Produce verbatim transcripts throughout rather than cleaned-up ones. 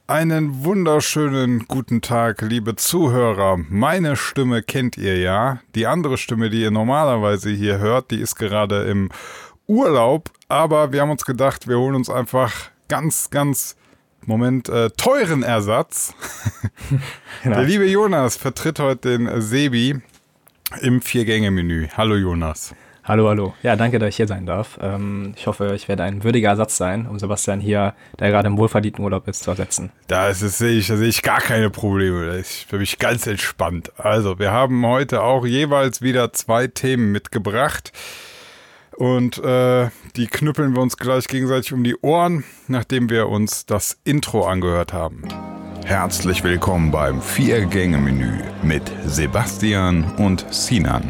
Einen wunderschönen guten Tag, liebe Zuhörer. Meine Stimme kennt ihr ja. Die andere Stimme, die ihr normalerweise hier hört, die ist gerade im Urlaub. Aber wir haben uns gedacht, wir holen uns einfach ganz, ganz, Moment, äh, teuren Ersatz. Genau. Der liebe Jonas vertritt heute den Sebi im Vier-Gänge-Menü. Hallo Jonas. Hallo, hallo. Ja, danke, dass ich hier sein darf. Ähm, ich hoffe, ich werde ein würdiger Ersatz sein, um Sebastian hier, der gerade im wohlverdienten Urlaub ist, zu ersetzen. Da sehe ich, da sehe ich gar keine Probleme. Das ist für mich ganz entspannt. Also, wir haben heute auch jeweils wieder zwei Themen mitgebracht. Und äh, die knüppeln wir uns gleich gegenseitig um die Ohren, nachdem wir uns das Intro angehört haben. Herzlich willkommen beim Vier-Gänge-Menü mit Sebastian und Sinan.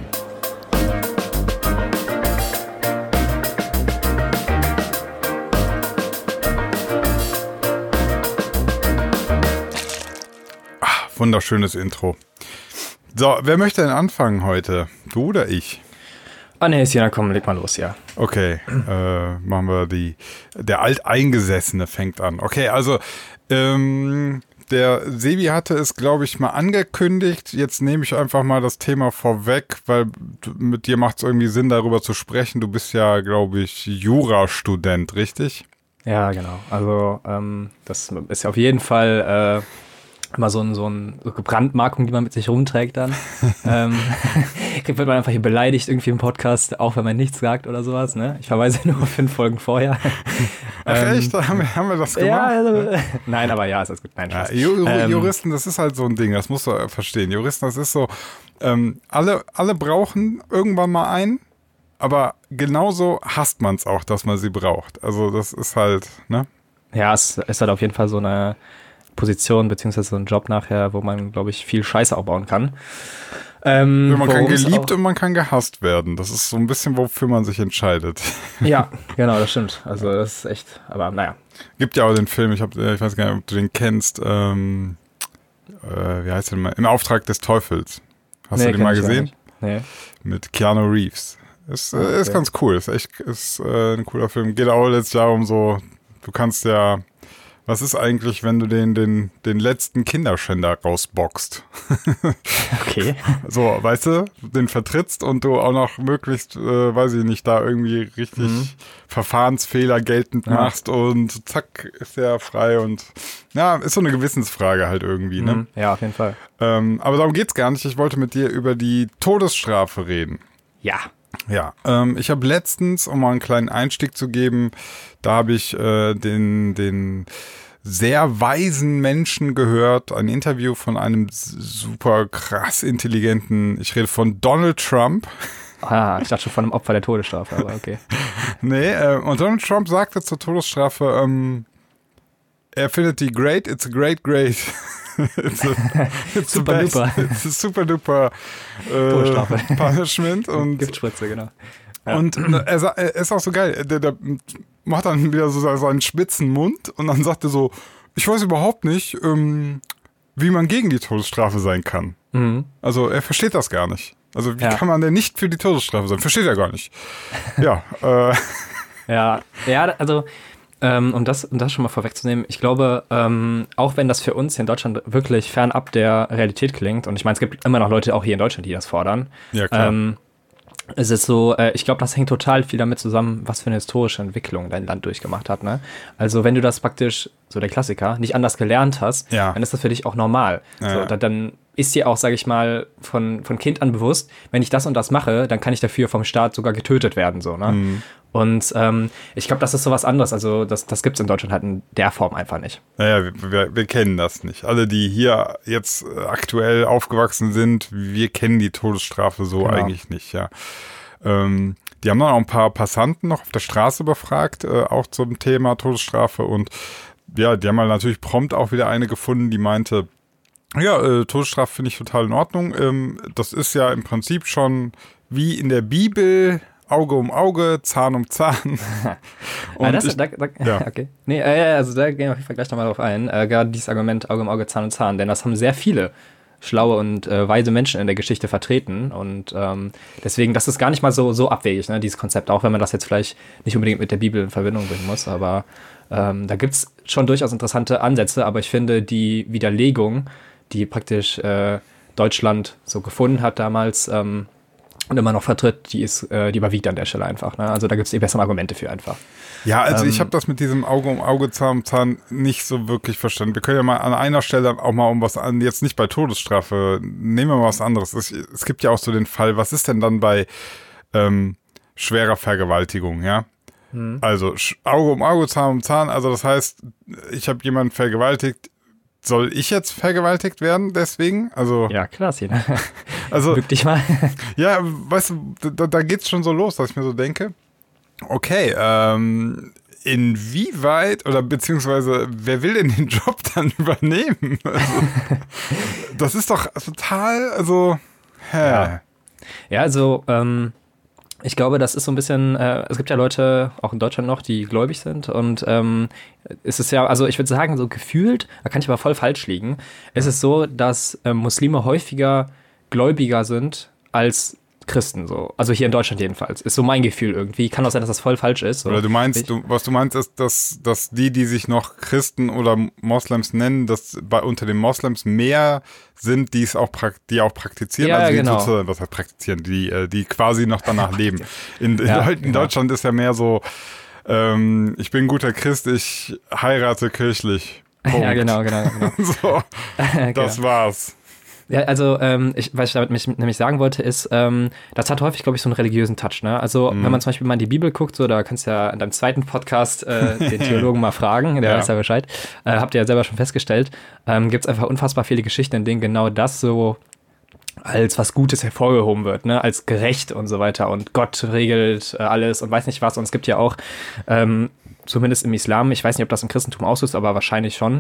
Wunderschönes Intro. So, wer möchte denn anfangen heute? Du oder ich? Ah, ne, Sina, komm, leg mal los, ja. Okay, äh, machen wir die. Der Alteingesessene fängt an. Okay, also, ähm, der Sebi hatte es, glaube ich, mal angekündigt. Jetzt nehme ich einfach mal das Thema vorweg, weil mit dir macht es irgendwie Sinn, darüber zu sprechen. Du bist ja, glaube ich, Jurastudent, richtig? Ja, genau. Also, ähm, das ist ja auf jeden Fall, äh, immer so, ein, so eine so Gebrandmarkung, die man mit sich rumträgt dann. ähm, wird man einfach hier beleidigt irgendwie im Podcast, auch wenn man nichts sagt oder sowas. Ne? Ich verweise nur auf fünf Folgen vorher. Ach ähm, echt? Haben wir, haben wir das gemacht? Ja, also, nein, aber ja, ist alles gut. Nein, ja, Ju- ähm, Juristen, das ist halt so ein Ding, das musst du verstehen. Juristen, das ist so, ähm, alle, alle brauchen irgendwann mal einen, aber genauso hasst man es auch, dass man sie braucht. Also das ist halt, ne? Ja, es ist halt auf jeden Fall so eine Position, beziehungsweise so ein Job nachher, wo man, glaube ich, viel Scheiße auch bauen kann. Ähm, man kann geliebt und man kann gehasst werden. Das ist so ein bisschen, wofür man sich entscheidet. Ja, genau, das stimmt. Also das ist echt, aber naja. Gibt ja auch den Film, ich, hab, ich weiß gar nicht, ob du den kennst, ähm, äh, wie heißt der mal? Im Auftrag des Teufels. Hast nee, du den mal gesehen? Nee. Mit Keanu Reeves. Ist, okay. ist ganz cool, ist echt ist, äh, ein cooler Film. Geht auch letztes Jahr um so, du kannst ja was ist eigentlich, wenn du den, den, den letzten Kinderschänder rausboxt? Okay. So, weißt du, den vertrittst und du auch noch möglichst, äh, weiß ich nicht, da irgendwie richtig mhm. Verfahrensfehler geltend ja. machst und zack, ist der frei und ja, ist so eine Gewissensfrage halt irgendwie, ne? Mhm. Ja, auf jeden Fall. Ähm, aber darum geht's gar nicht. Ich wollte mit dir über die Todesstrafe reden. Ja. Ja, ähm, ich habe letztens, um mal einen kleinen Einstieg zu geben, da habe ich äh, den, den sehr weisen Menschen gehört, ein Interview von einem super krass intelligenten, ich rede von Donald Trump. Ah, ich dachte schon von einem Opfer der Todesstrafe, aber okay. Nee, äh, und Donald Trump sagte zur Todesstrafe, ähm, er findet die great, it's a great, great. It's a, it's super duper. It's a super duper äh, Punishment. Und Giftspritze, genau. Ja. Und er, er ist auch so geil. Der, der macht dann wieder so seinen spitzen Mund und dann sagt er so, ich weiß überhaupt nicht, ähm, wie man gegen die Todesstrafe sein kann. Mhm. Also er versteht das gar nicht. Also wie ja. kann man denn nicht für die Todesstrafe sein? Versteht er gar nicht. Ja. Äh. Ja, ja, also Ähm, um, das, um das schon mal vorwegzunehmen, ich glaube, ähm, auch wenn das für uns hier in Deutschland wirklich fernab der Realität klingt, und ich meine, es gibt immer noch Leute auch hier in Deutschland, die das fordern, ja, klar. Ähm, es ist so, äh, ich glaube, das hängt total viel damit zusammen, was für eine historische Entwicklung dein Land durchgemacht hat, ne? Also wenn du das praktisch, so der Klassiker, nicht anders gelernt hast, ja. dann ist das für dich auch normal. Ja, so, da, dann ist dir auch, sage ich mal, von, von Kind an bewusst, wenn ich das und das mache, dann kann ich dafür vom Staat sogar getötet werden, so, ne? Mhm. Und ähm, ich glaube, das ist sowas anderes. Also das, das gibt es in Deutschland halt in der Form einfach nicht. Naja, wir, wir, wir kennen das nicht. Alle, die hier jetzt aktuell aufgewachsen sind, wir kennen die Todesstrafe so genau. eigentlich nicht, ja. Ähm, die haben dann auch ein paar Passanten noch auf der Straße befragt, äh, auch zum Thema Todesstrafe. Und ja, die haben halt natürlich prompt auch wieder eine gefunden, die meinte, ja, äh, Todesstrafe finde ich total in Ordnung. Ähm, das ist ja im Prinzip schon wie in der Bibel, Auge um Auge, Zahn um Zahn. Und das, ich, da, da, ja. Okay. Nee, äh, also da gehen wir auf jeden Fall gleich nochmal drauf ein. Äh, gerade dieses Argument Auge um Auge, Zahn um Zahn, denn das haben sehr viele schlaue und äh, weise Menschen in der Geschichte vertreten. Und ähm, deswegen, das ist gar nicht mal so, so abwegig, ne, dieses Konzept, auch wenn man das jetzt vielleicht nicht unbedingt mit der Bibel in Verbindung bringen muss. Aber ähm, da gibt es schon durchaus interessante Ansätze, aber ich finde, die Widerlegung, die praktisch äh, Deutschland so gefunden hat damals ähm, und immer noch vertritt, die ist, äh, die überwiegt an der Stelle einfach. Ne? Also da gibt es die besseren Argumente für einfach. Ja, also ähm, ich habe das mit diesem Auge um Auge, Zahn um Zahn nicht so wirklich verstanden. Wir können ja mal an einer Stelle auch mal um was an, jetzt nicht bei Todesstrafe, nehmen wir mal was anderes. Es, es gibt ja auch so den Fall, was ist denn dann bei ähm, schwerer Vergewaltigung, ja? Hm. Also Auge um Auge, Zahn um Zahn, also das heißt, ich habe jemanden vergewaltigt. Soll ich jetzt vergewaltigt werden deswegen? Also ja, klar, Sina. Also bück dich mal. Ja, weißt du, da, da geht's schon so los, dass ich mir so denke, okay, ähm, inwieweit oder beziehungsweise wer will denn den Job dann übernehmen? Also, das ist doch total, also, hä. Ja, ja also, ähm, ich glaube, das ist so ein bisschen, äh, es gibt ja Leute, auch in Deutschland noch, die gläubig sind und ähm, es ist ja, also ich würde sagen, so gefühlt, da kann ich aber voll falsch liegen, es ist so, dass äh, Muslime häufiger gläubiger sind als Christen, so. Also hier in Deutschland jedenfalls. Ist so mein Gefühl irgendwie. Kann auch sein, dass das voll falsch ist. So. Oder du meinst, du, was du meinst ist, dass, dass die, die sich noch Christen oder Moslems nennen, dass bei unter den Moslems mehr sind, die es auch, die auch praktizieren. Ja, also die genau. sozusagen, was heißt praktizieren, die, die quasi noch danach leben. In, in, ja, in genau. Deutschland ist ja mehr so, ähm, ich bin ein guter Christ, ich heirate kirchlich. Punkt. Ja, genau, genau. genau. So, das genau. war's. Ja, also ähm, ich, was ich damit mich, nämlich sagen wollte, ist, ähm, das hat häufig, glaube ich, so einen religiösen Touch. Ne? Also mm. wenn man zum Beispiel mal in die Bibel guckt, so, da kannst du ja in deinem zweiten Podcast äh, den Theologen mal fragen, der ja. weiß ja Bescheid. Äh, habt ihr ja selber schon festgestellt. Ähm, gibt es einfach unfassbar viele Geschichten, in denen genau das so als was Gutes hervorgehoben wird, ne? Als gerecht und so weiter. Und Gott regelt äh, alles und weiß nicht was. Und es gibt ja auch, ähm, zumindest im Islam, ich weiß nicht, ob das im Christentum auch so ist, aber wahrscheinlich schon,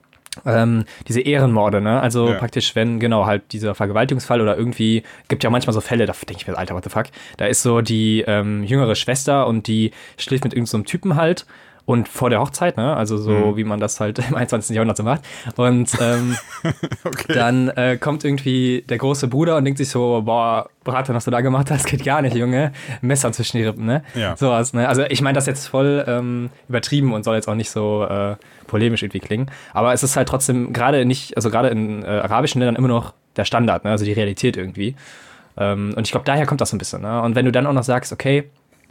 Ähm, diese Ehrenmorde, ne? Also ja. praktisch, wenn, genau, halt dieser Vergewaltigungsfall oder irgendwie, gibt ja manchmal so Fälle, da denke ich mir, Alter, what the fuck? Da ist so die ähm, jüngere Schwester und die schläft mit irgendeinem so Typen halt und vor der Hochzeit, ne? Also so, mhm. wie man das halt im einundzwanzigsten Jahrhundert so macht. Und ähm, okay. dann äh, kommt irgendwie der große Bruder und denkt sich so, boah, Braten, was du da gemacht hast, geht gar nicht, Junge. Messer zwischen die Rippen, ne? Ja. Sowas, ne? Also ich meine das jetzt voll ähm, übertrieben und soll jetzt auch nicht so äh, polemisch irgendwie klingen. Aber es ist halt trotzdem gerade nicht, also gerade in äh, arabischen Ländern immer noch der Standard, ne? Also die Realität irgendwie. Ähm, und ich glaube, daher kommt das so ein bisschen, ne? Und wenn du dann auch noch sagst, okay,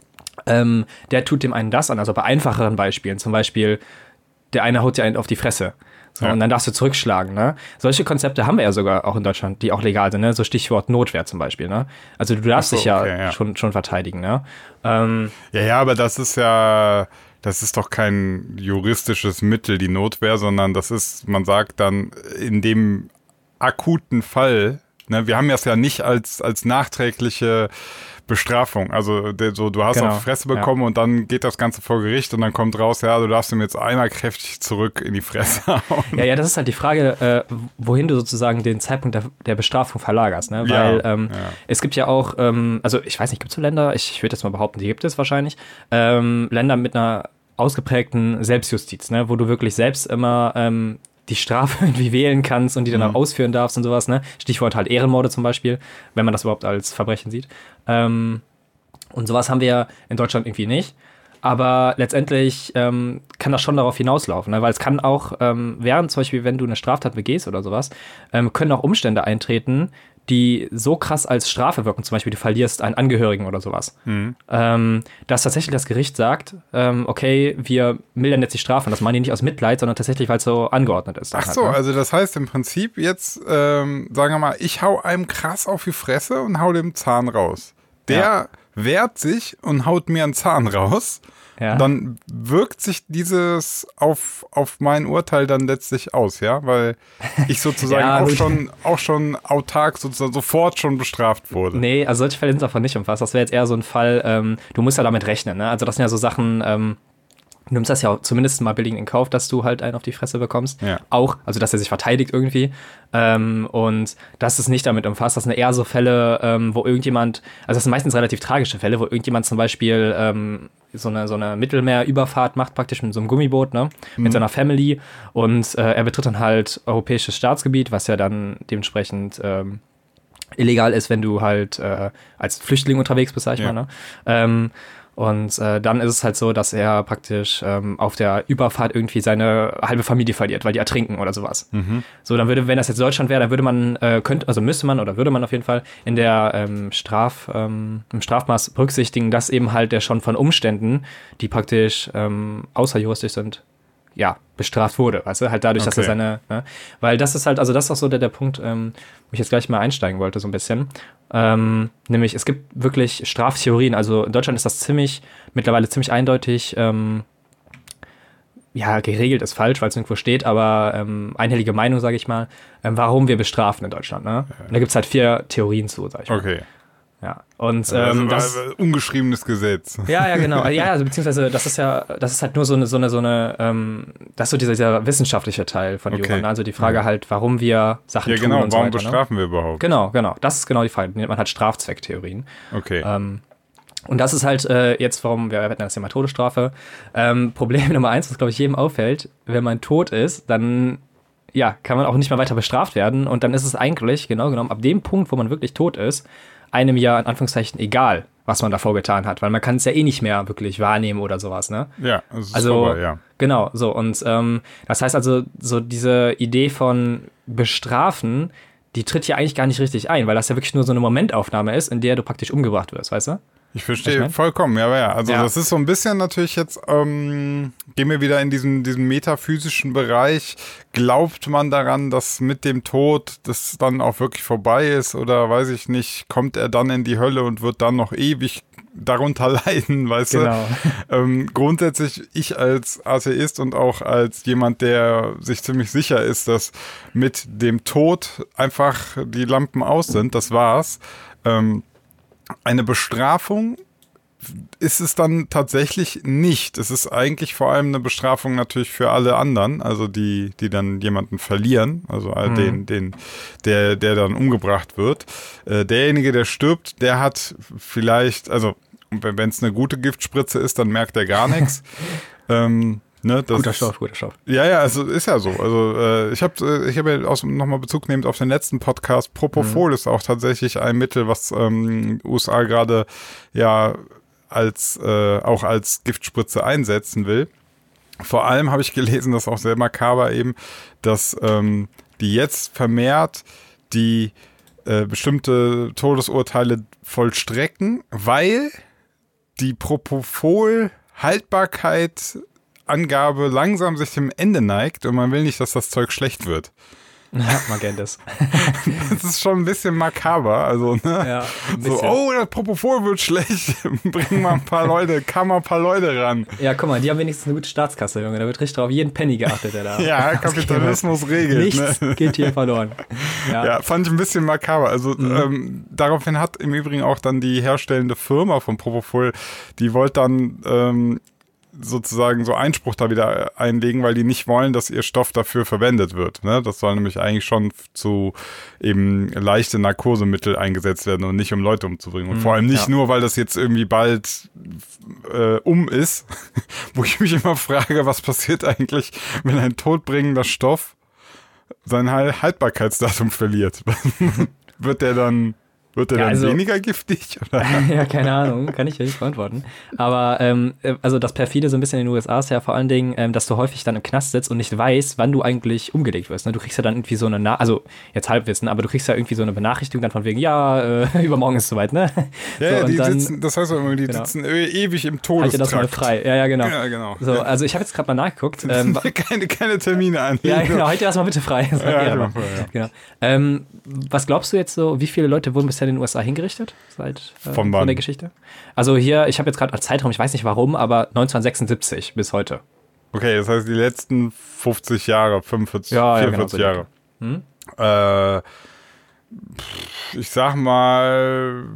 ähm, der tut dem einen das an, also bei einfacheren Beispielen, zum Beispiel, der eine haut dir einen auf die Fresse. So, ja. Und dann darfst du zurückschlagen, ne? Solche Konzepte haben wir ja sogar auch in Deutschland, die auch legal sind, ne? So Stichwort Notwehr zum Beispiel, ne? Also du darfst so, dich ja, okay, ja. Schon, schon verteidigen, ne? Ähm, ja, ja, aber das ist ja, das ist doch kein juristisches Mittel, die Notwehr, sondern das ist, man sagt dann, in dem akuten Fall, ne? Wir haben das ja nicht als, als nachträgliche Bestrafung. Also der, so, du hast genau. auf die Fresse bekommen ja. und dann geht das Ganze vor Gericht und dann kommt raus, ja, du darfst ihm jetzt einmal kräftig zurück in die Fresse hauen. Ja, ja, das ist halt die Frage, äh, wohin du sozusagen den Zeitpunkt der, der Bestrafung verlagerst. Ne? Weil ja, ähm, ja. es gibt ja auch, ähm, also ich weiß nicht, gibt es so Länder, ich, ich würde jetzt mal behaupten, die gibt es wahrscheinlich, ähm, Länder mit einer ausgeprägten Selbstjustiz, ne? Wo du wirklich selbst immer ähm, die Strafe irgendwie wählen kannst und die dann auch mhm. ausführen darfst und sowas, ne? Stichwort halt Ehrenmorde zum Beispiel, wenn man das überhaupt als Verbrechen sieht. Ähm, und sowas haben wir ja in Deutschland irgendwie nicht. Aber letztendlich ähm, kann das schon darauf hinauslaufen, ne? Weil es kann auch, ähm, während zum Beispiel, wenn du eine Straftat begehst oder sowas, ähm, können auch Umstände eintreten, die so krass als Strafe wirken, zum Beispiel du verlierst einen Angehörigen oder sowas, mhm. ähm, dass tatsächlich das Gericht sagt, ähm, okay, wir mildern jetzt die Strafe. Und das machen die nicht aus Mitleid, sondern tatsächlich, weil es so angeordnet ist. Ach halt, so, ne? Also das heißt im Prinzip jetzt, ähm, sagen wir mal, ich hau einem krass auf die Fresse und hau dem Zahn raus. Der ja. wehrt sich und haut mir einen Zahn raus. Ja. Dann wirkt sich dieses auf, auf mein Urteil dann letztlich aus, ja, weil ich sozusagen ja, auch, schon, auch schon autark sozusagen sofort schon bestraft wurde. Nee, also solche Fälle sind davon nicht umfasst. Das wäre jetzt eher so ein Fall, ähm, du musst ja damit rechnen, ne? Also das sind ja so Sachen, ähm, Du nimmst das ja auch zumindest mal billig in Kauf, dass du halt einen auf die Fresse bekommst. Ja. Auch, also dass er sich verteidigt irgendwie. Ähm, und das ist nicht damit umfasst. Das sind eher so Fälle, ähm, wo irgendjemand, also das sind meistens relativ tragische Fälle, wo irgendjemand zum Beispiel ähm, so eine, so eine Mittelmeerüberfahrt macht, praktisch mit so einem Gummiboot, ne, mhm. mit seiner Family. Und äh, er betritt dann halt europäisches Staatsgebiet, was ja dann dementsprechend ähm, illegal ist, wenn du halt äh, als Flüchtling unterwegs bist, sag ich ja. mal, ne? Ähm, Und äh, dann ist es halt so, dass er praktisch ähm, auf der Überfahrt irgendwie seine halbe Familie verliert, weil die ertrinken oder sowas. Mhm. So, dann würde, wenn das jetzt Deutschland wäre, dann würde man, äh, könnte, also müsste man oder würde man auf jeden Fall in der ähm, Straf, ähm, im Strafmaß berücksichtigen, dass eben halt der schon von Umständen, die praktisch ähm, außerjuristisch sind, ja, bestraft wurde, weißt du, halt dadurch, okay. dass er seine, ne? Weil das ist halt, also das ist auch so der, der Punkt, ähm, wo ich jetzt gleich mal einsteigen wollte, so ein bisschen, ähm, nämlich es gibt wirklich Straftheorien, also in Deutschland ist das ziemlich, mittlerweile ziemlich eindeutig, ähm, ja, geregelt ist falsch, weil es irgendwo steht, aber ähm, einhellige Meinung, sage ich mal, ähm, warum wir bestrafen in Deutschland, ne? Und da gibt es halt vier Theorien zu, sag ich mal. Okay. Ja, und ähm, ähm, das ist ungeschriebenes Gesetz. Ja, ja, genau. Ja, also beziehungsweise das ist ja, das ist halt nur so eine, so eine, so eine, ähm, das ist so dieser, dieser wissenschaftliche Teil von okay. Jura. Also die Frage ja. halt, warum wir Sachen ja, tun genau, und so warum weiter. bestrafen ne? wir überhaupt? Genau, genau. Das ist genau die Frage. Die nennt man halt Strafzwecktheorien. Okay. Ähm, und das ist halt äh, jetzt, warum, wir hatten das Thema Todesstrafe. Ähm, Problem Nummer eins, was glaube ich jedem auffällt, wenn man tot ist, dann ja, kann man auch nicht mehr weiter bestraft werden. Und dann ist es eigentlich, genau genommen, ab dem Punkt, wo man wirklich tot ist, einem ja in Anführungszeichen egal, was man davor getan hat, weil man kann es ja eh nicht mehr wirklich wahrnehmen oder sowas, ne? Ja, das ist also vorbei, ja. Genau, so und ähm, das heißt also, so diese Idee von bestrafen, die tritt ja eigentlich gar nicht richtig ein, weil das ja wirklich nur so eine Momentaufnahme ist, in der du praktisch umgebracht wirst, weißt du? Ich verstehe vollkommen, ja, aber ja. Also ja. das ist so ein bisschen natürlich jetzt, ähm, gehen wir wieder in diesen, diesen metaphysischen Bereich. Glaubt man daran, dass mit dem Tod das dann auch wirklich vorbei ist oder weiß ich nicht, kommt er dann in die Hölle und wird dann noch ewig darunter leiden, weißt genau. du? Ähm, grundsätzlich, ich als Atheist und auch als jemand, der sich ziemlich sicher ist, dass mit dem Tod einfach die Lampen aus sind, das war's, ähm, eine Bestrafung ist es dann tatsächlich nicht. Es ist eigentlich vor allem eine Bestrafung natürlich für alle anderen, also die, die dann jemanden verlieren, also all mhm. den, den, der, der dann umgebracht wird. Äh, derjenige, der stirbt, der hat vielleicht, also wenn es eine gute Giftspritze ist, dann merkt er gar nichts. ähm, Ne, das guter Stoff, guter Stoff. Ja, ja, also ist ja so. Also äh, ich habe ich hab ja aus, nochmal Bezug nehmend auf den letzten Podcast. Propofol mhm. ist auch tatsächlich ein Mittel, was ähm, U S A gerade ja als äh, auch als Giftspritze einsetzen will. Vor allem habe ich gelesen, das ist auch sehr makaber eben, dass ähm, die jetzt vermehrt die äh, bestimmte Todesurteile vollstrecken, weil die Propofol-Haltbarkeit Angabe langsam sich dem Ende neigt und man will nicht, dass das Zeug schlecht wird. Ja, man kennt das. Das ist schon ein bisschen makaber, also, ne? Ja, ein so, oh, das Propofol wird schlecht, bring mal ein paar Leute, kann mal ein paar Leute ran. Ja, guck mal, die haben wenigstens eine gute Staatskasse, Junge, da wird richtig auf jeden Penny geachtet, der da. Ja, Kapitalismus regelt. Nichts ne? geht hier verloren. Ja. ja, fand ich ein bisschen makaber, also mhm. ähm, daraufhin hat im Übrigen auch dann die herstellende Firma von Propofol, die wollte dann ähm, sozusagen so Einspruch da wieder einlegen, weil die nicht wollen, dass ihr Stoff dafür verwendet wird. Ne? Das soll nämlich eigentlich schon zu eben leichte Narkosemittel eingesetzt werden und nicht um Leute umzubringen. Und mhm, vor allem nicht ja. nur, weil das jetzt irgendwie bald äh, um ist, wo ich mich immer frage, was passiert eigentlich, wenn ein todbringender Stoff sein Haltbarkeitsdatum verliert? Wird der dann Wird der ja, dann also, weniger giftig? Oder? Ja, keine Ahnung, kann ich ja nicht beantworten. Aber ähm, also das perfide so ein bisschen in den U S A ist ja vor allen Dingen, ähm, dass du häufig dann im Knast sitzt und nicht weißt, wann du eigentlich umgelegt wirst. Ne? Du kriegst ja dann irgendwie so eine, Na- also jetzt Halbwissen, aber du kriegst ja irgendwie so eine Benachrichtigung dann von wegen, ja, äh, übermorgen ist es soweit, ne? Ja, so, ja die dann, sitzen, das heißt auch immer, die genau. sitzen ewig im Todestrakt. Halt dir das mal frei, ja, ja, genau. Ja, genau. So, also ich habe jetzt gerade mal nachgeguckt. Ähm, keine, keine Termine an. Ja, genau, halt dir das mal bitte frei. Das ja, ja, genau, ja. Genau. Ähm, was glaubst du jetzt so, wie viele Leute wurden bisher in den U S A hingerichtet? Seit äh, von, von der Geschichte. Also hier, ich habe jetzt gerade als Zeitraum, ich weiß nicht warum, aber neunzehnhundertsechsundsiebzig bis heute. Okay, das heißt die letzten fünfzig Jahre, fünfundvierzig, ja, vierundvierzig ja, genau, so Jahre. Hm? Äh, ich sag mal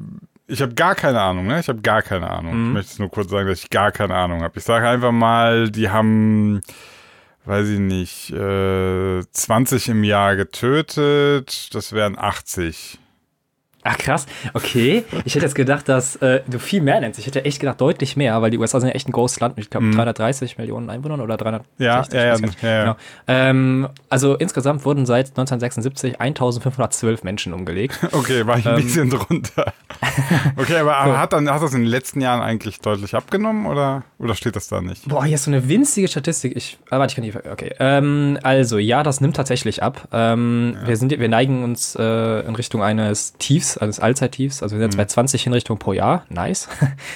Ich habe gar keine Ahnung, ne? Ich habe gar keine Ahnung. Mhm. Ich möchte nur kurz sagen, dass ich gar keine Ahnung habe. Ich sage einfach mal, die haben, weiß ich nicht, äh, zwanzig im Jahr getötet. Das wären achtzig. Ach krass, okay. Ich hätte jetzt gedacht, dass äh, du viel mehr nennst. Ich hätte echt gedacht, deutlich mehr, weil die U S A sind ja echt ein großes Land mit, ich glaube, Mhm. dreihundertdreißig Millionen Einwohnern oder dreihundertsechzig. Ja, ich ja, ja, weiß gar nicht. ja, ja. Genau. Ähm, also insgesamt wurden seit neunzehnhundertsechsundsiebzig eintausendfünfhundertzwölf Menschen umgelegt. Okay, war ich ein Ähm. bisschen drunter. Okay, aber So. hat, dann, hat das in den letzten Jahren eigentlich deutlich abgenommen oder, oder steht das da nicht? Boah, hier ist so eine winzige Statistik. Ich, ah, warte, ich kann die. Okay. Ähm, also, ja, das nimmt tatsächlich ab. Ähm, Ja. wir, sind, wir neigen uns äh, in Richtung eines Tiefs, eines Allzeittiefs. Also, wir sind jetzt Mhm. bei zwanzig Hinrichtungen pro Jahr. Nice.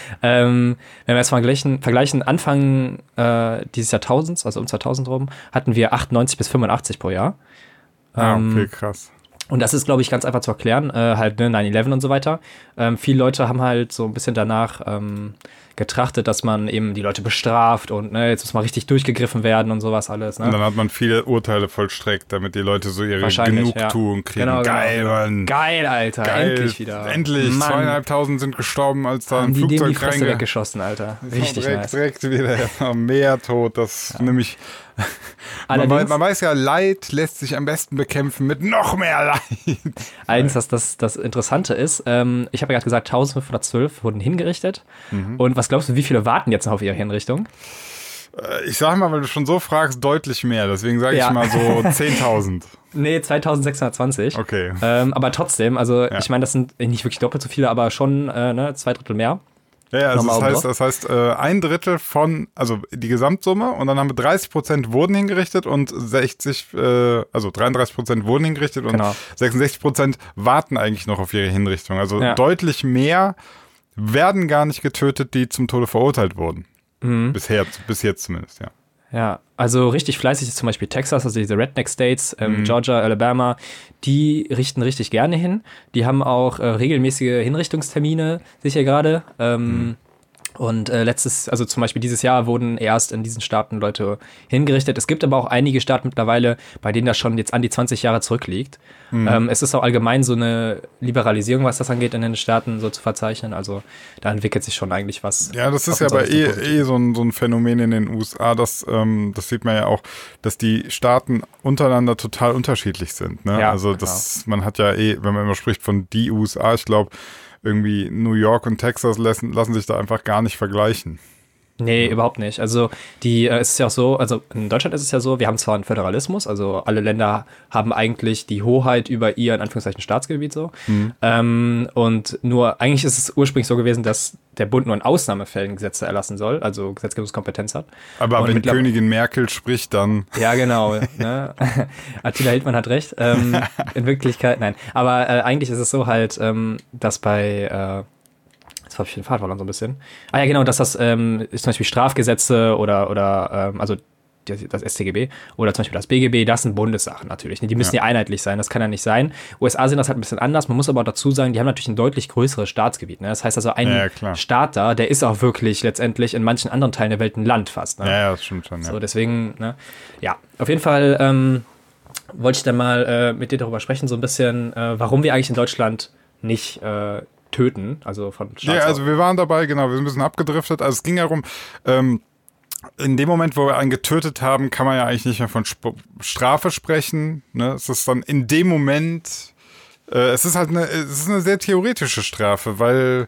ähm, wenn wir jetzt vergleichen, vergleichen Anfang äh, dieses Jahrtausends, also um zweitausend rum, hatten wir achtundneunzig bis fünfundachtzig pro Jahr. Ah, Ähm, okay, krass. Und das ist, glaube ich, ganz einfach zu erklären, äh, halt ne, neun elf und so weiter. Ähm, viele Leute haben halt so ein bisschen danach ähm, getrachtet, dass man eben die Leute bestraft und ne, jetzt muss mal richtig durchgegriffen werden und sowas alles. Ne? Und dann hat man viele Urteile vollstreckt, damit die Leute so ihre Wahrscheinlich, Genugtuung ja. kriegen. Genau, genau. Geil, Mann. Geil, Alter, Geil. endlich wieder. Endlich. Mann, Zweieinhalbtausend sind gestorben, als da ein haben die dem die Flugzeug Fresse reinge... weggeschossen, Alter. Richtig direkt, nice. direkt wieder ja, mehr tot. Das nämlich... Man weiß, Allerdings, man weiß ja, Leid lässt sich am besten bekämpfen mit noch mehr Leid. allerdings dass das, das Interessante ist, ähm, ich habe ja gerade gesagt, eintausendfünfhundertzwölf wurden hingerichtet. Mhm. Und was glaubst du, wie viele warten jetzt noch auf ihre Hinrichtung? Äh, Ich sag mal, weil du schon so fragst, deutlich mehr. Deswegen sage Ja. ich mal so zehntausend. Nee, zweitausendsechshundertzwanzig. Okay. Ähm, aber trotzdem, also Ja. ich meine, das sind nicht wirklich doppelt so viele, aber schon äh, ne, zwei Drittel mehr. Ja, ja, also Nochmal das heißt, obendrauf. das heißt äh, ein Drittel von, also die Gesamtsumme und dann haben wir dreißig Prozent wurden hingerichtet und sechzig, äh, also dreiunddreißig Prozent wurden hingerichtet und Genau. sechsundsechzig Prozent warten eigentlich noch auf ihre Hinrichtung. Also Ja. deutlich mehr werden gar nicht getötet, die zum Tode verurteilt wurden. Mhm. Bisher, bis jetzt zumindest, ja. Ja, also richtig fleißig ist zum Beispiel Texas, also diese Redneck States, ähm, Mhm. Georgia, Alabama, die richten richtig gerne hin. Die haben auch äh, regelmäßige Hinrichtungstermine, sicher gerade. Ähm, Mhm. Und äh, letztes, also zum Beispiel dieses Jahr wurden erst in diesen Staaten Leute hingerichtet. Es gibt aber auch einige Staaten mittlerweile, bei denen das schon jetzt an die zwanzig Jahre zurückliegt. Mhm. Ähm, es ist auch allgemein so eine Liberalisierung, was das angeht, in den Staaten so zu verzeichnen. Also da entwickelt sich schon eigentlich was. Ja, das ist auf ja unserer aber eh, Richtung eh so, ein, so ein Phänomen in den U S A, dass, ähm, das sieht man ja auch, dass die Staaten untereinander total unterschiedlich sind. Ne? Ja, also das, man hat ja eh, wenn man immer spricht von die U S A, ich glaube, irgendwie New York und Texas lassen, lassen sich da einfach gar nicht vergleichen. Nee, überhaupt nicht. Also die, äh, es ist ja auch so, also in Deutschland ist es ja so, wir haben zwar einen Föderalismus, also alle Länder haben eigentlich die Hoheit über ihr, in Anführungszeichen, Staatsgebiet so. Mhm. Ähm, und nur, eigentlich ist es ursprünglich so gewesen, dass der Bund nur in Ausnahmefällen Gesetze erlassen soll, also Gesetzgebungskompetenz hat. Aber Und wenn mittler- Königin Merkel spricht, dann Ja, genau. Ne? Attila Hildmann hat recht. Ähm, in Wirklichkeit, nein. Aber äh, eigentlich ist es so halt, ähm, dass bei, äh, jetzt habe ich den Faden verloren so ein bisschen. Ah ja, genau, dass das ähm, ist zum Beispiel Strafgesetze oder, oder ähm, also die- das S T G B oder zum Beispiel das B G B, das sind Bundessachen natürlich. Ne? Die müssen ja. Ja. einheitlich sein, das kann ja nicht sein. U S A sind das halt ein bisschen anders. Man muss aber auch dazu sagen, die haben natürlich ein deutlich größeres Staatsgebiet. Ne? Das heißt also, ein Ja, klar. Staat da, der ist auch wirklich letztendlich in manchen anderen Teilen der Welt ein Land fast. Ne? ja, ja, das stimmt schon. Ja. So, deswegen, ne? Ja, auf jeden Fall ähm, wollte ich dann mal äh, mit dir darüber sprechen, so ein bisschen, äh, warum wir eigentlich in Deutschland nicht äh, töten, also von Ja, Staats- also wir waren dabei, genau, wir sind ein bisschen abgedriftet. Also es ging ja darum, ähm, in dem Moment, wo wir einen getötet haben, kann man ja eigentlich nicht mehr von Sp- Strafe sprechen. Ne? Es ist dann in dem Moment, äh, es ist halt eine, es ist eine sehr theoretische Strafe, weil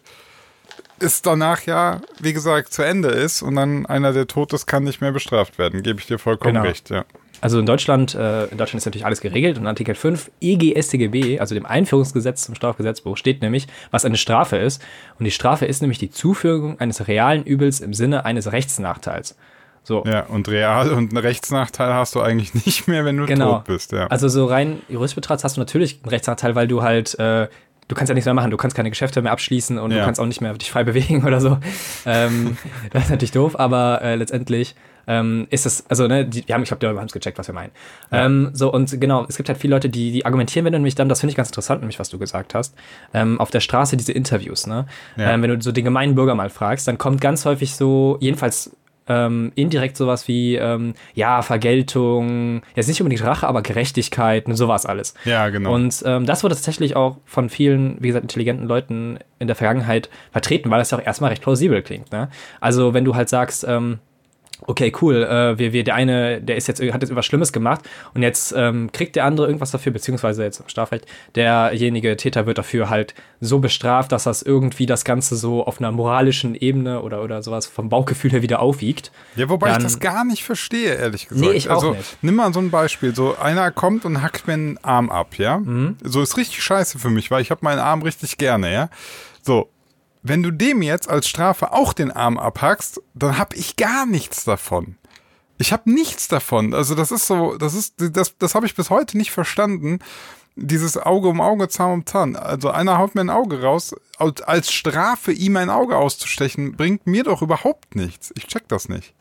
es danach ja, wie gesagt, zu Ende ist und dann einer, der tot ist, kann nicht mehr bestraft werden. Gebe ich dir vollkommen Genau. recht, ja. Also in Deutschland, äh, in Deutschland ist natürlich alles geregelt und in Artikel fünf E G S t G B, also dem Einführungsgesetz zum Strafgesetzbuch, steht nämlich, was eine Strafe ist. Und die Strafe ist nämlich die Zufügung eines realen Übels im Sinne eines Rechtsnachteils. So. Ja, und real und einen Rechtsnachteil hast du eigentlich nicht mehr, wenn du Genau. tot bist, ja. Also so rein juristisch betrachtet hast du natürlich einen Rechtsnachteil, weil du halt, äh, du kannst ja nichts mehr machen, du kannst keine Geschäfte mehr abschließen und Ja. du kannst auch nicht mehr dich frei bewegen oder so. ähm, das ist natürlich doof, aber äh, letztendlich ähm, ist es, also ne, die, die haben, ich glaube, die haben es gecheckt, was wir meinen. Ja. Ähm, so, und genau, es gibt halt viele Leute, die, die argumentieren, wenn du nämlich dann, das finde ich ganz interessant, nämlich was du gesagt hast, ähm, auf der Straße diese Interviews, ne? Ja. Ähm, wenn du so den gemeinen Bürger mal fragst, dann kommt ganz häufig so, jedenfalls ähm, indirekt sowas wie, ähm, ja, Vergeltung, jetzt nicht unbedingt Rache, aber Gerechtigkeit und sowas alles. Ja, genau. Und ähm, das wurde tatsächlich auch von vielen, wie gesagt, intelligenten Leuten in der Vergangenheit vertreten, weil das ja auch erstmal recht plausibel klingt. Ne? Also wenn du halt sagst, ähm, okay, cool, äh, wir, wir, der eine, der ist jetzt, hat jetzt irgendwas Schlimmes gemacht und jetzt ähm, kriegt der andere irgendwas dafür, beziehungsweise jetzt Strafrecht, derjenige Täter wird dafür halt so bestraft, dass das irgendwie das Ganze so auf einer moralischen Ebene oder, oder sowas vom Bauchgefühl her wieder aufwiegt. Ja, wobei dann, ich das gar nicht verstehe, ehrlich gesagt. Nee, ich auch also, nicht. Nimm mal so ein Beispiel, so einer kommt und hackt mir einen Arm ab, ja? Mhm. So ist richtig scheiße für mich, weil ich habe meinen Arm richtig gerne, ja? So. Wenn du dem jetzt als Strafe auch den Arm abhackst, dann habe ich gar nichts davon. Ich habe nichts davon. Also das ist so, das ist, das, das habe ich bis heute nicht verstanden. Dieses Auge um Auge, Zahn um Zahn. Also einer haut mir ein Auge raus, als Strafe ihm ein Auge auszustechen, bringt mir doch überhaupt nichts. Ich check das nicht.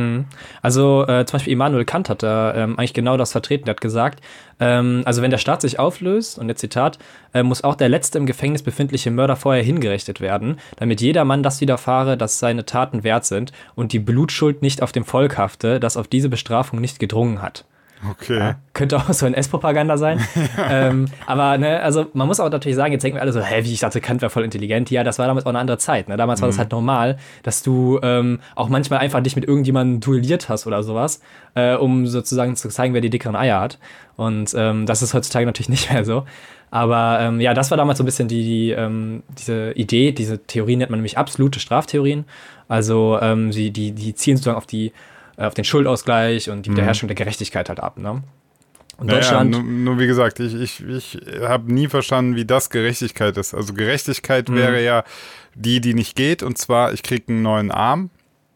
Also äh, zum Beispiel Immanuel Kant hat da ähm, eigentlich genau das vertreten. Der hat gesagt, ähm, also wenn der Staat sich auflöst, und jetzt Zitat, äh, muss auch der letzte im Gefängnis befindliche Mörder vorher hingerichtet werden, damit jedermann das widerfahre, das seine Taten wert sind und die Blutschuld nicht auf dem Volk hafte, das auf diese Bestrafung nicht gedrungen hat. Okay. Ja, könnte auch so ein S-Propaganda sein. ähm, aber, ne, also man muss auch natürlich sagen, jetzt denken wir alle so, hä, wie, ich dachte, Kant wäre voll intelligent. Ja, das war damals auch eine andere Zeit. Ne? Damals mhm. war das halt normal, dass du ähm, auch manchmal einfach dich mit irgendjemandem duelliert hast oder sowas, äh, um sozusagen zu zeigen, wer die dickeren Eier hat. Und ähm, das ist heutzutage natürlich nicht mehr so. Aber ähm, ja, das war damals so ein bisschen die, die ähm, diese Idee, diese Theorien nennt man nämlich absolute Straftheorien. Also ähm, die, die, die zielen sozusagen auf die auf den Schuldausgleich und die Wiederherstellung mhm. der Gerechtigkeit halt ab, ne? Und naja, Deutschland. Nur, nur wie gesagt, ich, ich, ich habe nie verstanden, wie das Gerechtigkeit ist. Also Gerechtigkeit mhm. wäre ja die, die nicht geht, und zwar, ich kriege einen neuen Arm.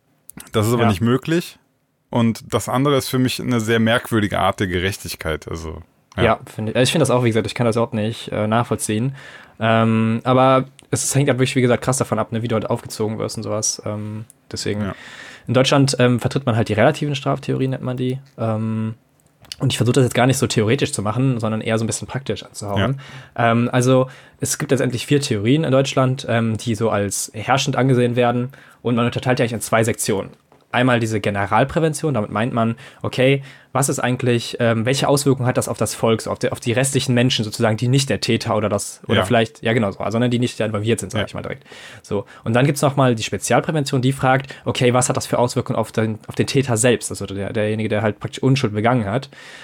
Das ist aber ja. nicht möglich. Und das andere ist für mich eine sehr merkwürdige Art der Gerechtigkeit. Also, ja, ja find ich, ich finde das auch, wie gesagt, ich kann das überhaupt nicht äh, nachvollziehen. Ähm, aber es hängt halt wirklich, wie gesagt, krass davon ab, ne, wie du halt aufgezogen wirst und sowas. Ähm, deswegen. Ja. In Deutschland ähm, vertritt man halt die relativen Straftheorien, nennt man die. Ähm, und ich versuche das jetzt gar nicht so theoretisch zu machen, sondern eher so ein bisschen praktisch anzuhauen. Ja. Ähm, also es gibt letztendlich vier Theorien in Deutschland, ähm, die so als herrschend angesehen werden. Und man unterteilt die eigentlich in zwei Sektionen. Einmal diese Generalprävention, damit meint man, okay, was ist eigentlich, ähm, welche Auswirkungen hat das auf das Volk, so auf, die, auf die restlichen Menschen sozusagen, die nicht der Täter oder das, oder ja. vielleicht, ja genau so, sondern die nicht involviert sind, sage ja. ich mal direkt. So. Und dann gibt's noch mal die Spezialprävention, die fragt, okay, was hat das für Auswirkungen auf den, auf den Täter selbst, also der, derjenige, der halt praktisch Unschuld begangen hat.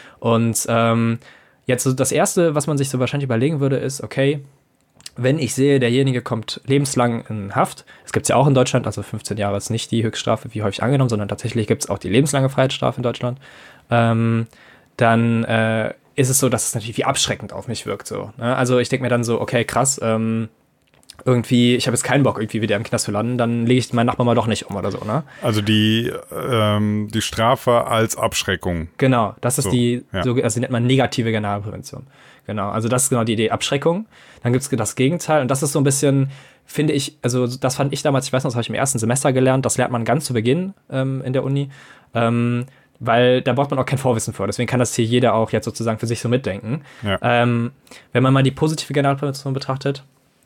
Und ähm, jetzt so das Erste, was man sich so wahrscheinlich überlegen würde, ist, okay, wenn ich sehe, derjenige kommt lebenslang in Haft, das gibt es ja auch in Deutschland, also fünfzehn Jahre ist nicht die Höchststrafe, wie häufig angenommen, sondern tatsächlich gibt es auch die lebenslange Freiheitsstrafe in Deutschland, ähm, dann äh, ist es so, dass es natürlich wie abschreckend auf mich wirkt. So, ne? Also ich denke mir dann so, okay, krass, ähm, irgendwie, ich habe jetzt keinen Bock, irgendwie wieder im Knast zu landen, dann lege ich meinen Nachbarn mal doch nicht um oder so, ne? Also die, ähm, die Strafe als Abschreckung. Genau, das ist so, die, ja. so, also die nennt man negative Generalprävention. Genau, also das ist genau die Idee, Abschreckung. Dann gibt es das Gegenteil und das ist so ein bisschen, finde ich, also das fand ich damals, ich weiß noch, das habe ich im ersten Semester gelernt, das lernt man ganz zu Beginn ähm, in der Uni, ähm, weil da braucht man auch kein Vorwissen vor, deswegen kann das hier jeder auch jetzt sozusagen für sich so mitdenken. Ja. Ähm, wenn man mal die positive Generalprävention betrachtet,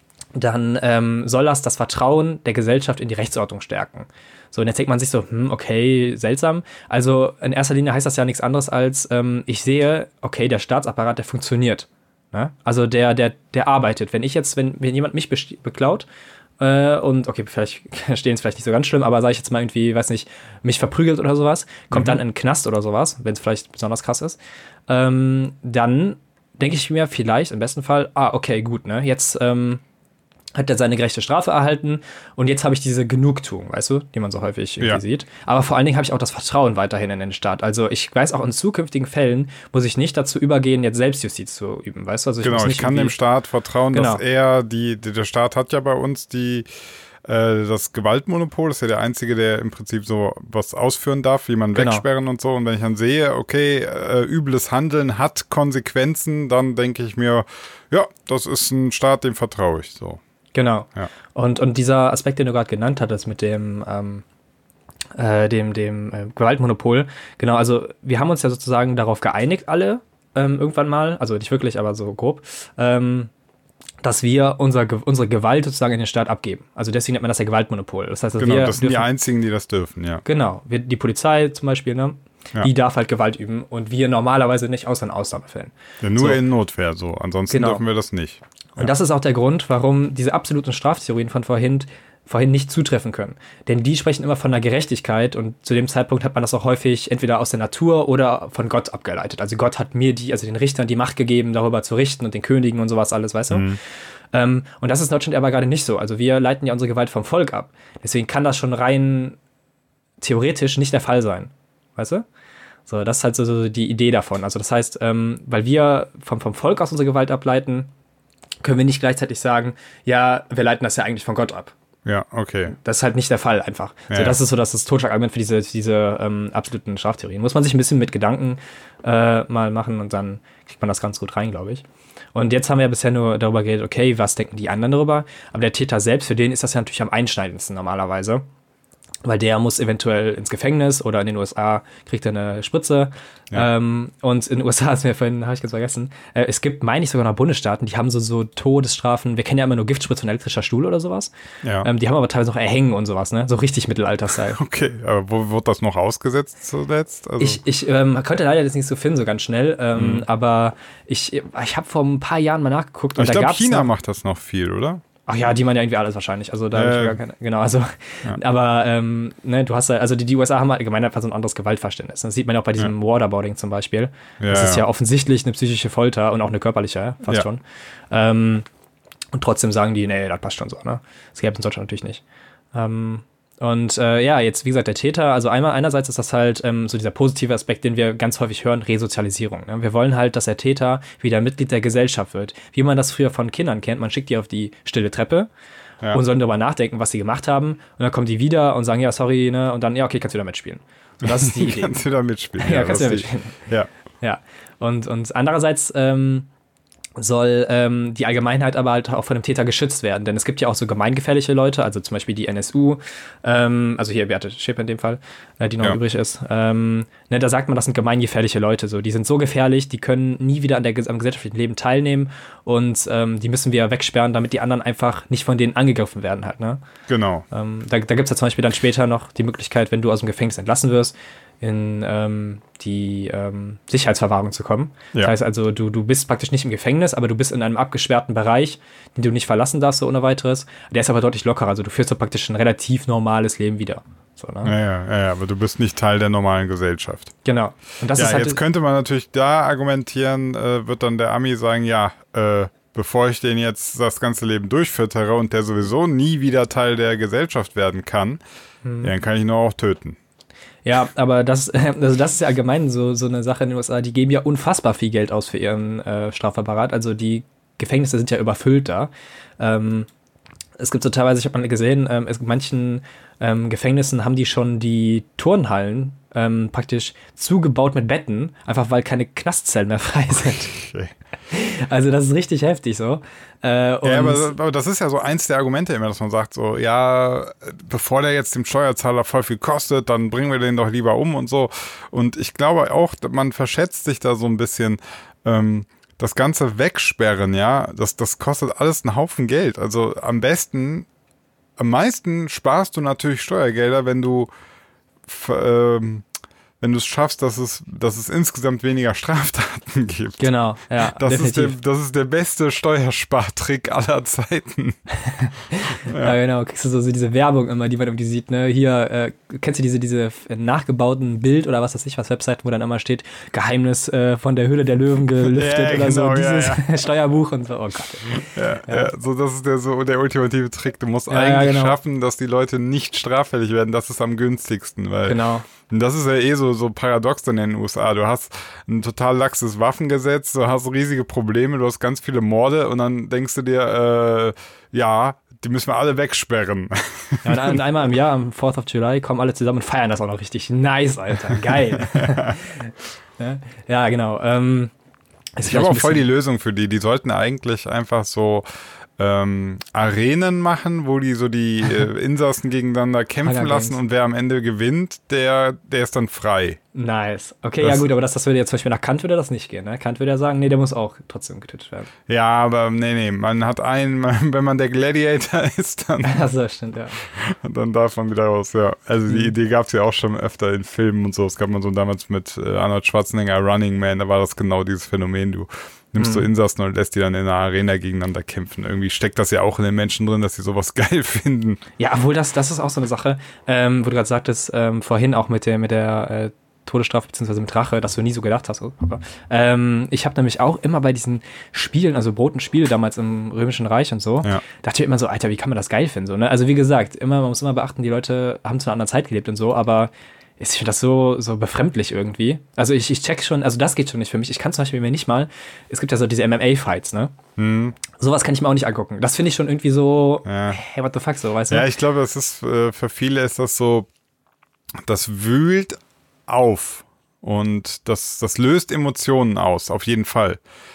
dann ähm, soll das das Vertrauen der Gesellschaft in die Rechtsordnung stärken. So, und jetzt denkt man sich so, hm, okay, seltsam. Also in erster Linie heißt das ja nichts anderes als, ähm, ich sehe, okay, der Staatsapparat, der funktioniert. Ne? Also der, der, der arbeitet. Wenn ich jetzt, wenn, wenn jemand mich beklaut äh, und, okay, vielleicht stehen es vielleicht nicht so ganz schlimm, aber sage ich jetzt mal irgendwie, weiß nicht, mich verprügelt oder sowas, kommt mhm. dann in den Knast oder sowas, wenn es vielleicht besonders krass ist, ähm, dann denke ich mir vielleicht im besten Fall, ah, okay, gut, ne, jetzt, ähm, hat er seine gerechte Strafe erhalten und jetzt habe ich diese Genugtuung, weißt du, die man so häufig irgendwie ja. sieht. Aber vor allen Dingen habe ich auch das Vertrauen weiterhin in den Staat. Also ich weiß auch, in zukünftigen Fällen muss ich nicht dazu übergehen, jetzt Selbstjustiz zu üben, weißt du? Also ich genau, muss nicht ich kann dem Staat vertrauen, genau. dass er, die, der Staat hat ja bei uns die äh, das Gewaltmonopol, ist ja der Einzige, der im Prinzip so was ausführen darf, jemanden genau. wegsperren und so. Und wenn ich dann sehe, okay, äh, übles Handeln hat Konsequenzen, dann denke ich mir, ja, das ist ein Staat, dem vertraue ich so. Genau. Ja. Und, und dieser Aspekt, den du gerade genannt hattest mit dem, ähm, äh, dem, dem äh, Gewaltmonopol, genau, also wir haben uns ja sozusagen darauf geeinigt, alle, ähm, irgendwann mal, also nicht wirklich, aber so grob, ähm, dass wir unser, unsere Gewalt sozusagen in den Staat abgeben. Also deswegen nennt man das ja Gewaltmonopol. Das heißt, dass genau, wir das sind dürfen, die Einzigen, die das dürfen, ja. Genau, wir, die Polizei zum Beispiel, ne? Ja. Die darf halt Gewalt üben und wir normalerweise nicht, außer in Ausnahmefällen. Ja, nur so. In Notwehr so, ansonsten genau. dürfen wir das nicht. Ja. Und das ist auch der Grund, warum diese absoluten Straftheorien von vorhin, vorhin nicht zutreffen können. Denn die sprechen immer von der Gerechtigkeit und zu dem Zeitpunkt hat man das auch häufig entweder aus der Natur oder von Gott abgeleitet. Also Gott hat mir die, also den Richtern die Macht gegeben, darüber zu richten und den Königen und sowas alles, weißt du? Mhm. Ähm, und das ist in Deutschland aber gerade nicht so. Also wir leiten ja unsere Gewalt vom Volk ab. Deswegen kann das schon rein theoretisch nicht der Fall sein. Weißt du? So, das ist halt so, so die Idee davon. Also das heißt, ähm, weil wir vom, vom Volk aus unsere Gewalt ableiten, können wir nicht gleichzeitig sagen, ja, wir leiten das ja eigentlich von Gott ab. Ja, okay. Das ist halt nicht der Fall einfach. Ja, so, das ja. ist so das, das Totschlagargument für diese, diese ähm, absoluten Straftheorien. Muss man sich ein bisschen mit Gedanken äh, mal machen und dann kriegt man das ganz gut rein, glaube ich. Und jetzt haben wir ja bisher nur darüber geredet, okay, was denken die anderen darüber? Aber der Täter selbst, für den ist das ja natürlich am einschneidendsten normalerweise. Weil der muss eventuell ins Gefängnis oder in den U S A kriegt er eine Spritze. Ja. Ähm, und in den U S A, ist mir vorhin, habe ich ganz vergessen, äh, es gibt, meine ich, sogar noch Bundesstaaten, die haben so, so Todesstrafen. Wir kennen ja immer nur Giftspritze und elektrischer Stuhl oder sowas. Ja. Ähm, die haben aber teilweise noch Erhängen und sowas, ne? So richtig Mittelalter-Style. Okay, aber wo wird das noch ausgesetzt zuletzt? Also ich ich ähm, konnte leider jetzt nicht so finden, so ganz schnell. Ähm, mhm. Aber ich, ich habe vor ein paar Jahren mal nachgeguckt. Und ich da glaube, China noch, macht das noch viel, oder? Ach ja, die meinen ja irgendwie alles wahrscheinlich. Also da äh, habe ich gar keine. Genau, also. Ja. Aber ähm, ne, du hast ja, also die, die U S A haben halt allgemein einfach so ein anderes Gewaltverständnis. Das sieht man ja auch bei diesem ja. Waterboarding zum Beispiel. Ja, das ist ja, ja offensichtlich eine psychische Folter und auch eine körperliche, fast ja. schon. Ähm, und trotzdem sagen die, nee, das passt schon so, ne? Das gäbe es in Deutschland natürlich nicht. Ähm, Und äh, ja, jetzt, wie gesagt, der Täter, also einmal einerseits ist das halt ähm, so dieser positive Aspekt, den wir ganz häufig hören, Resozialisierung. Ne? Wir wollen halt, dass der Täter wieder Mitglied der Gesellschaft wird. Wie man das früher von Kindern kennt, man schickt die auf die stille Treppe ja. und sollen darüber nachdenken, was sie gemacht haben. Und dann kommen die wieder und sagen, ja, sorry, ne? Und dann, ja, okay, kannst du wieder mitspielen. Und das ist die Idee. Kannst du da mitspielen. ja, ja, kannst du da mitspielen. Ja. Ja. Und, und andererseits ähm, soll ähm, die Allgemeinheit aber halt auch von dem Täter geschützt werden. Denn es gibt ja auch so gemeingefährliche Leute, also zum Beispiel die N S U, ähm, also hier Beate Schäpe in dem Fall, äh, die noch ja. übrig ist. Ähm, ne, da sagt man, das sind gemeingefährliche Leute. So. Die sind so gefährlich, die können nie wieder an der, am gesellschaftlichen Leben teilnehmen und ähm, die müssen wir wegsperren, damit die anderen einfach nicht von denen angegriffen werden halt. Ne? Genau. Ähm, da da gibt es ja zum Beispiel dann später noch die Möglichkeit, wenn du aus dem Gefängnis entlassen wirst, in ähm, die ähm, Sicherheitsverwahrung zu kommen. Ja. Das heißt also, du, du bist praktisch nicht im Gefängnis, aber du bist in einem abgesperrten Bereich, den du nicht verlassen darfst, so ohne weiteres. Der ist aber deutlich lockerer, also du führst so praktisch ein relativ normales Leben wieder. So, ne? ja, ja, ja, ja, aber du bist nicht Teil der normalen Gesellschaft. Genau. Und das ja, ist halt jetzt könnte man natürlich da argumentieren, äh, wird dann der Ami sagen, ja, äh, bevor ich den jetzt das ganze Leben durchfüttere und der sowieso nie wieder Teil der Gesellschaft werden kann, hm. ja, dann kann ich ihn auch töten. Ja, aber das, also das ist ja allgemein so, so eine Sache in den U S A, die geben ja unfassbar viel Geld aus für ihren äh, Strafapparat. Also die Gefängnisse sind ja überfüllt da. Ähm, es gibt so teilweise, ich habe mal gesehen, ähm, es, in manchen ähm, Gefängnissen haben die schon die Turnhallen ähm, praktisch zugebaut mit Betten, einfach weil keine Knastzellen mehr frei sind. Okay. Also das ist richtig heftig so. Äh, und ja, aber, aber das ist ja so eins der Argumente immer, dass man sagt so, ja, bevor der jetzt dem Steuerzahler voll viel kostet, dann bringen wir den doch lieber um und so. Und ich glaube auch, man verschätzt sich da so ein bisschen, ähm, das ganze Wegsperren, ja, das, das kostet alles einen Haufen Geld. Also am besten, am meisten sparst du natürlich Steuergelder, wenn du ähm, wenn du es schaffst, dass es, dass es insgesamt weniger Straftaten gibt. Genau, ja, das ist der, das ist der beste Steuerspartrick aller Zeiten. ja. ja, genau. Kriegst du so, so diese Werbung immer, die man irgendwie sieht, ne? Hier, äh, kennst du diese, diese nachgebauten Bild oder was weiß ich was, Webseiten, wo dann immer steht, Geheimnis äh, von der Höhle der Löwen gelüftet ja, oder genau, so, dieses ja, ja. Steuerbuch und so, oh Gott. Ja, ja. ja, so das ist der, so der ultimative Trick. Du musst ja, eigentlich ja, genau. schaffen, dass die Leute nicht straffällig werden. Das ist am günstigsten, weil genau. Und das ist ja eh so, so paradox in den U S A. Du hast ein total laxes Waffengesetz, du hast riesige Probleme, du hast ganz viele Morde und dann denkst du dir, äh, ja, die müssen wir alle wegsperren. Ja, und einmal im Jahr, am fourth of July, kommen alle zusammen und feiern das auch noch richtig. Nice, Alter, geil. ja, ja, genau. Ähm, ich habe auch voll die Lösung für die. Die sollten eigentlich einfach so Ähm, Arenen machen, wo die so die äh, Insassen gegeneinander kämpfen lassen und wer am Ende gewinnt, der, der ist dann frei. Nice. Okay, Das- ja gut, aber das, das würde jetzt zum Beispiel nach Kant würde das nicht gehen, ne? Kant würde ja sagen, nee, der muss auch trotzdem getötet werden. Ja, aber nee, nee, man hat einen, wenn man der Gladiator ist, dann, Achso, stimmt, ja. dann darf man wieder raus, ja. Also die Mhm. Idee gab es ja auch schon öfter in Filmen und so. Es gab mal so damals mit äh, Arnold Schwarzenegger, Running Man, da war das genau dieses Phänomen. Du nimmst so Mhm. Insassen und lässt die dann in einer Arena gegeneinander kämpfen. Irgendwie steckt das ja auch in den Menschen drin, dass sie sowas geil finden. Ja, obwohl das, das ist auch so eine Sache, ähm, wo du gerade sagtest, ähm, vorhin auch mit der, mit der äh, Todesstrafe beziehungsweise mit Rache, dass du nie so gedacht hast. Oh, aber, ähm, ich habe nämlich auch immer bei diesen Spielen, also roten Spiele damals im Römischen Reich und so, Ja. dachte ich immer so, Alter, wie kann man das geil finden? So, ne? Also wie gesagt, immer, man muss immer beachten, die Leute haben zu einer anderen Zeit gelebt und so, aber ich finde das so, so befremdlich irgendwie. Also ich, ich check schon, also das geht schon nicht für mich. Ich kann zum Beispiel mir nicht mal, es gibt ja so diese M M A-Fights, ne? Hm. Sowas kann ich mir auch nicht angucken. Das finde ich schon irgendwie so, Ja. hey, what the fuck, so, weißt du? Ja, ich glaube, das ist äh, für viele ist das so, das wühlt auf und das, das löst Emotionen aus, auf jeden Fall.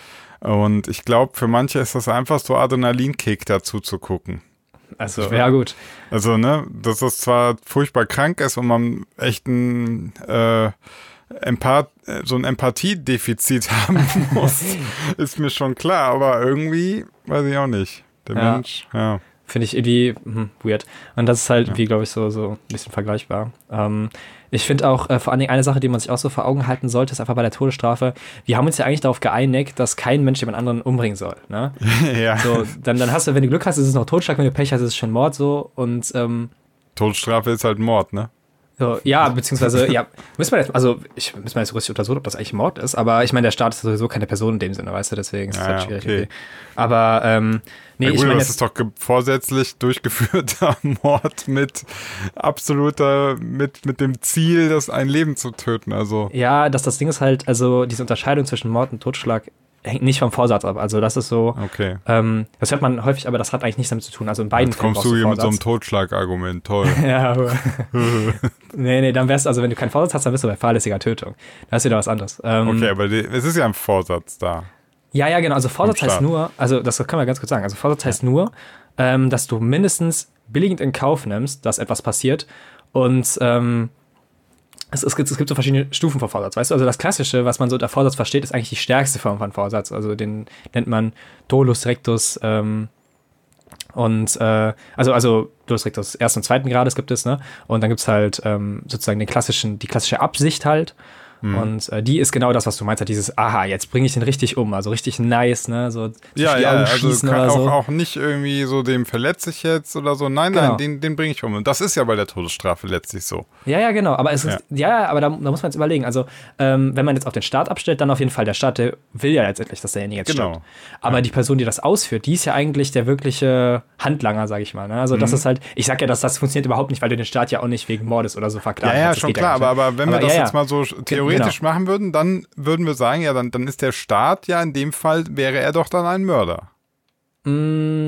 Und ich glaube, für manche ist das einfach so Adrenalinkick dazu zu gucken. Also, Ich- ja gut. Also, ne, dass das zwar furchtbar krank ist und man echt ein äh, Empath äh, so ein Empathiedefizit haben muss, ist mir schon klar, aber irgendwie, weiß ich auch nicht. Der Ja. Mensch, ja. Finde ich irgendwie hm, weird. Und das ist halt, Ja. wie glaube ich, so, so ein bisschen vergleichbar. Ähm, ich finde auch, äh, vor allen Dingen eine Sache, die man sich auch so vor Augen halten sollte, ist einfach bei der Todesstrafe. Wir haben uns ja eigentlich darauf geeinigt, dass kein Mensch jemand anderen umbringen soll. Ne? ja. So, dann, dann hast du, wenn du Glück hast, ist es noch Totschlag, wenn du Pech hast, ist es schon Mord so. Und ähm, Todesstrafe ist halt Mord, ne? so, ja, beziehungsweise, ja, müssen wir jetzt, also ich müssen wir jetzt so richtig untersuchen, ob das eigentlich Mord ist, aber ich meine, der Staat ist sowieso keine Person in dem Sinne, weißt du, deswegen ist es Ja, halt ja, schwierig. okay. irgendwie. Aber, ähm, nee, Ja, gut, ich meine das jetzt, ist doch ge- vorsätzlich durchgeführter Mord mit absoluter, mit, mit dem Ziel, das ein Leben zu töten. Also, ja, dass das Ding ist halt, also diese Unterscheidung zwischen Mord und Totschlag hängt nicht vom Vorsatz ab. Also das ist so, okay. ähm, das hört man häufig, aber das hat eigentlich nichts damit zu tun. Also in beiden Jetzt kommst brauchst du hier mit so einem Vorsatz. Totschlagargument, toll. Ja, aber nee, nee, dann wär's, also wenn du keinen Vorsatz hast, dann bist du bei fahrlässiger Tötung. Das ist wieder was anderes. Ähm, Okay, aber die, es ist ja ein Vorsatz da. Ja, ja, genau. Also Vorsatz Staat. heißt nur, also das kann man ganz kurz sagen, also Vorsatz heißt nur, ähm, dass du mindestens billigend in Kauf nimmst, dass etwas passiert und ähm, es, es, gibt, es gibt so verschiedene Stufen von Vorsatz, weißt du? Also das Klassische, was man so unter Vorsatz versteht, ist eigentlich die stärkste Form von Vorsatz. Also den nennt man Dolus Rectus ähm, und äh, also, also Dolus Rectus ersten und zweiten Grades gibt es, ne? Und dann gibt es halt ähm, sozusagen den klassischen, die klassische Absicht halt. Mhm. Und äh, die ist genau das, was du meinst, halt dieses, aha, jetzt bringe ich den richtig um, also richtig nice, ne, so zwischen Ja, die ja, Augen also schießen kann oder auch, so. auch nicht irgendwie so, dem verletze ich jetzt oder so. Nein, Genau. nein, den, den bringe ich um. Und das ist ja bei der Todesstrafe letztlich so. Ja, ja, genau, aber es ist, ja, ja aber da, da muss man jetzt überlegen, also ähm, wenn man jetzt auf den Staat abstellt, dann auf jeden Fall der Staat, der will ja letztendlich, dass derjenige jetzt Genau. stirbt. Aber Ja. die Person, die das ausführt, die ist ja eigentlich der wirkliche Handlanger, sag ich mal, ne? Also das Mhm. ist halt, ich sag ja, dass das funktioniert überhaupt nicht, weil du den Staat ja auch nicht wegen Mordes oder so verklagen Ja, ja, kannst. Das schon geht klar, gar aber, nicht, aber wenn Aber wir das ja, jetzt ja. mal so theoretisch machen würden, dann würden wir sagen, ja, dann, dann ist der Staat ja in dem Fall, wäre er doch dann ein Mörder. Mm,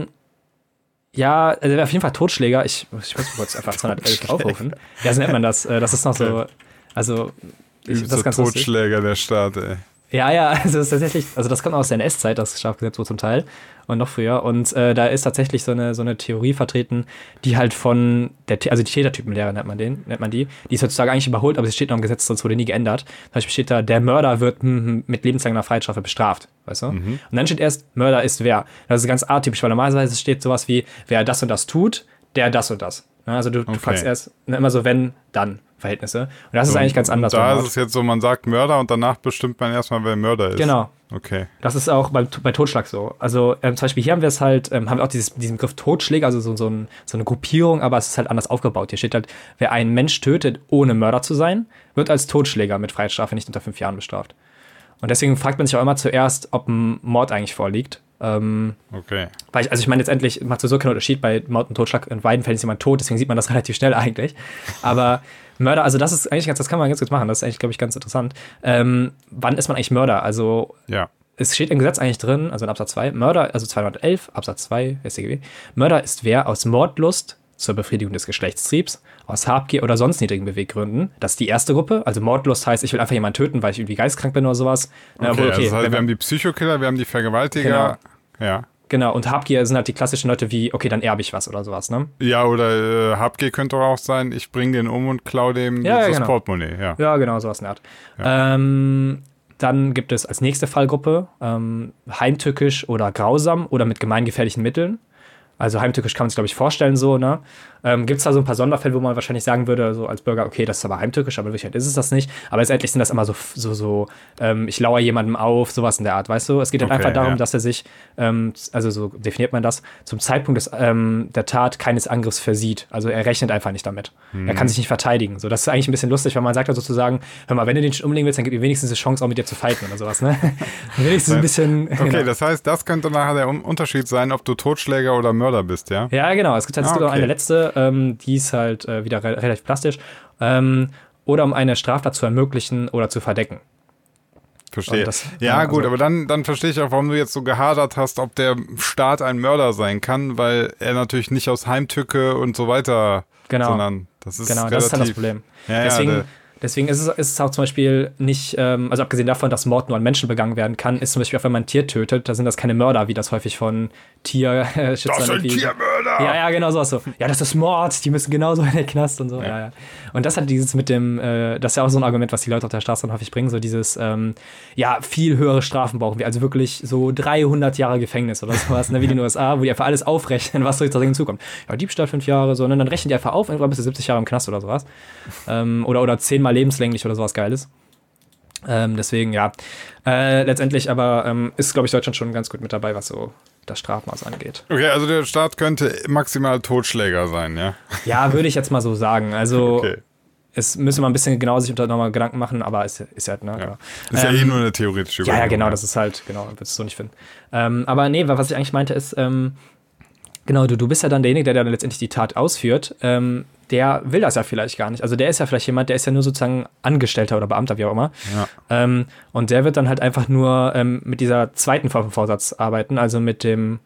ja, also auf jeden Fall Totschläger. Ich, ich muss kurz einfach zweihundertelf aufrufen. Ja, so nennt man das. Äh, Das ist noch so, also, ich, das Übelster ist ganz lustig. Totschläger der Staat, ey. Ja, ja, also das ist tatsächlich, also das kommt aus der N S-Zeit, das Strafgesetz wohl zum Teil und noch früher. Und äh, da ist tatsächlich so eine, so eine Theorie vertreten, die halt von der, The- also die Tätertypenlehre nennt man den, nennt man die. Die ist heutzutage eigentlich überholt, aber sie steht noch im Gesetz, sonst wurde nie geändert. Zum Beispiel steht da, der Mörder wird hm, mit lebenslanger Freiheitsstrafe bestraft, weißt du? Mhm. Und dann steht erst, Mörder ist wer. Das ist ganz atypisch, weil normalerweise steht sowas wie, wer das und das tut, der das und das. Ja, also du, Okay. du fragst erst ne, immer so, wenn, dann Verhältnisse. Und das ist So, eigentlich ganz und anders. Da beim ist Mord. es jetzt so, man sagt Mörder und danach bestimmt man erstmal, wer Mörder ist. Genau. Okay. Das ist auch bei, bei Totschlag so. Also ähm, zum Beispiel hier haben wir es halt, ähm, haben wir auch dieses, diesen Begriff Totschläger, also so, so, ein, so eine Gruppierung, aber es ist halt anders aufgebaut. Hier steht halt, wer einen Mensch tötet, ohne Mörder zu sein, wird als Totschläger mit Freiheitsstrafe nicht unter fünf Jahren bestraft. Und deswegen fragt man sich auch immer zuerst, ob ein Mord eigentlich vorliegt. Ähm, Okay. weil ich, also ich meine, letztendlich macht sowieso keinen Unterschied bei Mord und Totschlag. In beiden Fällen ist jemand tot, deswegen sieht man das relativ schnell eigentlich. Aber Mörder, also das ist eigentlich ganz, das kann man ganz gut machen. Das ist eigentlich, glaube ich, ganz interessant. Ähm, wann ist man eigentlich Mörder? Also Ja. es steht im Gesetz eigentlich drin, also in Absatz zwei, Mörder, also zweihundertelf, Absatz zwei, S t G B, Mörder ist wer aus Mordlust zur Befriedigung des Geschlechtstriebs, aus Habgier oder sonst niedrigen Beweggründen. Das ist die erste Gruppe. Also Mordlust heißt, ich will einfach jemanden töten, weil ich irgendwie geistkrank bin oder sowas. Okay, Na, obwohl, also das heißt, wenn wir man- haben die Psychokiller, wir haben die Vergewaltiger. Ja. Genau, und Habgier sind halt die klassischen Leute wie, okay, dann erbe ich was oder sowas, ne? Ja, oder äh, Habgier könnte auch sein, ich bringe den um und klaue dem ja, das ja, genau. Portemonnaie. Ja. ja, genau, sowas in der Art. Ja. Ähm, dann gibt es als nächste Fallgruppe ähm, heimtückisch oder grausam oder mit gemeingefährlichen Mitteln. Also heimtückisch kann man sich, glaube ich, vorstellen so, ne? Ähm, gibt es da so ein paar Sonderfälle, wo man wahrscheinlich sagen würde, so als Bürger, okay, das ist aber heimtückisch, aber in Wirklichkeit ist es das nicht. Aber letztendlich sind das immer so, so, so ähm, ich lauere jemandem auf, sowas in der Art, weißt du? Es geht halt okay, einfach darum, ja. dass er sich, ähm, also so definiert man das, zum Zeitpunkt des, ähm, der Tat keines Angriffs versieht. Also er rechnet einfach nicht damit. Mhm. Er kann sich nicht verteidigen. So, das ist eigentlich ein bisschen lustig, weil man sagt ja sozusagen, hör mal, wenn du den umlegen willst, dann gib ihm wenigstens eine Chance, auch mit dir zu fighten oder sowas, ne? wenigstens ein bisschen. Okay, genau. Das heißt, das könnte nachher der Unterschied sein, ob du Totschläger oder Mörder bist, ja? Ja, genau. Es gibt, halt, es ah, gibt okay. auch eine letzte, ähm, die ist halt äh, wieder re- relativ plastisch. Ähm, oder um eine Straftat zu ermöglichen oder zu verdecken. Verstehe. Das, ja, also, gut, aber dann, dann verstehe ich auch, warum du jetzt so gehadert hast, ob der Staat ein Mörder sein kann, weil er natürlich nicht aus Heimtücke und so weiter, genau, sondern das ist genau, relativ, das ist halt das Problem. Ja, Deswegen, ja, deswegen ist es, ist es auch zum Beispiel nicht, ähm, also abgesehen davon, dass Mord nur an Menschen begangen werden kann, ist zum Beispiel auch, wenn man ein Tier tötet, da sind das keine Mörder, wie das häufig von Tierschützern das sind Tiermörder! Ja, ja, genau sowas so. Ja, das ist Mord, die müssen genauso in den Knast und so. Ja. Ja, ja. Und das hat dieses mit dem, äh, das ist ja auch so ein Argument, was die Leute auf der Straße dann häufig bringen, so dieses, ähm, ja, viel höhere Strafen brauchen wir, also wirklich so dreihundert Jahre Gefängnis oder sowas, ne, wie in den U S A, wo die einfach alles aufrechnen, was so jetzt hinzukommt. Ja, Diebstahl fünf Jahre, so, und dann rechnen die einfach auf, irgendwann bist du siebzig Jahre im Knast oder sowas. Ähm, oder, oder zehnmal lebenslänglich oder sowas Geiles. Ähm, deswegen, ja. Äh, letztendlich aber ähm, ist, glaube ich, Deutschland schon ganz gut mit dabei, was so das Strafmaß angeht. Okay, also der Staat könnte maximal Totschläger sein, ja? Ja, würde ich jetzt mal so sagen. Also okay. Es müssen wir ein bisschen genau sich unter nochmal Gedanken machen, aber ist, ist halt, ne? Ja. Ist ja ähm, eh nur eine theoretische Überlegung. Ja, ja, genau, ja. das ist halt, genau, würdest du so nicht finden. Ähm, aber nee, was ich eigentlich meinte ist, ähm, genau, du, du bist ja dann derjenige, der dann letztendlich die Tat ausführt, ähm, der will das ja vielleicht gar nicht. Also der ist ja vielleicht jemand, der ist ja nur sozusagen Angestellter oder Beamter, wie auch immer. Ja. Ähm, und der wird dann halt einfach nur ähm, mit dieser zweiten Form von Vorsatz arbeiten, also mit dem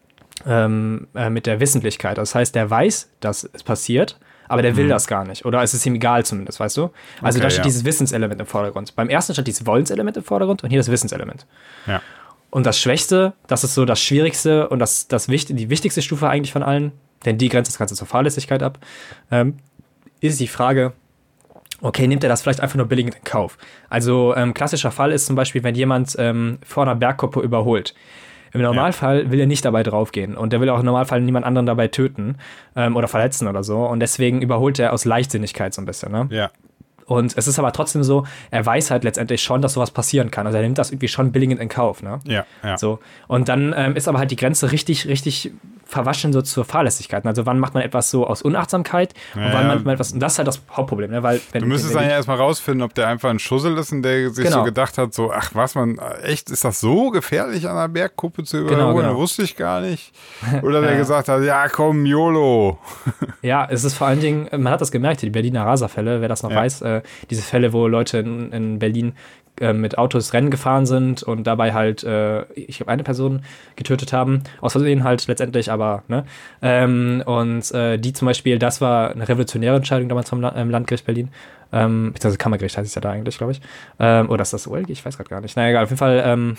ähm, äh, mit der Wissentlichkeit. Das heißt, der weiß, dass es passiert, aber der will mhm. das gar nicht. Oder es ist ihm egal zumindest, weißt du? Also okay, da steht ja. dieses Wissenselement im Vordergrund. Beim ersten steht dieses Wollenselement im Vordergrund und hier das Wissenselement. Ja. Und das Schwächste, das ist so das Schwierigste und das, das wichtig, die wichtigste Stufe eigentlich von allen, denn die grenzt das Ganze zur Fahrlässigkeit ab, ähm, ist die Frage, okay, nimmt er das vielleicht einfach nur billigend in Kauf? Also ähm, klassischer Fall ist zum Beispiel, wenn jemand ähm, vor einer Bergkuppe überholt. Im Normalfall ja. will er nicht dabei draufgehen und der will auch im Normalfall niemand anderen dabei töten ähm, oder verletzen oder so und deswegen überholt er aus Leichtsinnigkeit so ein bisschen, ne? Ja. Und es ist aber trotzdem so, er weiß halt letztendlich schon, dass sowas passieren kann. Also er nimmt das irgendwie schon billigend in Kauf, ne? Ja, ja. So. Und dann ähm, ist aber halt die Grenze richtig, richtig verwaschen so zur Fahrlässigkeit. Also wann macht man etwas so aus Unachtsamkeit und ja, wann ja. macht man etwas, und das ist halt das Hauptproblem, ne? Weil, wenn, du müsstest wenn dann ja erstmal rausfinden, ob der einfach ein Schussel ist und der sich genau. so gedacht hat, so, ach was, man, echt, ist das so gefährlich, an einer Bergkuppe zu überholen? Genau, genau. Wusste ich gar nicht. Oder der ja. gesagt hat, ja komm, YOLO. Ja, es ist vor allen Dingen, man hat das gemerkt, die Berliner Raserfälle, wer das noch ja. weiß, äh, diese Fälle, wo Leute in, in Berlin äh, mit Autos Rennen gefahren sind und dabei halt, äh, ich glaube, eine Person getötet haben, aus Versehen halt letztendlich, aber, ne? Ähm, und äh, die zum Beispiel, das war eine revolutionäre Entscheidung damals vom La- ähm, Landgericht Berlin, ähm, beziehungsweise Kammergericht heißt es ja da eigentlich, glaube ich. Ähm, oder ist das O L G? Ich weiß gerade gar nicht. Na egal, auf jeden Fall, ähm,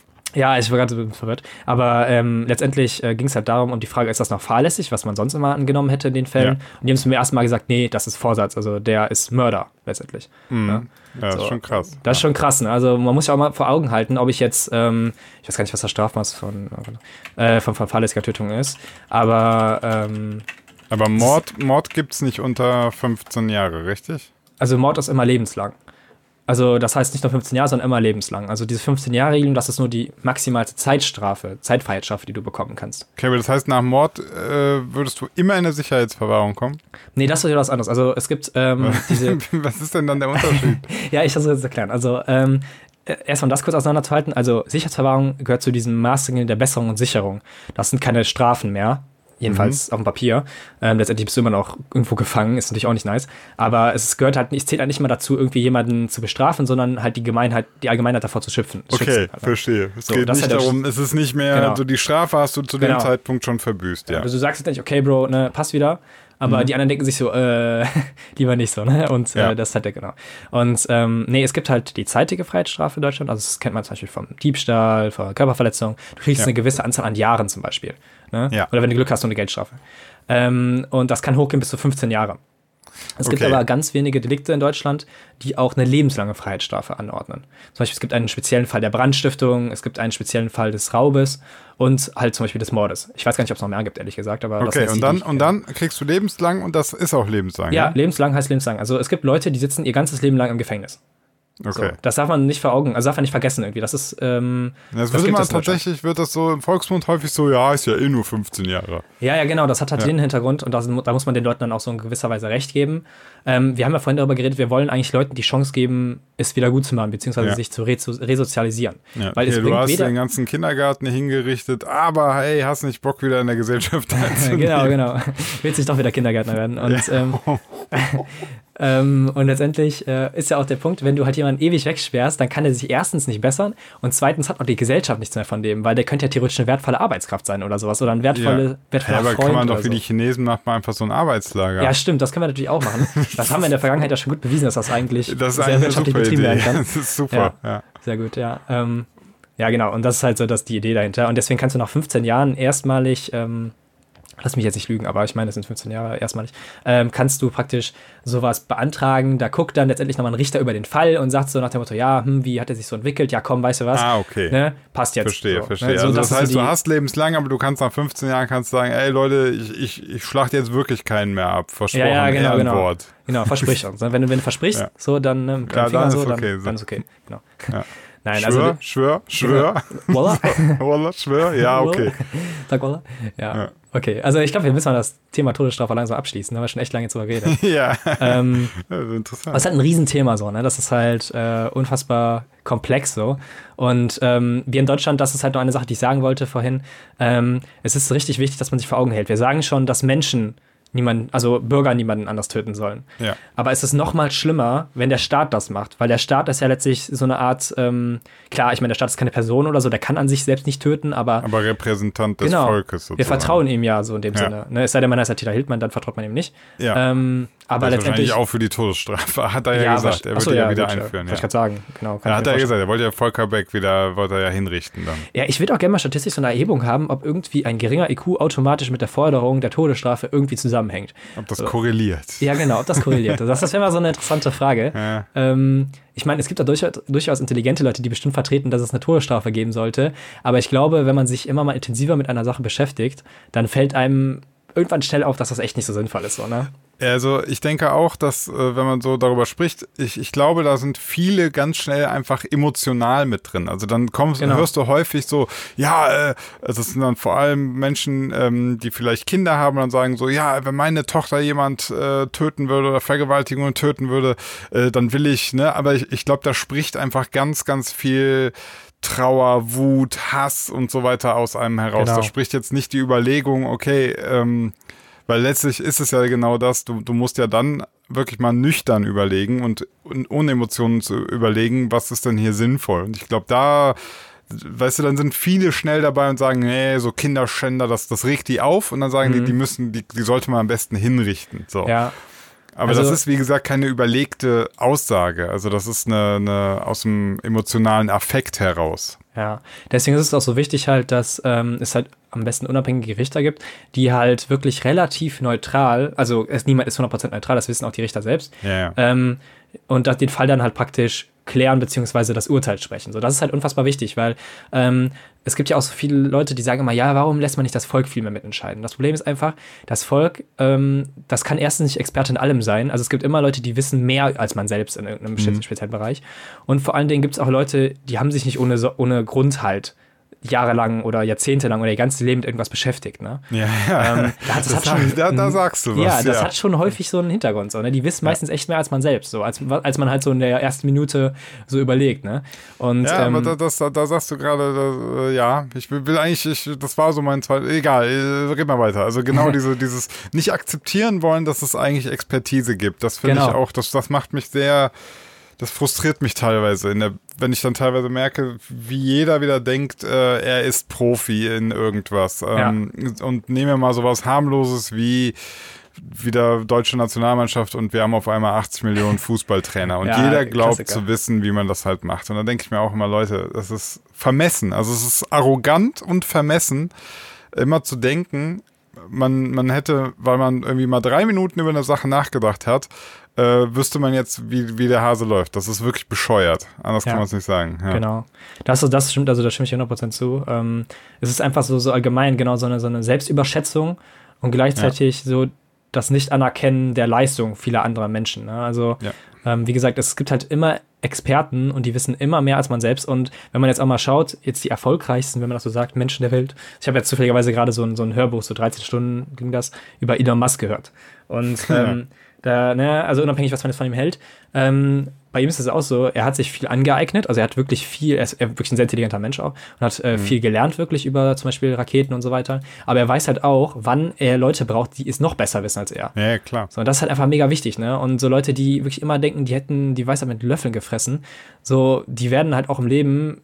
ja, ich war gerade so verwirrt. Aber ähm, letztendlich äh, ging es halt darum, und die Frage, ist das noch fahrlässig, was man sonst immer angenommen hätte in den Fällen? Ja. Und die haben es mir erstmal gesagt, nee, das ist Vorsatz, also der ist Mörder letztendlich. Mhm. Ja, ja so. Das ist schon krass. Das ist schon krass, ne? Also man muss ja auch mal vor Augen halten, ob ich jetzt, ähm, ich weiß gar nicht, was das Strafmaß von, äh, von, von fahrlässiger Tötung ist, aber ähm, Aber Mord, Mord gibt es nicht unter fünfzehn Jahre, richtig? Also Mord ist immer lebenslang. Also das heißt nicht nur fünfzehn Jahre, sondern immer lebenslang. Also diese fünfzehn-Jahre-Regelung, das ist nur die maximalste Zeitstrafe, Zeitfreiheitsstrafe, die du bekommen kannst. Okay, aber das heißt, nach Mord äh, würdest du immer in eine Sicherheitsverwahrung kommen? Nee, das ist ja was anderes. Also es gibt ähm, diese... Was ist denn dann der Unterschied? Ja, ich versuche das zu erklären. Also ähm, erstmal das kurz auseinanderzuhalten. Also Sicherheitsverwahrung gehört zu diesen Maßregeln der Besserung und Sicherung. Das sind keine Strafen mehr. Jedenfalls mhm. auf dem Papier. Ähm, letztendlich bist du immer noch irgendwo gefangen, ist natürlich auch nicht nice. Aber es gehört halt, es zählt halt nicht mal dazu, irgendwie jemanden zu bestrafen, sondern halt die Gemeinheit, die Allgemeinheit davor zu schützen. Okay, schützen, halt. Verstehe. Es so, geht nicht halt darum, es ist nicht mehr, genau. so die Strafe hast du zu genau. dem Zeitpunkt schon verbüßt. Ja. Also du sagst jetzt nicht, okay, Bro, ne, passt wieder. aber Mhm. die anderen denken sich so, äh, lieber nicht so, ne? Und Ja. äh, das ist halt der, genau. Und ähm, nee, es gibt halt die zeitige Freiheitsstrafe in Deutschland, also das kennt man zum Beispiel vom Diebstahl, von Körperverletzung. Du kriegst Ja. eine gewisse Anzahl an Jahren zum Beispiel, ne? Ja. Oder wenn du Glück hast, so eine Geldstrafe. Ähm, und das kann hochgehen bis zu fünfzehn Jahre. Es gibt Okay. aber ganz wenige Delikte in Deutschland, die auch eine lebenslange Freiheitsstrafe anordnen. Zum Beispiel, es gibt einen speziellen Fall der Brandstiftung, es gibt einen speziellen Fall des Raubes und halt zum Beispiel des Mordes. Ich weiß gar nicht, ob es noch mehr gibt, ehrlich gesagt. Aber das Okay, sind jetzt und die, dann, die ich und kenne. dann kriegst du lebenslang und das ist auch lebenslang. Ja, ne? lebenslang heißt lebenslang. Also es gibt Leute, die sitzen ihr ganzes Leben lang im Gefängnis. Okay. So, das darf man nicht vor Augen, also darf man nicht vergessen irgendwie. Das ist, ähm, Das das wird gibt immer es in Deutschland. tatsächlich, wird das so im Volksmund häufig so, ja, ist ja eh nur fünfzehn Jahre. Ja, ja, genau, das hat halt Ja. den Hintergrund und das, da muss man den Leuten dann auch so in gewisser Weise recht geben. Ähm, wir haben ja vorhin darüber geredet, wir wollen eigentlich Leuten die Chance geben, es wieder gut zu machen, beziehungsweise Ja. sich zu reso resozialisieren. Ja. Weil es Hier, du bringt hast weder... den ganzen Kindergarten hingerichtet, aber hey, hast nicht Bock wieder in der Gesellschaft teilzunehmen. Genau, genau. Willst nicht doch wieder Kindergärtner werden. Und, Ja. ähm, ähm, und letztendlich äh, ist ja auch der Punkt, wenn du halt jemanden ewig wegsperrst, dann kann er sich erstens nicht bessern und zweitens hat auch die Gesellschaft nichts mehr von dem, weil der könnte ja theoretisch eine wertvolle Arbeitskraft sein oder sowas oder ein wertvolle, Ja. wertvoller Ja, aber Freund kann man doch oder wie so. die Chinesen macht man einfach so ein Arbeitslager. Ja, stimmt, das können wir natürlich auch machen. Das haben wir in der Vergangenheit ja schon gut bewiesen, dass das eigentlich das ist sehr eigentlich eine wirtschaftlich super betrieben Idee. werden kann. Das ist super, ja. Sehr gut, ja. Ähm, ja, genau. Und das ist halt so dass die Idee dahinter. Und deswegen kannst du nach fünfzehn Jahren erstmalig, ähm, lass mich jetzt nicht lügen, aber ich meine, das sind fünfzehn Jahre erstmalig, ähm, kannst du praktisch sowas beantragen. Da guckt dann letztendlich nochmal ein Richter über den Fall und sagt so nach dem Motto, ja, hm, wie hat er sich so entwickelt? Ja, komm, weißt du was? Ah, okay. Ne? Passt jetzt. Verstehe, so, verstehe. Ne? So, also das ist so heißt, die- du hast lebenslang, aber du kannst nach fünfzehn Jahren kannst sagen, ey Leute, ich, ich, ich schlachte jetzt wirklich keinen mehr ab. Versprochen, Ja, ja, genau, genau. Ehrenwort. Genau, versprich uns. Wenn du, wenn du versprichst, Ja. so, dann ne, mit dem Ja, Finger dann so, ist dann, okay, so. dann ist okay. Genau. Ja. Nein, Schwör, also schwör, schwör. Wallah. Wallah, schwör, ja, okay. Sag Wallah. Ja. Ja. Okay, also ich glaube, wir müssen mal das Thema Todesstrafe langsam abschließen. Da haben wir schon echt lange drüber geredet. Ja, ähm, das ist interessant. Das ist halt ein Riesenthema so, ne? Das ist halt äh, unfassbar komplex so. Und ähm, wir in Deutschland, das ist halt noch eine Sache, die ich sagen wollte vorhin. Ähm, es ist richtig wichtig, dass man sich vor Augen hält. Wir sagen schon, dass Menschen niemanden, also Bürger niemanden anders töten sollen. Ja. Aber es ist noch mal schlimmer, wenn der Staat das macht, weil der Staat ist ja letztlich so eine Art, ähm, klar, ich meine, der Staat ist keine Person oder so, der kann an sich selbst nicht töten, aber Aber Repräsentant des genau, Volkes sozusagen. wir vertrauen ihm ja so in dem Ja. Sinne. Ne? Es sei denn, man heißt Attila Hildmann, dann vertraut man ihm nicht. Ja. Ähm, aber Das ist letztendlich wahrscheinlich auch für die Todesstrafe, hat er ja, ja, gesagt. Er wird achso, die ja, ja, wieder gut, einführen. Ja. Ja. Ich gerade sagen, genau. kann Ja, ich hat mir er ja vorstellen. gesagt, er wollte ja Volker Beck wieder, wollte er ja hinrichten dann. Ja, ich würde auch gerne mal statistisch so eine Erhebung haben, ob irgendwie ein geringer I Q automatisch mit der Forderung der Todesstrafe irgendwie zusammenhängt. Ob das So. korreliert. Ja, genau, ob das korreliert. Das, das wäre mal so eine interessante Frage. Ja. Ähm, ich meine, es gibt da durchaus, durchaus intelligente Leute, die bestimmt vertreten, dass es eine Todesstrafe geben sollte. Aber ich glaube, wenn man sich immer mal intensiver mit einer Sache beschäftigt, dann fällt einem irgendwann schnell auf, dass das echt nicht so sinnvoll ist, so, ne? Also ich denke auch, dass, äh, wenn man so darüber spricht, ich, ich glaube, da sind viele ganz schnell einfach emotional mit drin. Also dann kommst, Genau. hörst du häufig so, ja, äh, also es sind dann vor allem Menschen, ähm, die vielleicht Kinder haben und dann sagen so, ja, wenn meine Tochter jemand äh, töten würde oder Vergewaltigungen töten würde, äh, dann will ich, ne, aber ich, ich glaube, da spricht einfach ganz, ganz viel Trauer, Wut, Hass und so weiter aus einem heraus. Genau. Da spricht jetzt nicht die Überlegung, okay, ähm, weil letztlich ist es ja genau das, du, du musst ja dann wirklich mal nüchtern überlegen und, und ohne Emotionen zu überlegen, was ist denn hier sinnvoll. Und ich glaube, da, weißt du, dann sind viele schnell dabei und sagen, nee, so Kinderschänder, das, das regt die auf und dann sagen Mhm. die, die müssen, die, die sollte man am besten hinrichten. So. Ja, Aber also- das ist, wie gesagt, keine überlegte Aussage. Also das ist eine, eine aus dem emotionalen Affekt heraus. ja. Deswegen ist es auch so wichtig halt, dass ähm, es halt am besten unabhängige Richter gibt, die halt wirklich relativ neutral, also es, niemand ist hundert Prozent neutral, das wissen auch die Richter selbst, Ja, ja. ähm, und das, den Fall dann halt praktisch klären beziehungsweise das Urteil sprechen. So, das ist halt unfassbar wichtig, weil ähm, es gibt ja auch so viele Leute, die sagen immer, ja, warum lässt man nicht das Volk viel mehr mitentscheiden? Das Problem ist einfach, das Volk, ähm, das kann erstens nicht Experte in allem sein. Also es gibt immer Leute, die wissen mehr als man selbst in irgendeinem mhm. speziellen Bereich. Und vor allen Dingen gibt es auch Leute, die haben sich nicht ohne, so- ohne Grund halt jahrelang oder jahrzehntelang oder ihr ganzes Leben mit irgendwas beschäftigt, ne? Ja, ja. Ähm, das, das hat Das- schon, da, da sagst du was. ja, das ja. hat schon häufig so einen Hintergrund, so, ne? Die wissen meistens echt mehr als man selbst, so, als, als man halt so in der ersten Minute so überlegt, ne? Und, Ja, ähm, aber da, das, da, da sagst du gerade, da, äh, ja, ich will, will eigentlich, ich, das war so mein zweites, egal, äh, red mal weiter. Also genau diese, dieses nicht akzeptieren wollen, dass es eigentlich Expertise gibt. Das finde Genau. ich auch, das, das macht mich sehr, das frustriert mich teilweise, in der, wenn ich dann teilweise merke, wie jeder wieder denkt, äh, er ist Profi in irgendwas. Ähm, Und nehmen wir mal sowas harmloses wie wieder deutsche Nationalmannschaft und wir haben auf einmal achtzig Millionen Fußballtrainer und ja, jeder glaubt Klassiker. Zu wissen, wie man das halt macht. Und dann denke ich mir auch immer, Leute, das ist vermessen. Also es ist arrogant und vermessen, immer zu denken, man, man hätte, weil man irgendwie mal drei Minuten über eine Sache nachgedacht hat, äh, wüsste man jetzt, wie, wie der Hase läuft. Das ist wirklich bescheuert. Anders ja. kann man es nicht sagen. Ja. Genau. Das, das stimmt, also da stimme ich hundert Prozent zu. Ähm, es ist einfach so, so allgemein genau so eine, so eine Selbstüberschätzung und gleichzeitig ja. so das Nicht-Anerkennen der Leistung vieler anderer Menschen. Ne? Also, ja. ähm, wie gesagt, es gibt halt immer Experten und die wissen immer mehr als man selbst. Und wenn man jetzt auch mal schaut, jetzt die erfolgreichsten, wenn man das so sagt, Menschen der Welt. Ich habe jetzt zufälligerweise gerade so ein, so ein Hörbuch, so dreizehn Stunden ging das, über Elon Musk gehört. Und ähm, da, ne, also unabhängig, was man jetzt von ihm hält, ähm, bei ihm ist es auch so, er hat sich viel angeeignet, also er hat wirklich viel, er ist er wirklich ein sehr intelligenter Mensch auch und hat äh, mhm. viel gelernt wirklich über zum Beispiel Raketen und so weiter, aber er weiß halt auch, wann er Leute braucht, die es noch besser wissen als er. Ja, klar. So, und das ist halt einfach mega wichtig, ne, und so Leute, die wirklich immer denken, die hätten die Weisheit mit Löffeln gefressen, so, die werden halt auch im Leben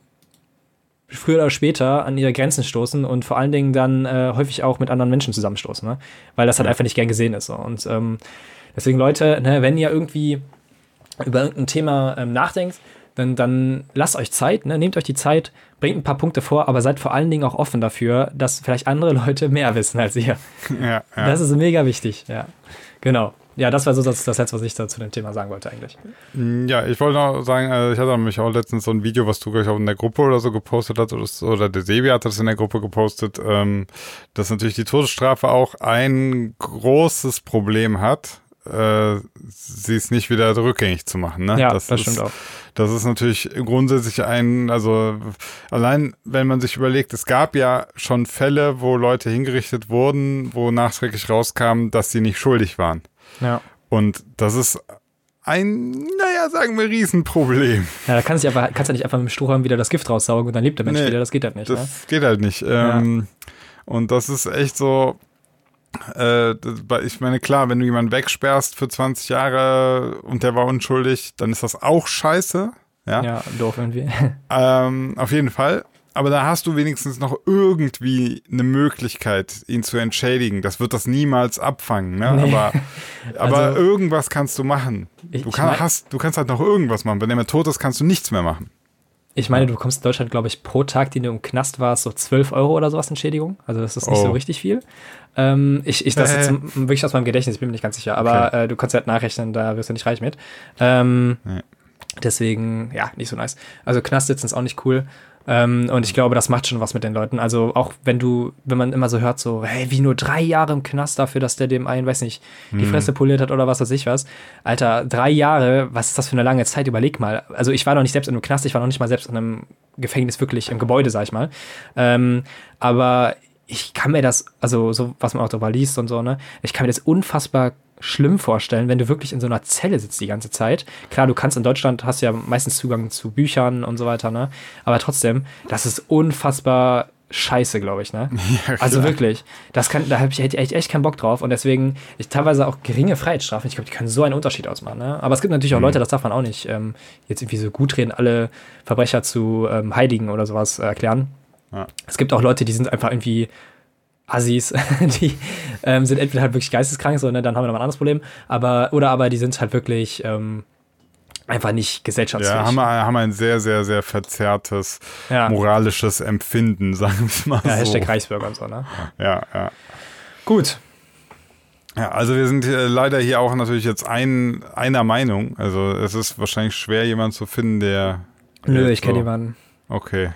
früher oder später an ihre Grenzen stoßen und vor allen Dingen dann äh, häufig auch mit anderen Menschen zusammenstoßen, ne, weil das halt ja. einfach nicht gern gesehen ist, so. Und ähm, deswegen, Leute, ne, wenn ihr irgendwie über irgendein Thema ähm, nachdenkt, dann, dann lasst euch Zeit, ne? Nehmt euch die Zeit, bringt ein paar Punkte vor, aber seid vor allen Dingen auch offen dafür, dass vielleicht andere Leute mehr wissen als ihr. Ja, ja. Das ist mega wichtig, ja. Genau. Ja, das war so das, das Letzte, was ich da zu dem Thema sagen wollte eigentlich. Ja, ich wollte noch sagen, also ich hatte nämlich auch letztens so ein Video, was du gleich auch in der Gruppe oder so gepostet hast, oder der Sebi hat das in der Gruppe gepostet, ähm, dass natürlich die Todesstrafe auch ein großes Problem hat, äh, sie ist nicht wieder rückgängig zu machen. Ne? Ja, das, das ist, stimmt auch. Das ist natürlich grundsätzlich ein, also allein wenn man sich überlegt, es gab ja schon Fälle, wo Leute hingerichtet wurden, wo nachträglich rauskam, dass sie nicht schuldig waren. Ja. Und das ist ein, naja, sagen wir, Riesenproblem. Ja, da kannst du ja kannst ja nicht einfach mit dem Strohhalm wieder das Gift raussaugen und dann lebt der Mensch nee, wieder, das geht halt nicht. Das ne? geht halt nicht. Ähm, ja. Und das ist echt so, Äh, ich meine, klar, wenn du jemanden wegsperrst für zwanzig Jahre und der war unschuldig, dann ist das auch scheiße. Ja, ja doof irgendwie. Ähm, auf jeden Fall. Aber da hast du wenigstens noch irgendwie eine Möglichkeit, ihn zu entschädigen. Das wird das niemals abfangen, ne? Nee. Aber, aber also, irgendwas kannst du machen. Du, kann, mein, hast, du kannst halt noch irgendwas machen. Wenn er tot ist, kannst du nichts mehr machen. Ich meine, du bekommst in Deutschland, glaube ich, pro Tag, den du im Knast warst, so zwölf Euro oder sowas Entschädigung. Also das ist nicht oh. so richtig viel. Ähm, ich, ich das äh. jetzt wirklich aus meinem Gedächtnis, ich bin mir nicht ganz sicher. Aber okay. äh, du kannst halt nachrechnen, da wirst du nicht reich mit. Ähm, nee. Deswegen, ja, nicht so nice. Also Knast sitzen ist auch nicht cool. Ähm, und ich glaube, das macht schon was mit den Leuten. Also auch wenn du, wenn man immer so hört, so, hey, wie nur drei Jahre im Knast dafür, dass der dem einen, weiß nicht, die mhm. Fresse poliert hat oder was weiß ich was. Alter, drei Jahre, was ist das für eine lange Zeit? Überleg mal. Also ich war noch nicht selbst in einem Knast, ich war noch nicht mal selbst in einem Gefängnis, wirklich im Gebäude, sag ich mal. Ähm, aber ich kann mir das, also so, was man auch darüber liest und so, ne, ich kann mir das unfassbar schlimm vorstellen, wenn du wirklich in so einer Zelle sitzt die ganze Zeit. Klar, du kannst in Deutschland, hast ja meistens Zugang zu Büchern und so weiter, ne? Aber trotzdem, das ist unfassbar scheiße, glaube ich, ne? Ja, also wirklich, das kann, da habe ich echt, echt keinen Bock drauf und deswegen, ich teilweise auch geringe Freiheitsstrafen, ich glaube, die können so einen Unterschied ausmachen, ne? Aber es gibt natürlich auch mhm. Leute, das darf man auch nicht ähm, jetzt irgendwie so gut reden, alle Verbrecher zu ähm, Heiligen oder sowas äh, erklären. Ja. Es gibt auch Leute, die sind einfach irgendwie Assis, die ähm, sind entweder halt wirklich geisteskrank, so, ne, dann haben wir noch ein anderes Problem, aber, oder aber die sind halt wirklich ähm, einfach nicht gesellschaftsfähig. Ja, haben, haben ein sehr, sehr, sehr verzerrtes ja. moralisches Empfinden, sagen wir es mal ja, so. Hashtag Reichsbürger und so, ne? Ja, ja. Gut. Ja, also wir sind hier leider hier auch natürlich jetzt ein, einer Meinung, also es ist wahrscheinlich schwer, jemanden zu finden, der... Nö, ich so, kenne jemanden. Okay.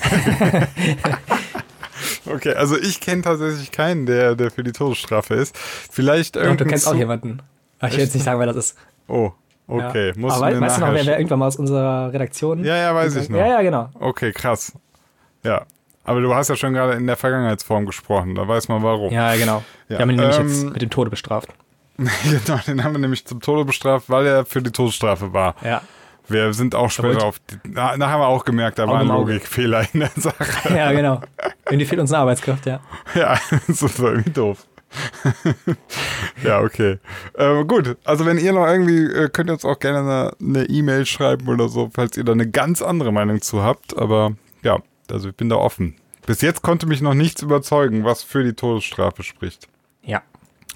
Okay, also ich kenne tatsächlich keinen, der, der für die Todesstrafe ist. Vielleicht irgendein... Du kennst auch jemanden. Ach, ich will jetzt nicht sagen, wer das ist. Oh, okay. Ja. Muss Aber weißt, weißt du noch, wer, wer irgendwann mal aus unserer Redaktion... Ja, ja, weiß ich noch. Ja, ja, genau. Okay, krass. Ja, aber du hast ja schon gerade in der Vergangenheitsform gesprochen, da weiß man warum. Ja, genau. Ja. Wir haben ihn nämlich ähm, jetzt mit dem Tode bestraft. Genau, den haben wir nämlich zum Tode bestraft, weil er für die Todesstrafe war. Ja. Wir sind auch später auf, die, na, da haben wir auch gemerkt, da war ein Logikfehler in der Sache. Ja, genau. Irgendwie fehlt uns eine Arbeitskraft, ja. Ja, das war irgendwie doof. Ja, okay. Ähm, gut, also wenn ihr noch irgendwie, könnt ihr uns auch gerne eine E-Mail schreiben oder so, falls ihr da eine ganz andere Meinung zu habt. Aber ja, also ich bin da offen. Bis jetzt konnte mich noch nichts überzeugen, was für die Todesstrafe spricht. Ja.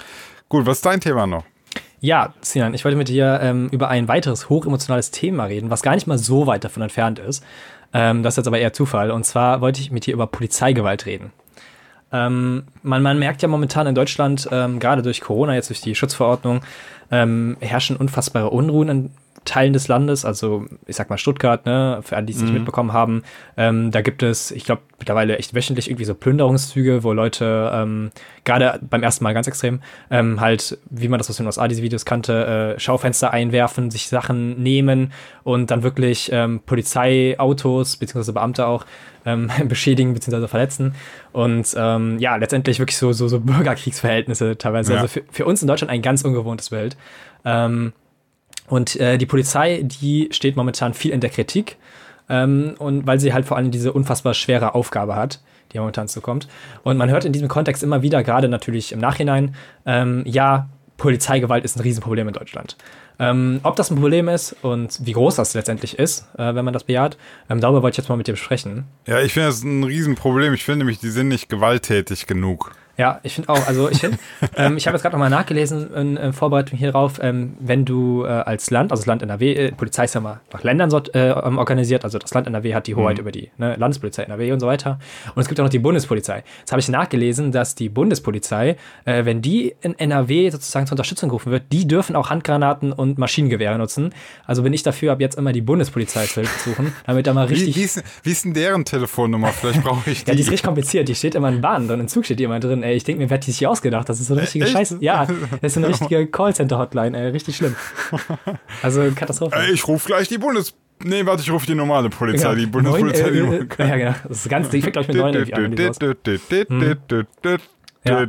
Gut, was ist dein Thema noch? Ja, Sinan, ich wollte mit dir ähm, über ein weiteres hochemotionales Thema reden, was gar nicht mal so weit davon entfernt ist. Ähm, das ist jetzt aber eher Zufall. Und zwar wollte ich mit dir über Polizeigewalt reden. Ähm, man, man merkt ja momentan in Deutschland, ähm, gerade durch Corona, jetzt durch die Schutzverordnung, ähm, herrschen unfassbare Unruhen in Teilen des Landes, also ich sag mal Stuttgart, ne, für alle, die es nicht mhm. mitbekommen haben, ähm, da gibt es, ich glaube, mittlerweile echt wöchentlich irgendwie so Plünderungszüge, wo Leute, ähm, gerade beim ersten Mal ganz extrem, ähm, halt, wie man das aus den U S A, diese Videos kannte, äh, Schaufenster einwerfen, sich Sachen nehmen und dann wirklich ähm, Polizeiautos, beziehungsweise Beamte auch, ähm, beschädigen, beziehungsweise verletzen und ähm, ja, letztendlich wirklich so, so, so Bürgerkriegsverhältnisse teilweise, ja. Also für, für uns in Deutschland ein ganz ungewohntes Bild. Ähm, Und äh, die Polizei, die steht momentan viel in der Kritik, ähm, und weil sie halt vor allem diese unfassbar schwere Aufgabe hat, die momentan zukommt. Und man hört in diesem Kontext immer wieder, gerade natürlich im Nachhinein, ähm, ja, Polizeigewalt ist ein Riesenproblem in Deutschland. Ähm, ob das ein Problem ist und wie groß das letztendlich ist, äh, wenn man das bejaht, ähm, darüber wollte ich jetzt mal mit dir besprechen. Ja, ich finde das ein Riesenproblem. Ich finde nämlich, die sind nicht gewalttätig genug. Ja, ich finde auch, also ich finde, ähm, ich habe jetzt gerade nochmal nachgelesen in, in Vorbereitung hierauf, ähm, wenn du äh, als Land, also das Land N R W, äh, Polizei ist ja mal nach Ländern so, äh, organisiert, also das Land N R W hat die Hoheit mhm. über die ne, Landespolizei N R W und so weiter. Und es gibt auch noch die Bundespolizei. Jetzt habe ich nachgelesen, dass die Bundespolizei, äh, wenn die in N R W sozusagen zur Unterstützung gerufen wird, die dürfen auch Handgranaten und Maschinengewehre nutzen. Also bin ich dafür, ab jetzt immer die Bundespolizei zu suchen, damit da mal richtig... Wie, wie, ist, wie ist denn deren Telefonnummer? Vielleicht brauche ich die. Ja, die ist richtig kompliziert. Die steht immer in Bahnen drin, im Zug steht die immer drin. Ey, ich denke mir, wer hat die sich hier ausgedacht? Das ist so eine richtige Echt? Scheiße. Ja, das ist so eine richtige Callcenter-Hotline, ey, richtig schlimm. Also Katastrophe. Ich rufe gleich die Bundes... Nee, warte, ich rufe die normale Polizei, ja, die Bundespolizei. neun, äh, die äh, ja, genau. Das ist ganz, die fängt, glaube ich, mit neun irgendwie an. Ja.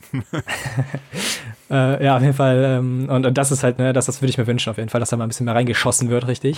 äh, ja, auf jeden Fall. Ähm, und, und das ist halt, ne, das, das würde ich mir wünschen, auf jeden Fall, dass da mal ein bisschen mehr reingeschossen wird, richtig.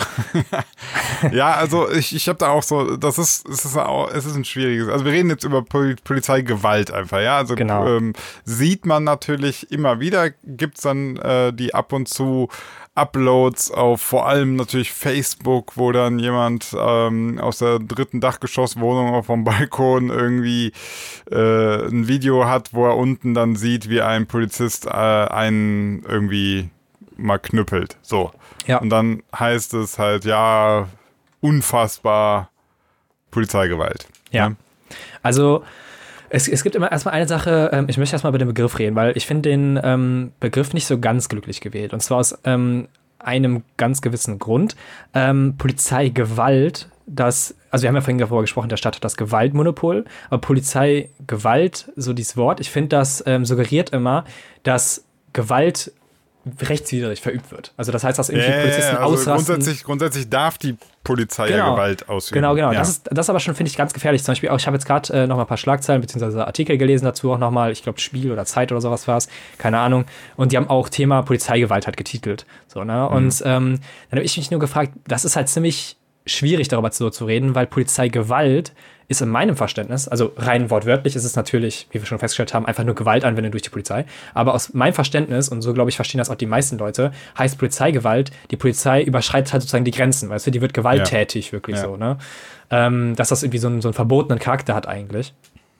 Ja, also ich, ich habe da auch so, das ist, es ist auch, es ist ein schwieriges, also wir reden jetzt über Pol- Polizeigewalt einfach, ja, also genau. ähm, sieht man natürlich immer wieder, gibt's dann äh, die ab und zu Uploads auf vor allem natürlich Facebook, wo dann jemand ähm, aus der dritten Dachgeschosswohnung auf dem Balkon irgendwie äh, ein Video hat, wo er unten dann sieht, wie ein Polizist äh, einen irgendwie mal knüppelt. So. Ja. Und dann heißt es halt, ja, unfassbar Polizeigewalt. Ja. ja. Also Es, es gibt immer erstmal eine Sache, ähm, ich möchte erstmal über den Begriff reden, weil ich finde den ähm, Begriff nicht so ganz glücklich gewählt. Und zwar aus ähm, einem ganz gewissen Grund. Ähm, Polizeigewalt, das, also wir haben ja vorhin darüber gesprochen, der Staat hat das Gewaltmonopol, aber Polizeigewalt, so dieses Wort, ich finde, das ähm, suggeriert immer, dass Gewalt rechtswidrig verübt wird. Also das heißt, dass irgendwie ja, Polizisten also ausrasten. Grundsätzlich, grundsätzlich darf die Polizei genau. ja Gewalt ausüben. Genau, genau. Ja. Das ist das ist aber schon, finde ich, ganz gefährlich. Zum Beispiel auch, ich habe jetzt gerade äh, noch mal ein paar Schlagzeilen bzw. Artikel gelesen dazu auch nochmal. Ich glaube, Spiel oder Zeit oder sowas war es. Keine Ahnung. Und die haben auch Thema Polizeigewalt halt getitelt. So, ne? Mhm. Und ähm, dann habe ich mich nur gefragt, das ist halt ziemlich schwierig, darüber so zu reden, weil Polizeigewalt ist in meinem Verständnis, also rein wortwörtlich ist es natürlich, wie wir schon festgestellt haben, einfach nur Gewaltanwendung durch die Polizei. Aber aus meinem Verständnis, und so glaube ich, verstehen das auch die meisten Leute, heißt Polizeigewalt, die Polizei überschreitet halt sozusagen die Grenzen, weißt du, die wird gewalttätig, ja. wirklich ja. so, ne? Ähm, dass das irgendwie so einen, so einen verbotenen Charakter hat eigentlich.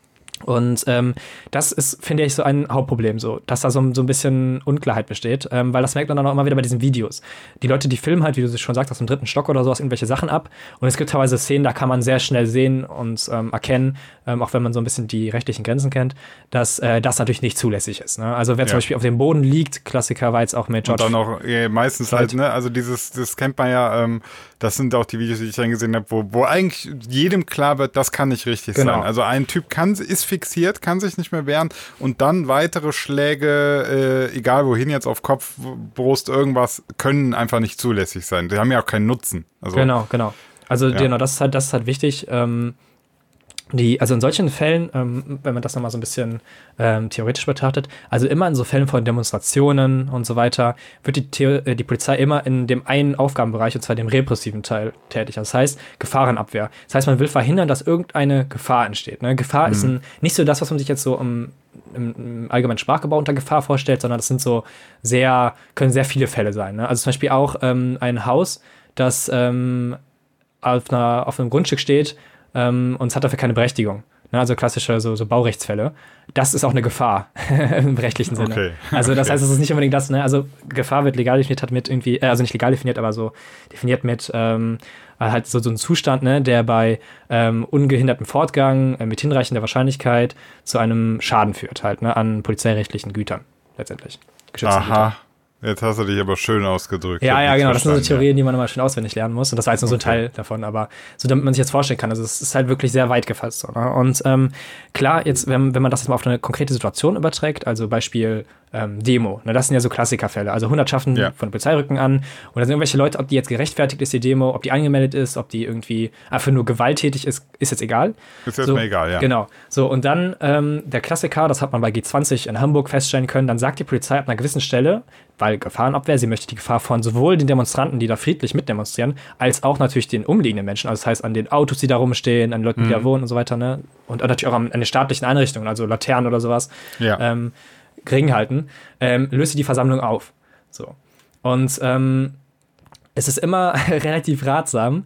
Und ähm, das ist, finde ich, so ein Hauptproblem, so, dass da so, so ein bisschen Unklarheit besteht, ähm, weil das merkt man dann auch immer wieder bei diesen Videos. Die Leute, die filmen halt, wie du schon sagst, aus dem dritten Stock oder sowas, irgendwelche Sachen ab. Und es gibt teilweise Szenen, da kann man sehr schnell sehen und ähm, erkennen, ähm, auch wenn man so ein bisschen die rechtlichen Grenzen kennt, dass äh, das natürlich nicht zulässig ist. Ne? Also wer ja. zum Beispiel auf dem Boden liegt, Klassiker war jetzt auch mit George. Und dann auch äh, meistens Floyd. halt, ne, also dieses, das kennt man ja, ähm, das sind auch die Videos, die ich dann gesehen habe, wo, wo eigentlich jedem klar wird, das kann nicht richtig genau. sein. Also ein Typ kann, ist fixiert, kann sich nicht mehr wehren und dann weitere Schläge, äh, egal wohin jetzt, auf Kopf, Brust, irgendwas, können einfach nicht zulässig sein. Die haben ja auch keinen Nutzen. Also, genau, genau. Also ja. genau, das ist halt, das ist halt wichtig. Ähm, die, also in solchen Fällen, ähm, wenn man das nochmal so ein bisschen ähm, theoretisch betrachtet, also immer in so Fällen von Demonstrationen und so weiter, wird die, The- die Polizei immer in dem einen Aufgabenbereich, und zwar dem repressiven Teil, tätig. Das heißt, Gefahrenabwehr. Das heißt, man will verhindern, dass irgendeine Gefahr entsteht. Ne? Gefahr mhm. ist ein, nicht so das, was man sich jetzt so im, im, im allgemeinen Sprachgebrauch unter Gefahr vorstellt, sondern das sind so sehr, können sehr viele Fälle sein. Ne? Also zum Beispiel auch ähm, ein Haus, das ähm, auf, einer, auf einem Grundstück steht, Ähm, und es hat dafür keine Berechtigung. ne, also klassische so, so Baurechtsfälle, das ist auch eine Gefahr im rechtlichen Sinne. Okay. Also das okay. heißt, es ist nicht unbedingt das, ne, also Gefahr wird legal definiert, hat mit irgendwie, äh, also nicht legal definiert, aber so definiert mit ähm, halt so, so ein Zustand, ne, der bei ähm, ungehindertem Fortgang äh, mit hinreichender Wahrscheinlichkeit zu einem Schaden führt, halt, ne, an polizeirechtlichen Gütern letztendlich. Aha. Gütern. Jetzt hast du dich aber schön ausgedrückt. Ja, ja, genau. Das sind so Theorien, ja. die man immer schön auswendig lernen muss. Und das war jetzt nur so ein okay. Teil davon. Aber so, damit man sich jetzt vorstellen kann. Also es ist halt wirklich sehr weit gefasst. So, ne? Und ähm, klar, jetzt, wenn, wenn man das jetzt mal auf eine konkrete Situation überträgt, also Beispiel ähm, Demo, ne? Das sind ja so Klassikerfälle. Also Hundertschaften ja. von der Polizei rücken an. Und da sind irgendwelche Leute, ob die jetzt gerechtfertigt ist, die Demo, ob die angemeldet ist, ob die irgendwie einfach nur gewalttätig ist, ist jetzt egal. Ist jetzt so, mir egal, ja. Genau. So, und dann ähm, der Klassiker, das hat man bei G zwanzig in Hamburg feststellen können, dann sagt die Polizei ab einer gewissen Stelle, weil Gefahrenabwehr, sie möchte die Gefahr von sowohl den Demonstranten, die da friedlich mitdemonstrieren, als auch natürlich den umliegenden Menschen, also das heißt an den Autos, die da rumstehen, an den Leuten, die mhm. da wohnen und so weiter, ne? Und natürlich auch an, an den staatlichen Einrichtungen, also Laternen oder sowas, ja. ähm, gering halten, ähm, löst sie die Versammlung auf. So. Und ähm, es ist immer relativ ratsam,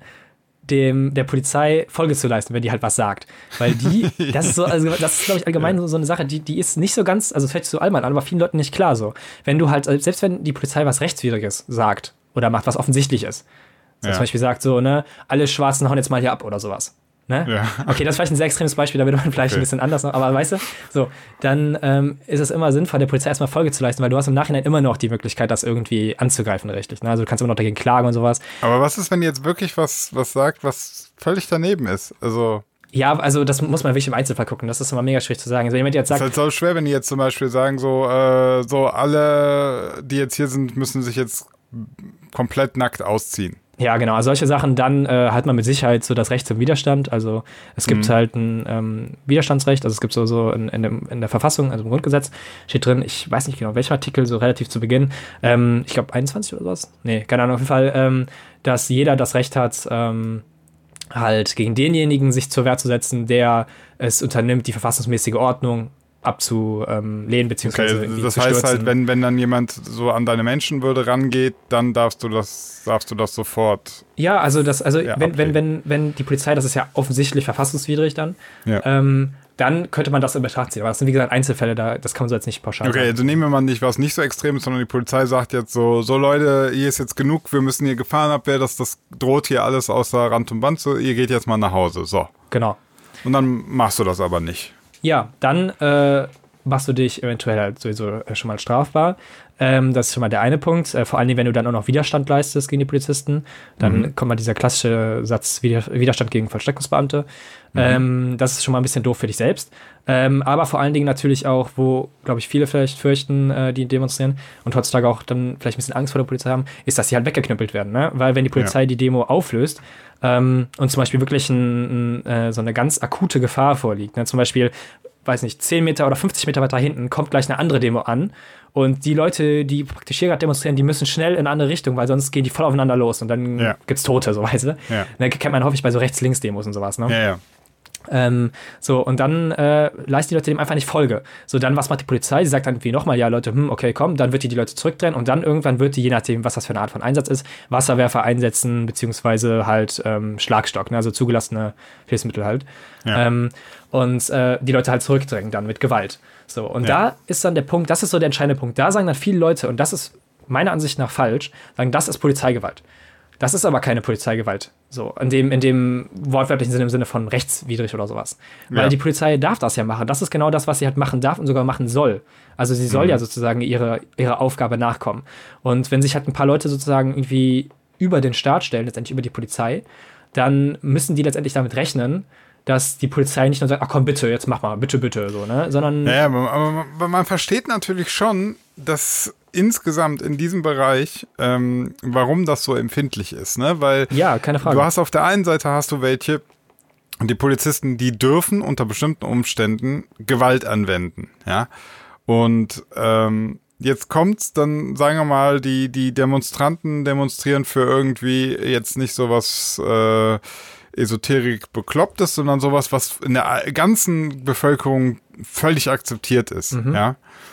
dem der Polizei Folge zu leisten, wenn die halt was sagt. Weil die, das ist so, also das ist, glaube ich, allgemein so, so eine Sache, die, die ist nicht so ganz, also es fällt so allgemein an, aber vielen Leuten nicht klar so. Wenn du halt, selbst wenn die Polizei was Rechtswidriges sagt oder macht, was offensichtlich ist, so ja. zum Beispiel sagt so, ne, alle Schwarzen hauen jetzt mal hier ab oder sowas. Ne? Ja. Okay, das ist vielleicht ein sehr extremes Beispiel, da wird man vielleicht okay. ein bisschen anders noch, aber weißt du, so, dann ähm, ist es immer sinnvoll, der Polizei erstmal Folge zu leisten, weil du hast im Nachhinein immer noch die Möglichkeit, das irgendwie anzugreifen, rechtlich. Ne? Also du kannst immer noch dagegen klagen und sowas. Aber was ist, wenn ihr jetzt wirklich was, was sagt, was völlig daneben ist? Also ja, also das muss man wirklich im Einzelfall gucken, das ist immer mega schwierig zu sagen. Also jemand jetzt sagt, das ist halt so schwer, wenn die jetzt zum Beispiel sagen, so, äh, so alle, die jetzt hier sind, müssen sich jetzt komplett nackt ausziehen. Ja, genau. Also solche Sachen, dann äh, hat man mit Sicherheit so das Recht zum Widerstand. Also es gibt mhm. halt ein ähm, Widerstandsrecht. Also es gibt so, so in, in, dem, in der Verfassung, also im Grundgesetz, steht drin, ich weiß nicht genau, welcher Artikel, so relativ zu Beginn, ähm, ich glaube einundzwanzig oder sowas? Nee, keine Ahnung, auf jeden Fall, ähm, dass jeder das Recht hat, ähm, halt gegen denjenigen sich zur Wehr zu setzen, der es unternimmt, die verfassungsmäßige Ordnung abzulehnen, beziehungsweise okay, das heißt halt, wenn, wenn dann jemand so an deine Menschenwürde rangeht, dann darfst du das, darfst du das sofort. Ja, also das, also ja, wenn, wenn, wenn, wenn die Polizei, das ist ja offensichtlich verfassungswidrig dann, ja. ähm, dann könnte man das in Betracht ziehen. Aber das sind, wie gesagt, Einzelfälle, da, das kann man so jetzt nicht pauschal Okay, sagen. also nehmen wir mal nicht was nicht so Extremes, sondern die Polizei sagt jetzt so, so Leute, hier ist jetzt genug, wir müssen hier Gefahrenabwehr, das, das droht hier alles außer Rand und Band, so, ihr geht jetzt mal nach Hause, so. Genau. Und dann machst du das aber nicht. Ja, dann äh, machst du dich eventuell halt sowieso schon mal strafbar. Ähm, das ist schon mal der eine Punkt. Äh, vor allem, wenn du dann auch noch Widerstand leistest gegen die Polizisten, dann mhm. kommt mal dieser klassische Satz Widerstand gegen Vollstreckungsbeamte. Mhm. Ähm, das ist schon mal ein bisschen doof für dich selbst. Ähm, aber vor allen Dingen natürlich auch, wo, glaube ich, viele vielleicht fürchten, äh, die demonstrieren und heutzutage auch dann vielleicht ein bisschen Angst vor der Polizei haben, ist, dass sie halt weggeknüppelt werden. Ne? Weil wenn die Polizei ja. die Demo auflöst ähm, und zum Beispiel wirklich ein, ein, äh, so eine ganz akute Gefahr vorliegt, ne? Zum Beispiel, weiß nicht, zehn Meter oder fünfzig Meter weiter hinten kommt gleich eine andere Demo an und die Leute, die praktisch hier gerade demonstrieren, die müssen schnell in eine andere Richtung, weil sonst gehen die voll aufeinander los und dann ja. gibt's Tote, so weißt du. Ja. Ne, kennt man häufig bei so Rechts-Links-Demos und sowas, ne? Ja, ja. Ähm, so, und dann äh, leisten die Leute dem einfach nicht Folge. So, dann, was macht die Polizei? Sie sagt dann irgendwie nochmal, ja, Leute, hm, okay, komm, dann wird die die Leute zurückdrehen und dann irgendwann wird die, je nachdem, was das für eine Art von Einsatz ist, Wasserwerfer einsetzen, beziehungsweise halt ähm, Schlagstock, ne, also zugelassene Hilfsmittel halt. Ja. Ähm, und äh, die Leute halt zurückdrängen dann mit Gewalt. So, und ja. da ist dann der Punkt, das ist so der entscheidende Punkt, da sagen dann viele Leute, und das ist meiner Ansicht nach falsch, sagen, das ist Polizeigewalt. Das ist aber keine Polizeigewalt. So, in dem, in dem wortwörtlichen Sinne, im Sinne von rechtswidrig oder sowas. Weil ja. die Polizei darf das ja machen. Das ist genau das, was sie halt machen darf und sogar machen soll. Also sie soll mhm. ja sozusagen ihre, ihre Aufgabe nachkommen. Und wenn sich halt ein paar Leute sozusagen irgendwie über den Staat stellen, letztendlich über die Polizei, dann müssen die letztendlich damit rechnen, dass die Polizei nicht nur sagt, ach komm, bitte, jetzt mach mal, bitte, bitte, so, ne, sondern... Ja, aber, aber, aber man versteht natürlich schon, dass insgesamt in diesem Bereich, ähm, warum das so empfindlich ist, ne, weil... Ja, keine Frage. Du hast auf der einen Seite hast du welche, die Polizisten, die dürfen unter bestimmten Umständen Gewalt anwenden, ja, und, ähm, jetzt kommt's dann, sagen wir mal, die, die Demonstranten demonstrieren für irgendwie jetzt nicht sowas, äh, Esoterik Beklopptes, sondern sowas, was in der ganzen Bevölkerung völlig akzeptiert ist, mhm. ja.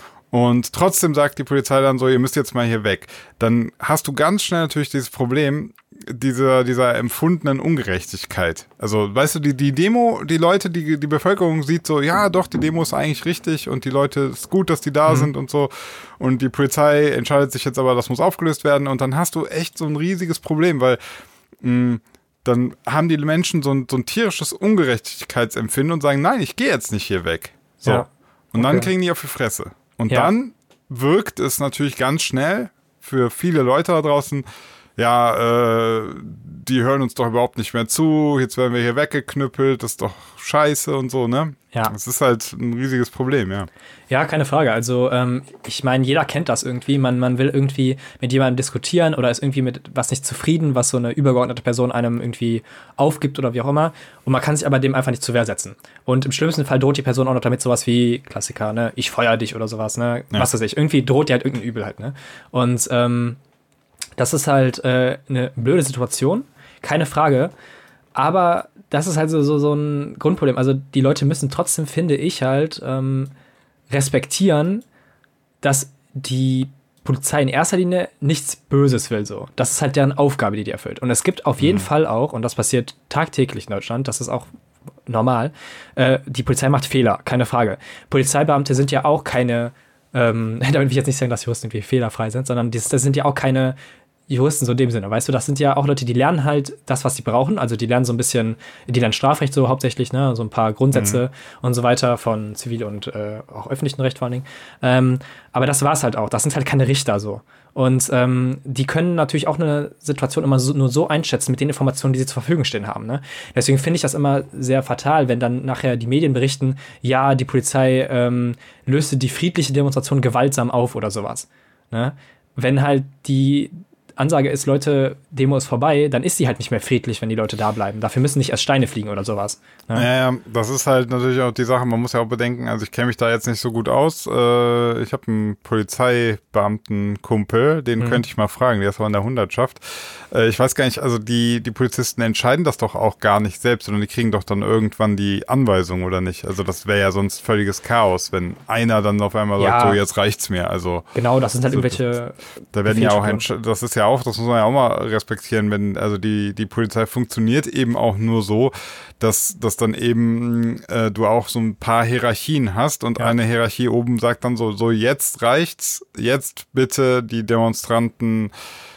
Und trotzdem sagt die Polizei dann so, ihr müsst jetzt mal hier weg. Dann hast du ganz schnell natürlich dieses Problem, dieser, dieser empfundenen Ungerechtigkeit. Also, weißt du, die, die Demo, die Leute, die, die Bevölkerung sieht so, ja, doch, die Demo ist eigentlich richtig und die Leute, ist gut, dass die da mhm. sind und so. Und die Polizei entscheidet sich jetzt aber, das muss aufgelöst werden. Und dann hast du echt so ein riesiges Problem, weil mh, dann haben die Menschen so ein, so ein tierisches Ungerechtigkeitsempfinden und sagen, nein, ich gehe jetzt nicht hier weg. So. Ja. Und dann okay. kriegen die auf die Fresse. Und ja. dann wirkt es natürlich ganz schnell für viele Leute da draußen, ja, äh, die hören uns doch überhaupt nicht mehr zu, jetzt werden wir hier weggeknüppelt, das ist doch scheiße und so, ne? Ja. Das ist halt ein riesiges Problem, ja. Ja, keine Frage. Also ähm, ich meine, jeder kennt das irgendwie. Man, man will irgendwie mit jemandem diskutieren oder ist irgendwie mit was nicht zufrieden, was so eine übergeordnete Person einem irgendwie aufgibt oder wie auch immer. Und man kann sich aber dem einfach nicht zur Wehr setzen. Und im schlimmsten Fall droht die Person auch noch damit sowas wie, Klassiker, ne, ich feuer dich oder sowas, ne? Ja. Was weiß ich. Irgendwie droht die halt irgendein Übel halt, ne? Und ähm, das ist halt äh, eine blöde Situation, keine Frage. Aber das ist halt so, so, so ein Grundproblem. Also die Leute müssen trotzdem, finde ich halt, ähm, respektieren, dass die Polizei in erster Linie nichts Böses will. So. Das ist halt deren Aufgabe, die die erfüllt. Und es gibt auf jeden mhm. Fall auch, und das passiert tagtäglich in Deutschland, das ist auch normal, äh, die Polizei macht Fehler, keine Frage. Polizeibeamte sind ja auch keine, ähm, damit will ich jetzt nicht sagen, dass Juristen irgendwie fehlerfrei sind, sondern das, das sind ja auch keine Juristen so in dem Sinne, weißt du, das sind ja auch Leute, die lernen halt das, was sie brauchen, also die lernen so ein bisschen, die lernen Strafrecht so hauptsächlich, ne, so ein paar Grundsätze mhm. und so weiter von Zivil- und äh, auch öffentlichen Recht vor allen Dingen, ähm, aber das war's halt auch, das sind halt keine Richter so und ähm, die können natürlich auch eine Situation immer so, nur so einschätzen mit den Informationen, die sie zur Verfügung stehen haben, ne, deswegen finde ich das immer sehr fatal, wenn dann nachher die Medien berichten, ja, die Polizei ähm, löste die friedliche Demonstration gewaltsam auf oder sowas, ne, wenn halt die Ansage ist, Leute, Demo ist vorbei, dann ist sie halt nicht mehr friedlich, wenn die Leute da bleiben. Dafür müssen nicht erst Steine fliegen oder sowas. Ne? Ja, ja, das ist halt natürlich auch die Sache, man muss ja auch bedenken, also ich kenne mich da jetzt nicht so gut aus. Äh, ich habe einen Polizeibeamtenkumpel, den mhm. könnte ich mal fragen, der ist aber in der Hundertschaft. Äh, ich weiß gar nicht, also die, die Polizisten entscheiden das doch auch gar nicht selbst, sondern die kriegen doch dann irgendwann die Anweisung, oder nicht? Also das wäre ja sonst völliges Chaos, wenn einer dann auf einmal ja. sagt, so jetzt reicht's mir. Also genau, das sind halt so, irgendwelche... Da werden ja auch, das ist ja auch, das muss man ja auch mal respektieren, wenn, also die, die Polizei funktioniert eben auch nur so, dass, dass dann eben äh, du auch so ein paar Hierarchien hast und ja. eine Hierarchie oben sagt dann so, so jetzt reicht's, jetzt bitte die Demonstranten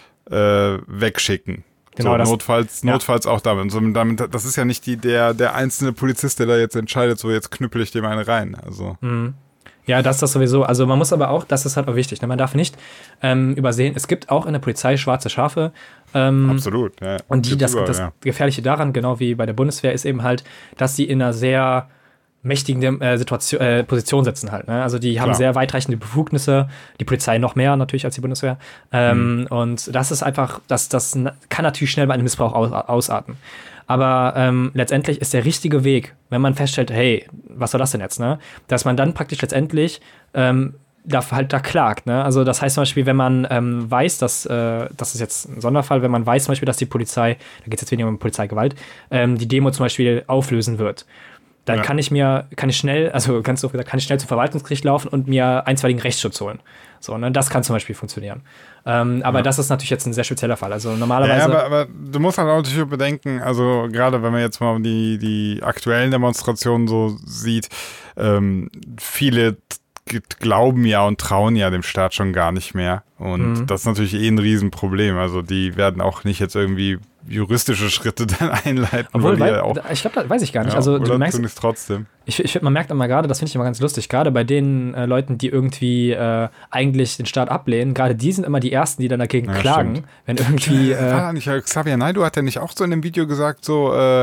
äh, wegschicken. Genau, so, das, notfalls, ja. notfalls auch damit. So, damit. Das ist ja nicht die, der, der einzelne Polizist, der da jetzt entscheidet, so jetzt knüppel ich dem einen rein. Also. Mhm. Ja, das ist das sowieso. Also man muss aber auch, das ist halt auch wichtig, ne? Man darf nicht ähm, übersehen, es gibt auch in der Polizei schwarze Schafe. Ähm, Absolut, ja. Und die, das, über, das ja. Gefährliche daran, genau wie bei der Bundeswehr, ist eben halt, dass sie in einer sehr mächtigen äh, Situation, äh, Position sitzen halt. Ne? Also die haben Klar. sehr weitreichende Befugnisse, die Polizei noch mehr natürlich als die Bundeswehr. Ähm, mhm. Und das ist einfach, das, das kann natürlich schnell bei einem Missbrauch aus, ausarten. Aber ähm, letztendlich ist der richtige Weg, wenn man feststellt, hey, was soll das denn jetzt, ne? Dass man dann praktisch letztendlich ähm, da halt da klagt, ne? Also das heißt zum Beispiel, wenn man ähm, weiß, dass, äh, das ist jetzt ein Sonderfall, wenn man weiß zum Beispiel, dass die Polizei, da geht es jetzt weniger um Polizeigewalt, ähm, die Demo zum Beispiel auflösen wird, dann ja. kann ich mir, kann ich schnell, also ganz so gesagt, kann ich schnell zum Verwaltungsgericht laufen und mir einstweiligen Rechtsschutz holen. So, ne? Das kann zum Beispiel funktionieren. Ähm, aber ja. das ist natürlich jetzt ein sehr spezieller Fall. Also normalerweise. Ja, aber, aber du musst halt auch natürlich bedenken, also gerade wenn man jetzt mal die, die aktuellen Demonstrationen so sieht, ähm, viele glauben ja und trauen ja dem Staat schon gar nicht mehr. Und mhm. das ist natürlich eh ein Riesenproblem. Also die werden auch nicht jetzt irgendwie juristische Schritte dann einleiten. Obwohl, weil, auch, ich glaube, das weiß ich gar nicht. Ja, also oder du merkst es trotzdem. Ich, ich finde, man merkt immer gerade, das finde ich immer ganz lustig, gerade bei den äh, Leuten, die irgendwie äh, eigentlich den Staat ablehnen, gerade die sind immer die Ersten, die dann dagegen ja, klagen, stimmt. wenn irgendwie... Äh, ja, nicht, Xavier Naidoo hat ja nicht auch so in dem Video gesagt, so äh,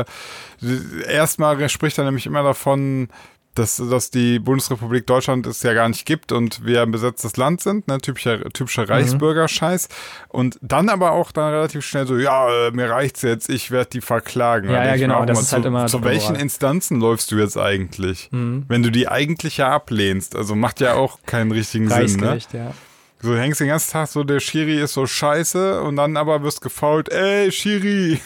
erstmal spricht er nämlich immer davon, dass, dass die Bundesrepublik Deutschland es ja gar nicht gibt und wir ein besetztes Land sind, ne, typischer, typischer Reichsbürger-Scheiß. Und dann aber auch dann relativ schnell so, ja, äh, mir reicht's jetzt, ich werde die verklagen. Ja, ja, genau, das ist zu, halt immer... Zu welchen moral. Instanzen läufst du jetzt eigentlich? Mhm. Wenn du die eigentlich ja ablehnst, also macht ja auch keinen richtigen Sinn, ne? Ja. So hängst den ganzen Tag so, der Schiri ist so scheiße und dann aber wirst gefault, ey, Schiri.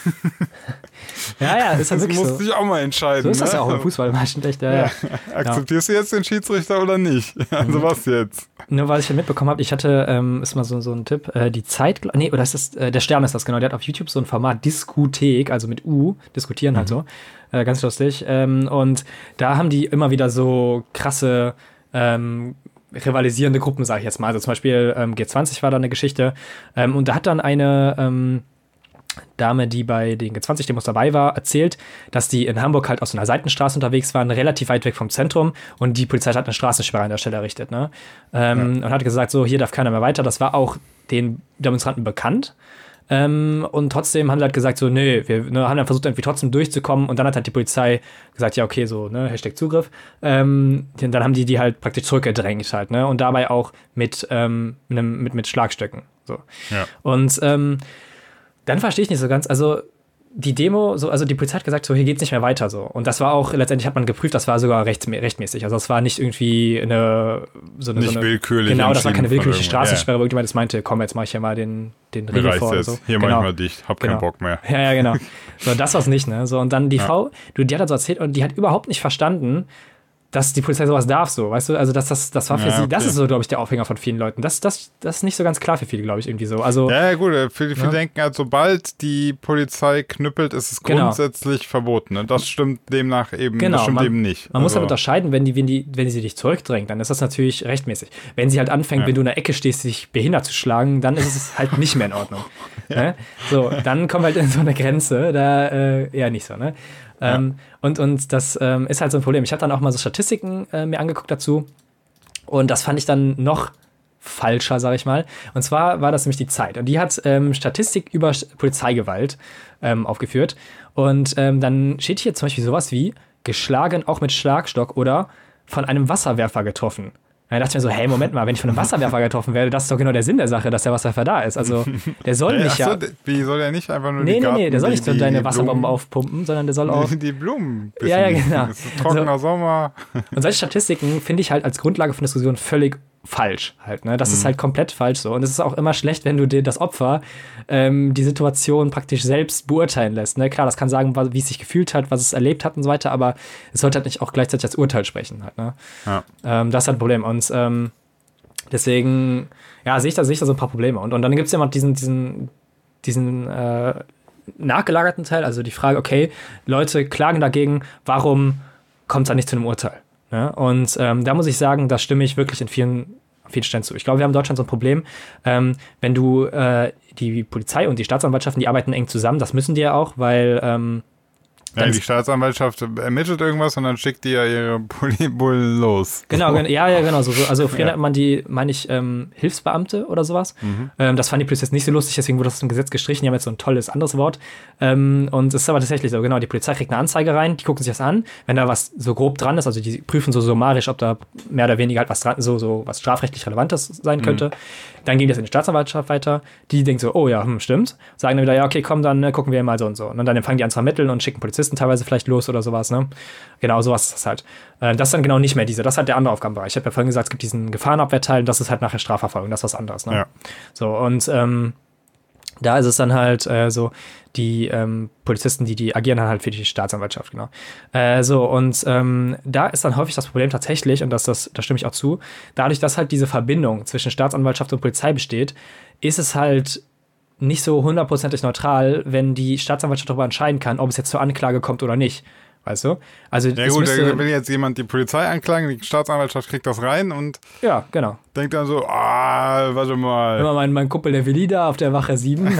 Ja, ja, ist halt das wirklich musst so. dich auch mal entscheiden. So ist das ne? ja auch im Fußball meistens echt. Ja, Ja. ja. Akzeptierst du jetzt den Schiedsrichter oder nicht? Also Mhm. was jetzt? Nur weil ich ja mitbekommen habe, ich hatte, ähm, ist mal so, so ein Tipp, äh, die Zeit, nee, oder ist das, äh, der Stern ist das, genau, der hat auf YouTube so ein Format, Diskothek, also mit U, diskutieren halt so, äh, ganz lustig. Ähm, und da haben die immer wieder so krasse, ähm, rivalisierende Gruppen, sage ich jetzt mal. Also zum Beispiel ähm, G zwanzig war da eine Geschichte. Ähm, und da hat dann eine ähm, Dame, die bei den G zwanzig-Demos dabei war, erzählt, dass die in Hamburg halt aus so einer Seitenstraße unterwegs waren, relativ weit weg vom Zentrum, und die Polizei hat eine Straßensperre an der Stelle errichtet. Ne? Ähm, ja. Und hat gesagt, so, hier darf keiner mehr weiter. Das war auch den Demonstranten bekannt. Ähm, und trotzdem haben sie halt gesagt, so, nee, wir ne, haben dann versucht, irgendwie trotzdem durchzukommen, und dann hat halt die Polizei gesagt, ja, okay, so, ne, Hashtag Zugriff. Ähm, dann haben die die halt praktisch zurückgedrängt halt, ne, und dabei auch mit, ähm, nem, mit, mit Schlagstöcken, so. Ja. Und, ähm, dann verstehe ich nicht so ganz, also, die Demo, so, also die Polizei hat gesagt, so, hier geht's nicht mehr weiter, so. Und das war auch, letztendlich hat man geprüft, das war sogar recht, rechtmäßig. Also, es war nicht irgendwie eine, so eine, nicht so eine willkürlich. Genau, das war keine willkürliche Straßensperre, Straßensperre, wo irgendjemand das meinte, komm, jetzt mach ich hier mal den, den Mir Riegel reicht's vor oder jetzt. so. Hier genau. mach ich mal dicht, hab Genau. keinen Bock mehr. Ja, ja, genau. So, das war's nicht, ne? So, und dann die Ja. Frau, du, die hat das so erzählt, und die hat überhaupt nicht verstanden, dass die Polizei sowas darf, so, weißt du? Also, das, das, das war für Ja, sie, okay. das ist so, glaube ich, der Aufhänger von vielen Leuten. Das, das, das ist nicht so ganz klar für viele, glaube ich, irgendwie so. Also, Ja, ja, gut, viele, viele Ja. denken halt, sobald die Polizei knüppelt, ist es Genau. grundsätzlich verboten. Ne? Das stimmt demnach eben, Genau, das stimmt man- eben nicht. man muss Also, halt unterscheiden, wenn die, wenn die, wenn sie dich zurückdrängt, dann ist das natürlich rechtmäßig. Wenn sie halt anfängt, Ja. wenn du in der Ecke stehst, dich behindert zu schlagen, dann ist es halt nicht mehr in Ordnung. Ne? So, dann kommen wir halt in so eine Grenze, da äh, eher nicht so, ne? Ähm, und, und das ähm, ist halt so ein Problem. Ich habe dann auch mal so Statistiken äh, mir angeguckt dazu, und das fand ich dann noch falscher, sage ich mal. Und zwar war das nämlich die Zeit. Und die hat ähm, Statistik über Sch- Polizeigewalt ähm, aufgeführt. Und ähm, dann steht hier zum Beispiel sowas wie geschlagen, auch mit Schlagstock, oder von einem Wasserwerfer getroffen. Und dann dachte ich mir so, hey, Moment mal, wenn ich von einem Wasserwerfer getroffen werde, das ist doch genau der Sinn der Sache, dass der Wasserwerfer da ist. Also, der soll Äh, nicht ach so, ja... d- wie soll der nicht einfach nur Nee, die nee, Garten, nee, der soll die, nicht so die, deine die Wasserbomben Blumen, aufpumpen, sondern der soll auch... die, die Blumen. Ja, ja, genau. Es ist trockener Sommer. Und solche Statistiken finde ich halt als Grundlage von Diskussionen völlig falsch halt, ne? Das ist halt komplett falsch so. Und es ist auch immer schlecht, wenn du dir das Opfer ähm, die Situation praktisch selbst beurteilen lässt, ne? Klar, das kann sagen, was- wie es sich gefühlt hat, was es erlebt hat und so weiter, aber es sollte halt nicht auch gleichzeitig als Urteil sprechen halt, ne? Ja. Ähm, das ist halt ein Problem. Und ähm, deswegen, ja, sehe ich da, sehe ich da so ein paar Probleme. Und, und dann gibt es ja immer diesen, diesen, diesen äh, nachgelagerten Teil, also die Frage, okay, Leute klagen dagegen, warum kommt es da nicht zu einem Urteil? Ne? Und ähm, da muss ich sagen, da stimme ich wirklich in vielen, vielen Stellen zu. Ich glaube, wir haben in Deutschland so ein Problem, ähm, wenn du äh, die Polizei und die Staatsanwaltschaften, die arbeiten eng zusammen, das müssen die ja auch, weil ähm, Ja, Dann die ist- Staatsanwaltschaft ermittelt irgendwas und dann schickt die ja ihre Polibullen los. Genau, gen- ja, ja, genau. So, so. Also früher Ja. nennt man die, meine ich, ähm, Hilfsbeamte oder sowas. Mhm. Ähm, das fanden die Polizisten nicht so lustig, deswegen wurde das im Gesetz gestrichen. Die haben jetzt so ein tolles anderes Wort. Ähm, und es ist aber tatsächlich so, genau, die Polizei kriegt eine Anzeige rein, die gucken sich das an. Wenn da was so grob dran ist, also die prüfen so summarisch, ob da mehr oder weniger halt was dran, so, so was strafrechtlich Relevantes sein könnte. Dann ging das in die Staatsanwaltschaft weiter. Die denkt so, oh ja, hm, stimmt. Sagen dann wieder, ja, okay, komm, dann ne, gucken wir mal so und so. Und dann fangen die an zu ermitteln und schicken Polizisten teilweise vielleicht los oder sowas, ne? Genau, sowas ist das halt. Äh, das ist dann genau nicht mehr diese, das ist halt der andere Aufgabenbereich. Ich habe ja vorhin gesagt, es gibt diesen Gefahrenabwehrteil, das ist halt nachher Strafverfolgung, das ist was anderes, ne? Ja. So, und ähm, da ist es dann halt äh, so, die ähm, Polizisten, die, die agieren dann halt für die Staatsanwaltschaft, genau. Äh, so, und ähm, da ist dann häufig das Problem tatsächlich, und das, das, da stimme ich auch zu, dadurch, dass halt diese Verbindung zwischen Staatsanwaltschaft und Polizei besteht, ist es halt nicht so hundertprozentig neutral, wenn die Staatsanwaltschaft darüber entscheiden kann, ob es jetzt zur Anklage kommt oder nicht. Weißt du? Also, Ja es gut, müsste, da will jetzt jemand die Polizei anklagen, die Staatsanwaltschaft kriegt das rein und ja, genau. denkt dann so, ah, warte mal. Immer mein, mein Kumpel, der Willi da auf der Wache sieben,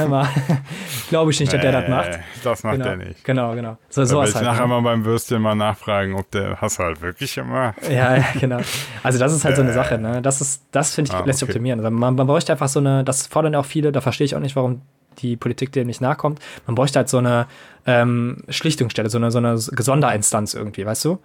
glaube ich nicht, dass der das Nee, macht. Das macht Genau, der nicht. genau, genau. So, Da will sowas ich halt. nachher ne? mal beim Würstchen mal nachfragen, ob der, hast du halt wirklich gemacht? Ja, ja, genau. Also das ist halt so eine Sache, ne? Das ist, das finde ich, Ah, lässt sich okay. optimieren. Also man, man bräuchte einfach so eine, das fordern ja auch viele, da verstehe ich auch nicht, warum die Politik dem nicht nachkommt. Man bräuchte halt so eine ähm, Schlichtungsstelle, so eine, so eine Sonderinstanz irgendwie, weißt du?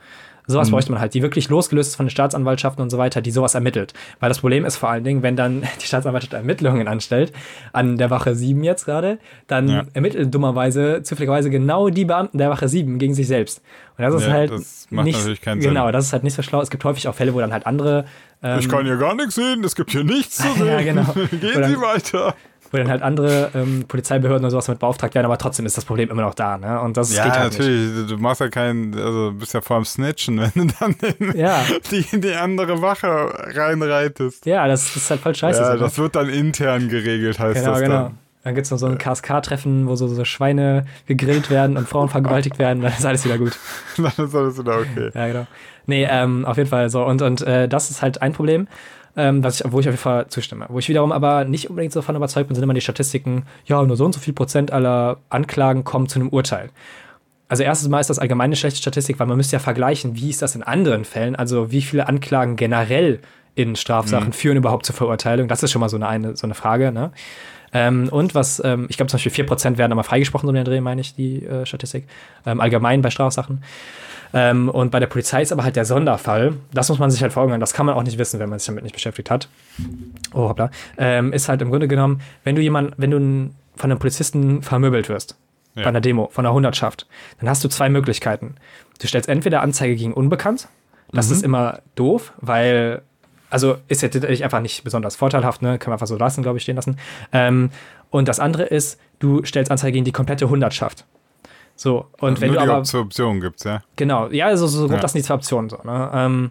Sowas Mhm. bräuchte man halt, die wirklich losgelöst ist von den Staatsanwaltschaften und so weiter, die sowas ermittelt. Weil das Problem ist vor allen Dingen, wenn dann die Staatsanwaltschaft Ermittlungen anstellt, an der Wache sieben jetzt gerade, dann Ja. ermitteln dummerweise, zufälligerweise genau die Beamten der Wache sieben gegen sich selbst. Und das ist Ja, halt das macht nicht, natürlich keinen Sinn. genau, das ist halt nicht so schlau. Es gibt häufig auch Fälle, wo dann halt andere ähm, Ich kann hier gar nichts sehen, es gibt hier nichts zu sehen. Ja, genau. Gehen Oder- Sie weiter. wo dann halt andere ähm, Polizeibehörden oder sowas mit beauftragt werden, aber trotzdem ist das Problem immer noch da, ne? Und das Ja, geht halt natürlich. Du machst ja keinen, also du bist ja vor allem Snitchen, wenn du dann in nicht. Ja, die, in die andere Wache reinreitest. ja, das, das ist halt voll scheiße. Ja, so, ne? das wird dann intern geregelt, heißt Genau, das genau. dann. Dann gibt es noch so ein K S K-Treffen, wo so, so Schweine gegrillt werden und Frauen vergewaltigt werden, dann ist alles wieder gut. Dann ist alles wieder okay. Ja, genau. Nee, ähm, auf jeden Fall so. Und, und äh, das ist halt ein Problem, ähm, was ich, wo ich auf jeden Fall zustimme. Wo ich wiederum aber nicht unbedingt so davon überzeugt bin, sind immer die Statistiken, ja, nur so und so viel Prozent aller Anklagen kommen zu einem Urteil. Also erstens mal ist das allgemein eine schlechte Statistik, weil man müsste ja vergleichen, wie ist das in anderen Fällen, also wie viele Anklagen generell in Strafsachen Mhm. führen überhaupt zur Verurteilung. Das ist schon mal so eine, eine, so eine Frage, ne? Ähm, und was, ähm, ich glaube zum Beispiel vier Prozent werden aber freigesprochen, so in der Dreh, meine ich, die äh, Statistik. Ähm, allgemein bei Strafsachen. Ähm, und bei der Polizei ist aber halt der Sonderfall, das muss man sich halt vor Augen halten, das kann man auch nicht wissen, wenn man sich damit nicht beschäftigt hat. Oh, hoppla. Ähm, ist halt im Grunde genommen, wenn du jemand, wenn du ein, von einem Polizisten vermöbelt wirst, Ja. bei einer Demo, von einer Hundertschaft, dann hast du zwei Möglichkeiten. Du stellst entweder Anzeige gegen Unbekannt, das Mhm. ist immer doof, weil, also ist jetzt natürlich einfach nicht besonders vorteilhaft, ne? Kann man einfach so lassen, glaube ich, stehen lassen. Ähm, und das andere ist, du stellst Anzeige gegen die komplette Hundertschaft. So, und wenn Nur du die aber, Op- Option gibt's, ja. genau, ja, also so grob, Ja. das sind die zwei Optionen so, ne? Ähm,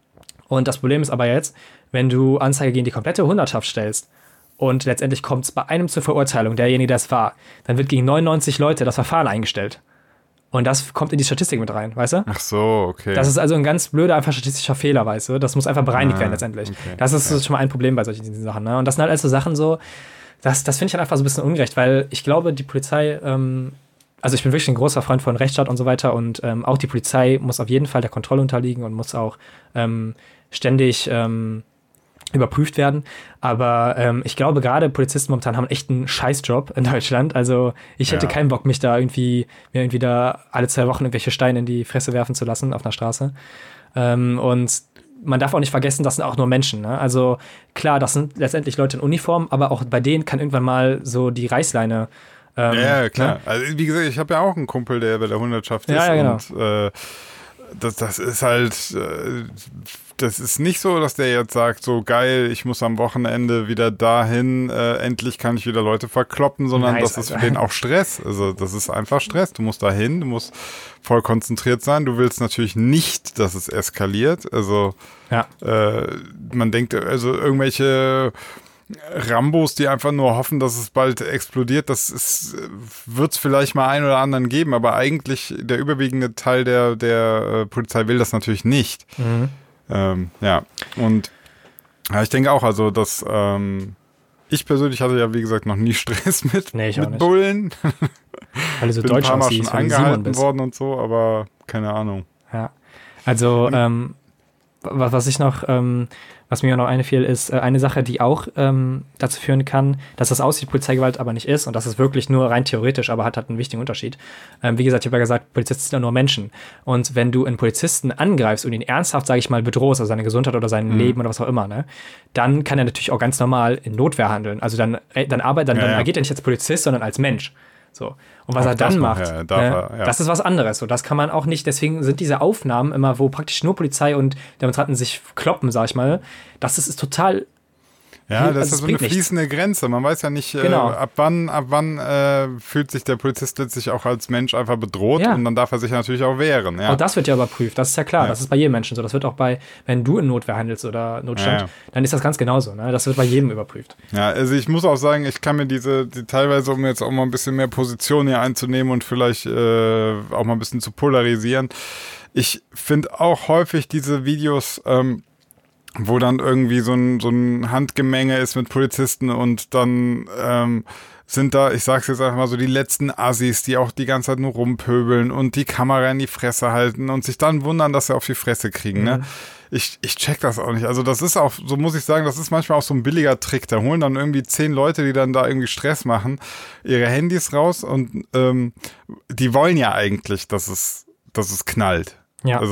und das Problem ist aber jetzt, wenn du Anzeige gegen die komplette Hundertschaft stellst und letztendlich kommt es bei einem zur Verurteilung, derjenige, der es war, dann wird gegen neunundneunzig Leute das Verfahren eingestellt. Und das kommt in die Statistik mit rein, weißt du? Ach so, okay. Das ist also ein ganz blöder, einfach statistischer Fehler, weißt du? Das muss einfach bereinigt Ah, werden letztendlich. okay, Das ist ja. schon mal ein Problem bei solchen Sachen, ne? Und das sind halt also Sachen so, das, das finde ich halt einfach so ein bisschen ungerecht, weil ich glaube, die Polizei, ähm, also ich bin wirklich ein großer Freund von Rechtsstaat und so weiter und ähm, auch die Polizei muss auf jeden Fall der Kontrolle unterliegen und muss auch ähm, ständig ähm, überprüft werden. Aber ähm, ich glaube, gerade Polizisten momentan haben echt einen Scheißjob in Deutschland. Also ich hätte Ja. keinen Bock, mich da irgendwie, mir irgendwie da alle zwei Wochen irgendwelche Steine in die Fresse werfen zu lassen auf einer Straße. Ähm, und man darf auch nicht vergessen, das sind auch nur Menschen. Ne? Also klar, das sind letztendlich Leute in Uniform, aber auch bei denen kann irgendwann mal so die Reißleine. Ähm, ja, ja, klar. Ne? Also, wie gesagt, ich habe ja auch einen Kumpel, der bei der Hundertschaft ist. Ja, ja, genau. Und äh, das, das ist halt, äh, das ist nicht so, dass der jetzt sagt, so geil, ich muss am Wochenende wieder dahin, äh, endlich kann ich wieder Leute verkloppen, sondern Nice, das ist für Alter. den auch Stress. Also das ist einfach Stress. Du musst dahin, du musst voll konzentriert sein. Du willst natürlich nicht, dass es eskaliert. Also Ja. äh, man denkt, also irgendwelche Rambos, die einfach nur hoffen, dass es bald explodiert, das wird es vielleicht mal einen oder anderen geben, aber eigentlich der überwiegende Teil der, der äh, Polizei will das natürlich nicht. Mhm. Ähm, ja, und ja, ich denke auch, also dass ähm, ich persönlich hatte ja, wie gesagt, noch nie Stress mit, Nee, ich auch mit nicht. Bullen. Weil du so Bin ein deutsch paar Mal schon aussiehst, weil du Simon angehalten bist. worden und so, aber keine Ahnung. Ja. Also, ähm, was, was ich noch, ähm, was mir noch einfiel, ist äh, eine Sache, die auch ähm, dazu führen kann, dass das aussieht, Polizeigewalt aber nicht ist und das ist wirklich nur rein theoretisch, aber hat halt einen wichtigen Unterschied. Ähm, wie gesagt, ich habe ja gesagt, Polizisten sind ja nur Menschen. Und wenn du einen Polizisten angreifst und ihn ernsthaft, sage ich mal, bedrohst, also seine Gesundheit oder sein Mhm. Leben oder was auch immer, ne, dann kann er natürlich auch ganz normal in Notwehr handeln. Also dann, äh, dann arbeitet, dann, Ja, dann ja. agiert er nicht als Polizist, sondern als Mensch. So. Und was Auch er das dann noch, macht, ja, darf ne, er, ja. das ist was anderes. So, das kann man auch nicht, deswegen sind diese Aufnahmen immer, wo praktisch nur Polizei und Demonstranten sich kloppen, sag ich mal, das ist, ist total. Ja, Also das es ist ja so eine bringt nichts. fließende Grenze. Man weiß ja nicht, Genau. äh, ab wann, ab wann äh, fühlt sich der Polizist letztlich auch als Mensch einfach bedroht Ja. und dann darf er sich natürlich auch wehren. Ja. Auch das wird ja überprüft, das ist ja klar, Ja. das ist bei jedem Menschen so. Das wird auch bei, wenn du in Notwehr handelst oder Notstand, Ja, ja. dann ist das ganz genauso. Ne? Das wird bei jedem überprüft. Ja, also ich muss auch sagen, ich kann mir diese, die teilweise, um jetzt auch mal ein bisschen mehr Position hier einzunehmen und vielleicht äh, auch mal ein bisschen zu polarisieren, ich finde auch häufig diese Videos, ähm, wo dann irgendwie so ein, so ein Handgemenge ist mit Polizisten und dann ähm, sind da, ich sag's jetzt einfach mal so, die letzten Assis, die auch die ganze Zeit nur rumpöbeln und die Kamera in die Fresse halten und sich dann wundern, dass sie auf die Fresse kriegen, ne? Ich, ich check das auch nicht. Also das ist auch, so muss ich sagen, das ist manchmal auch so ein billiger Trick. Da holen dann irgendwie zehn Leute, die dann da irgendwie Stress machen, ihre Handys raus und ähm, die wollen ja eigentlich, dass es, dass es knallt. Ja. Also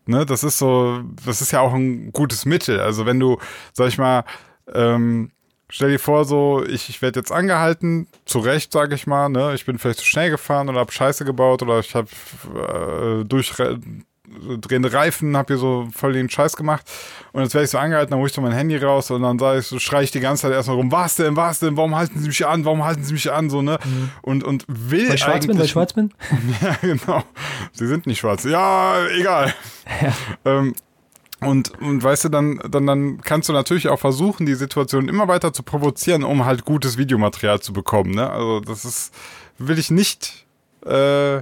Ne, das ist so, das ist ja auch ein gutes Mittel. Also wenn du, sag ich mal, ähm, stell dir vor, so, ich, ich werde jetzt angehalten, zu Recht, sage ich mal, ne, ich bin vielleicht zu schnell gefahren oder hab Scheiße gebaut oder ich hab äh, durch drehende Reifen, hab hier so voll den Scheiß gemacht und jetzt werde ich so angehalten, dann hole ich so mein Handy raus und dann sage ich so, schrei ich die ganze Zeit erstmal rum, was denn, was denn, warum halten Sie mich an, warum halten Sie mich an, so, ne, mhm. und, und will weil ich schwarz bin, weil ich schwarz bin? Ja, genau, Sie sind nicht schwarz, ja, egal. Ja. Ähm, Und, und weißt du, dann, dann, dann kannst du natürlich auch versuchen, die Situation immer weiter zu provozieren, um halt gutes Videomaterial zu bekommen, ne? Also das ist, will ich nicht, äh,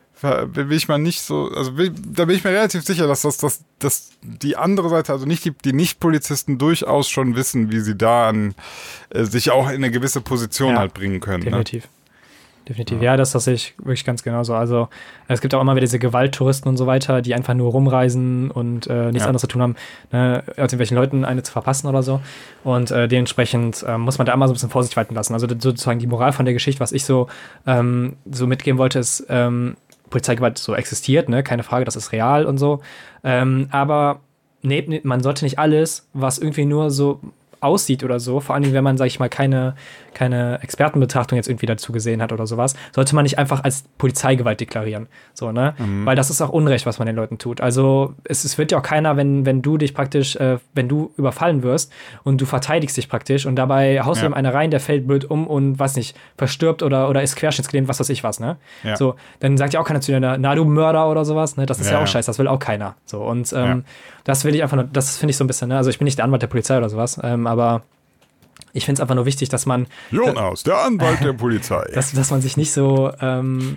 will ich mal nicht so, also will, da bin ich mir relativ sicher, dass das, dass, dass die andere Seite, also nicht die, die Nicht-Polizisten durchaus schon wissen, wie sie da an, äh, sich auch in eine gewisse Position ja, halt bringen können. Definitiv. Ne? Definitiv, ja, das, das sehe ich wirklich ganz genauso. Also es gibt auch immer wieder diese Gewalttouristen und so weiter, die einfach nur rumreisen und äh, nichts ja. anderes zu tun haben, ne, als irgendwelchen Leuten eine zu verpassen oder so. Und äh, dementsprechend äh, muss man da immer so ein bisschen Vorsicht walten lassen. Also sozusagen die Moral von der Geschichte, was ich so, ähm, so mitgeben wollte, ist, ähm, Polizeigewalt so existiert, ne, keine Frage, das ist real und so. Ähm, aber nee, man sollte nicht alles, was irgendwie nur so aussieht oder so, vor allem wenn man, sag ich mal, keine, keine Expertenbetrachtung jetzt irgendwie dazu gesehen hat oder sowas, sollte man nicht einfach als Polizeigewalt deklarieren. So, ne? Mhm. Weil das ist auch Unrecht, was man den Leuten tut. Also es, es wird ja auch keiner, wenn, wenn du dich praktisch, äh, wenn du überfallen wirst und du verteidigst dich praktisch und dabei haust du ja. ihm einer rein, der fällt blöd um und weiß nicht, verstirbt oder, oder ist querschnittsgelähmt, was weiß ich was, ne? Ja. So, dann sagt ja auch keiner zu dir, na du Mörder oder sowas, ne? Das ist ja, ja auch scheiße, das will auch keiner. So, und ähm, ja. das will ich einfach nur, das finde ich so ein bisschen, ne? Also ich bin nicht der Anwalt der Polizei oder sowas, ähm, aber ich finde es einfach nur wichtig, dass man Jonas, der Anwalt der Polizei. Dass, dass man sich nicht so ähm,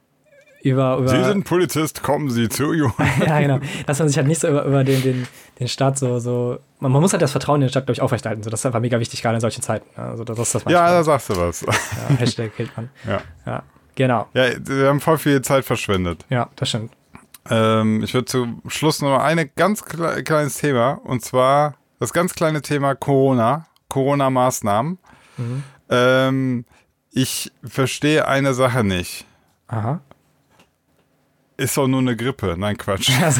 über, über... Sie sind Polizist, kommen Sie zu Jonas. Ja, genau. Dass man sich halt nicht so über, über den, den, den Staat so... so man, man muss halt das Vertrauen in den Staat, glaube ich, aufrechterhalten. So, das ist einfach mega wichtig, gerade in solchen Zeiten. Also, das, das, das ja, da sagst du was. Ja, Hashtag Hildmann. Ja. Ja, genau. Ja, wir haben voll viel Zeit verschwendet. Ja, das stimmt. Ähm, ich würde zum Schluss noch ein ganz kle- kleines Thema, und zwar das ganz kleine Thema Corona. Corona-Maßnahmen. Mhm. Ähm, ich verstehe eine Sache nicht. Aha. Ist doch nur eine Grippe. Nein, Quatsch. Also,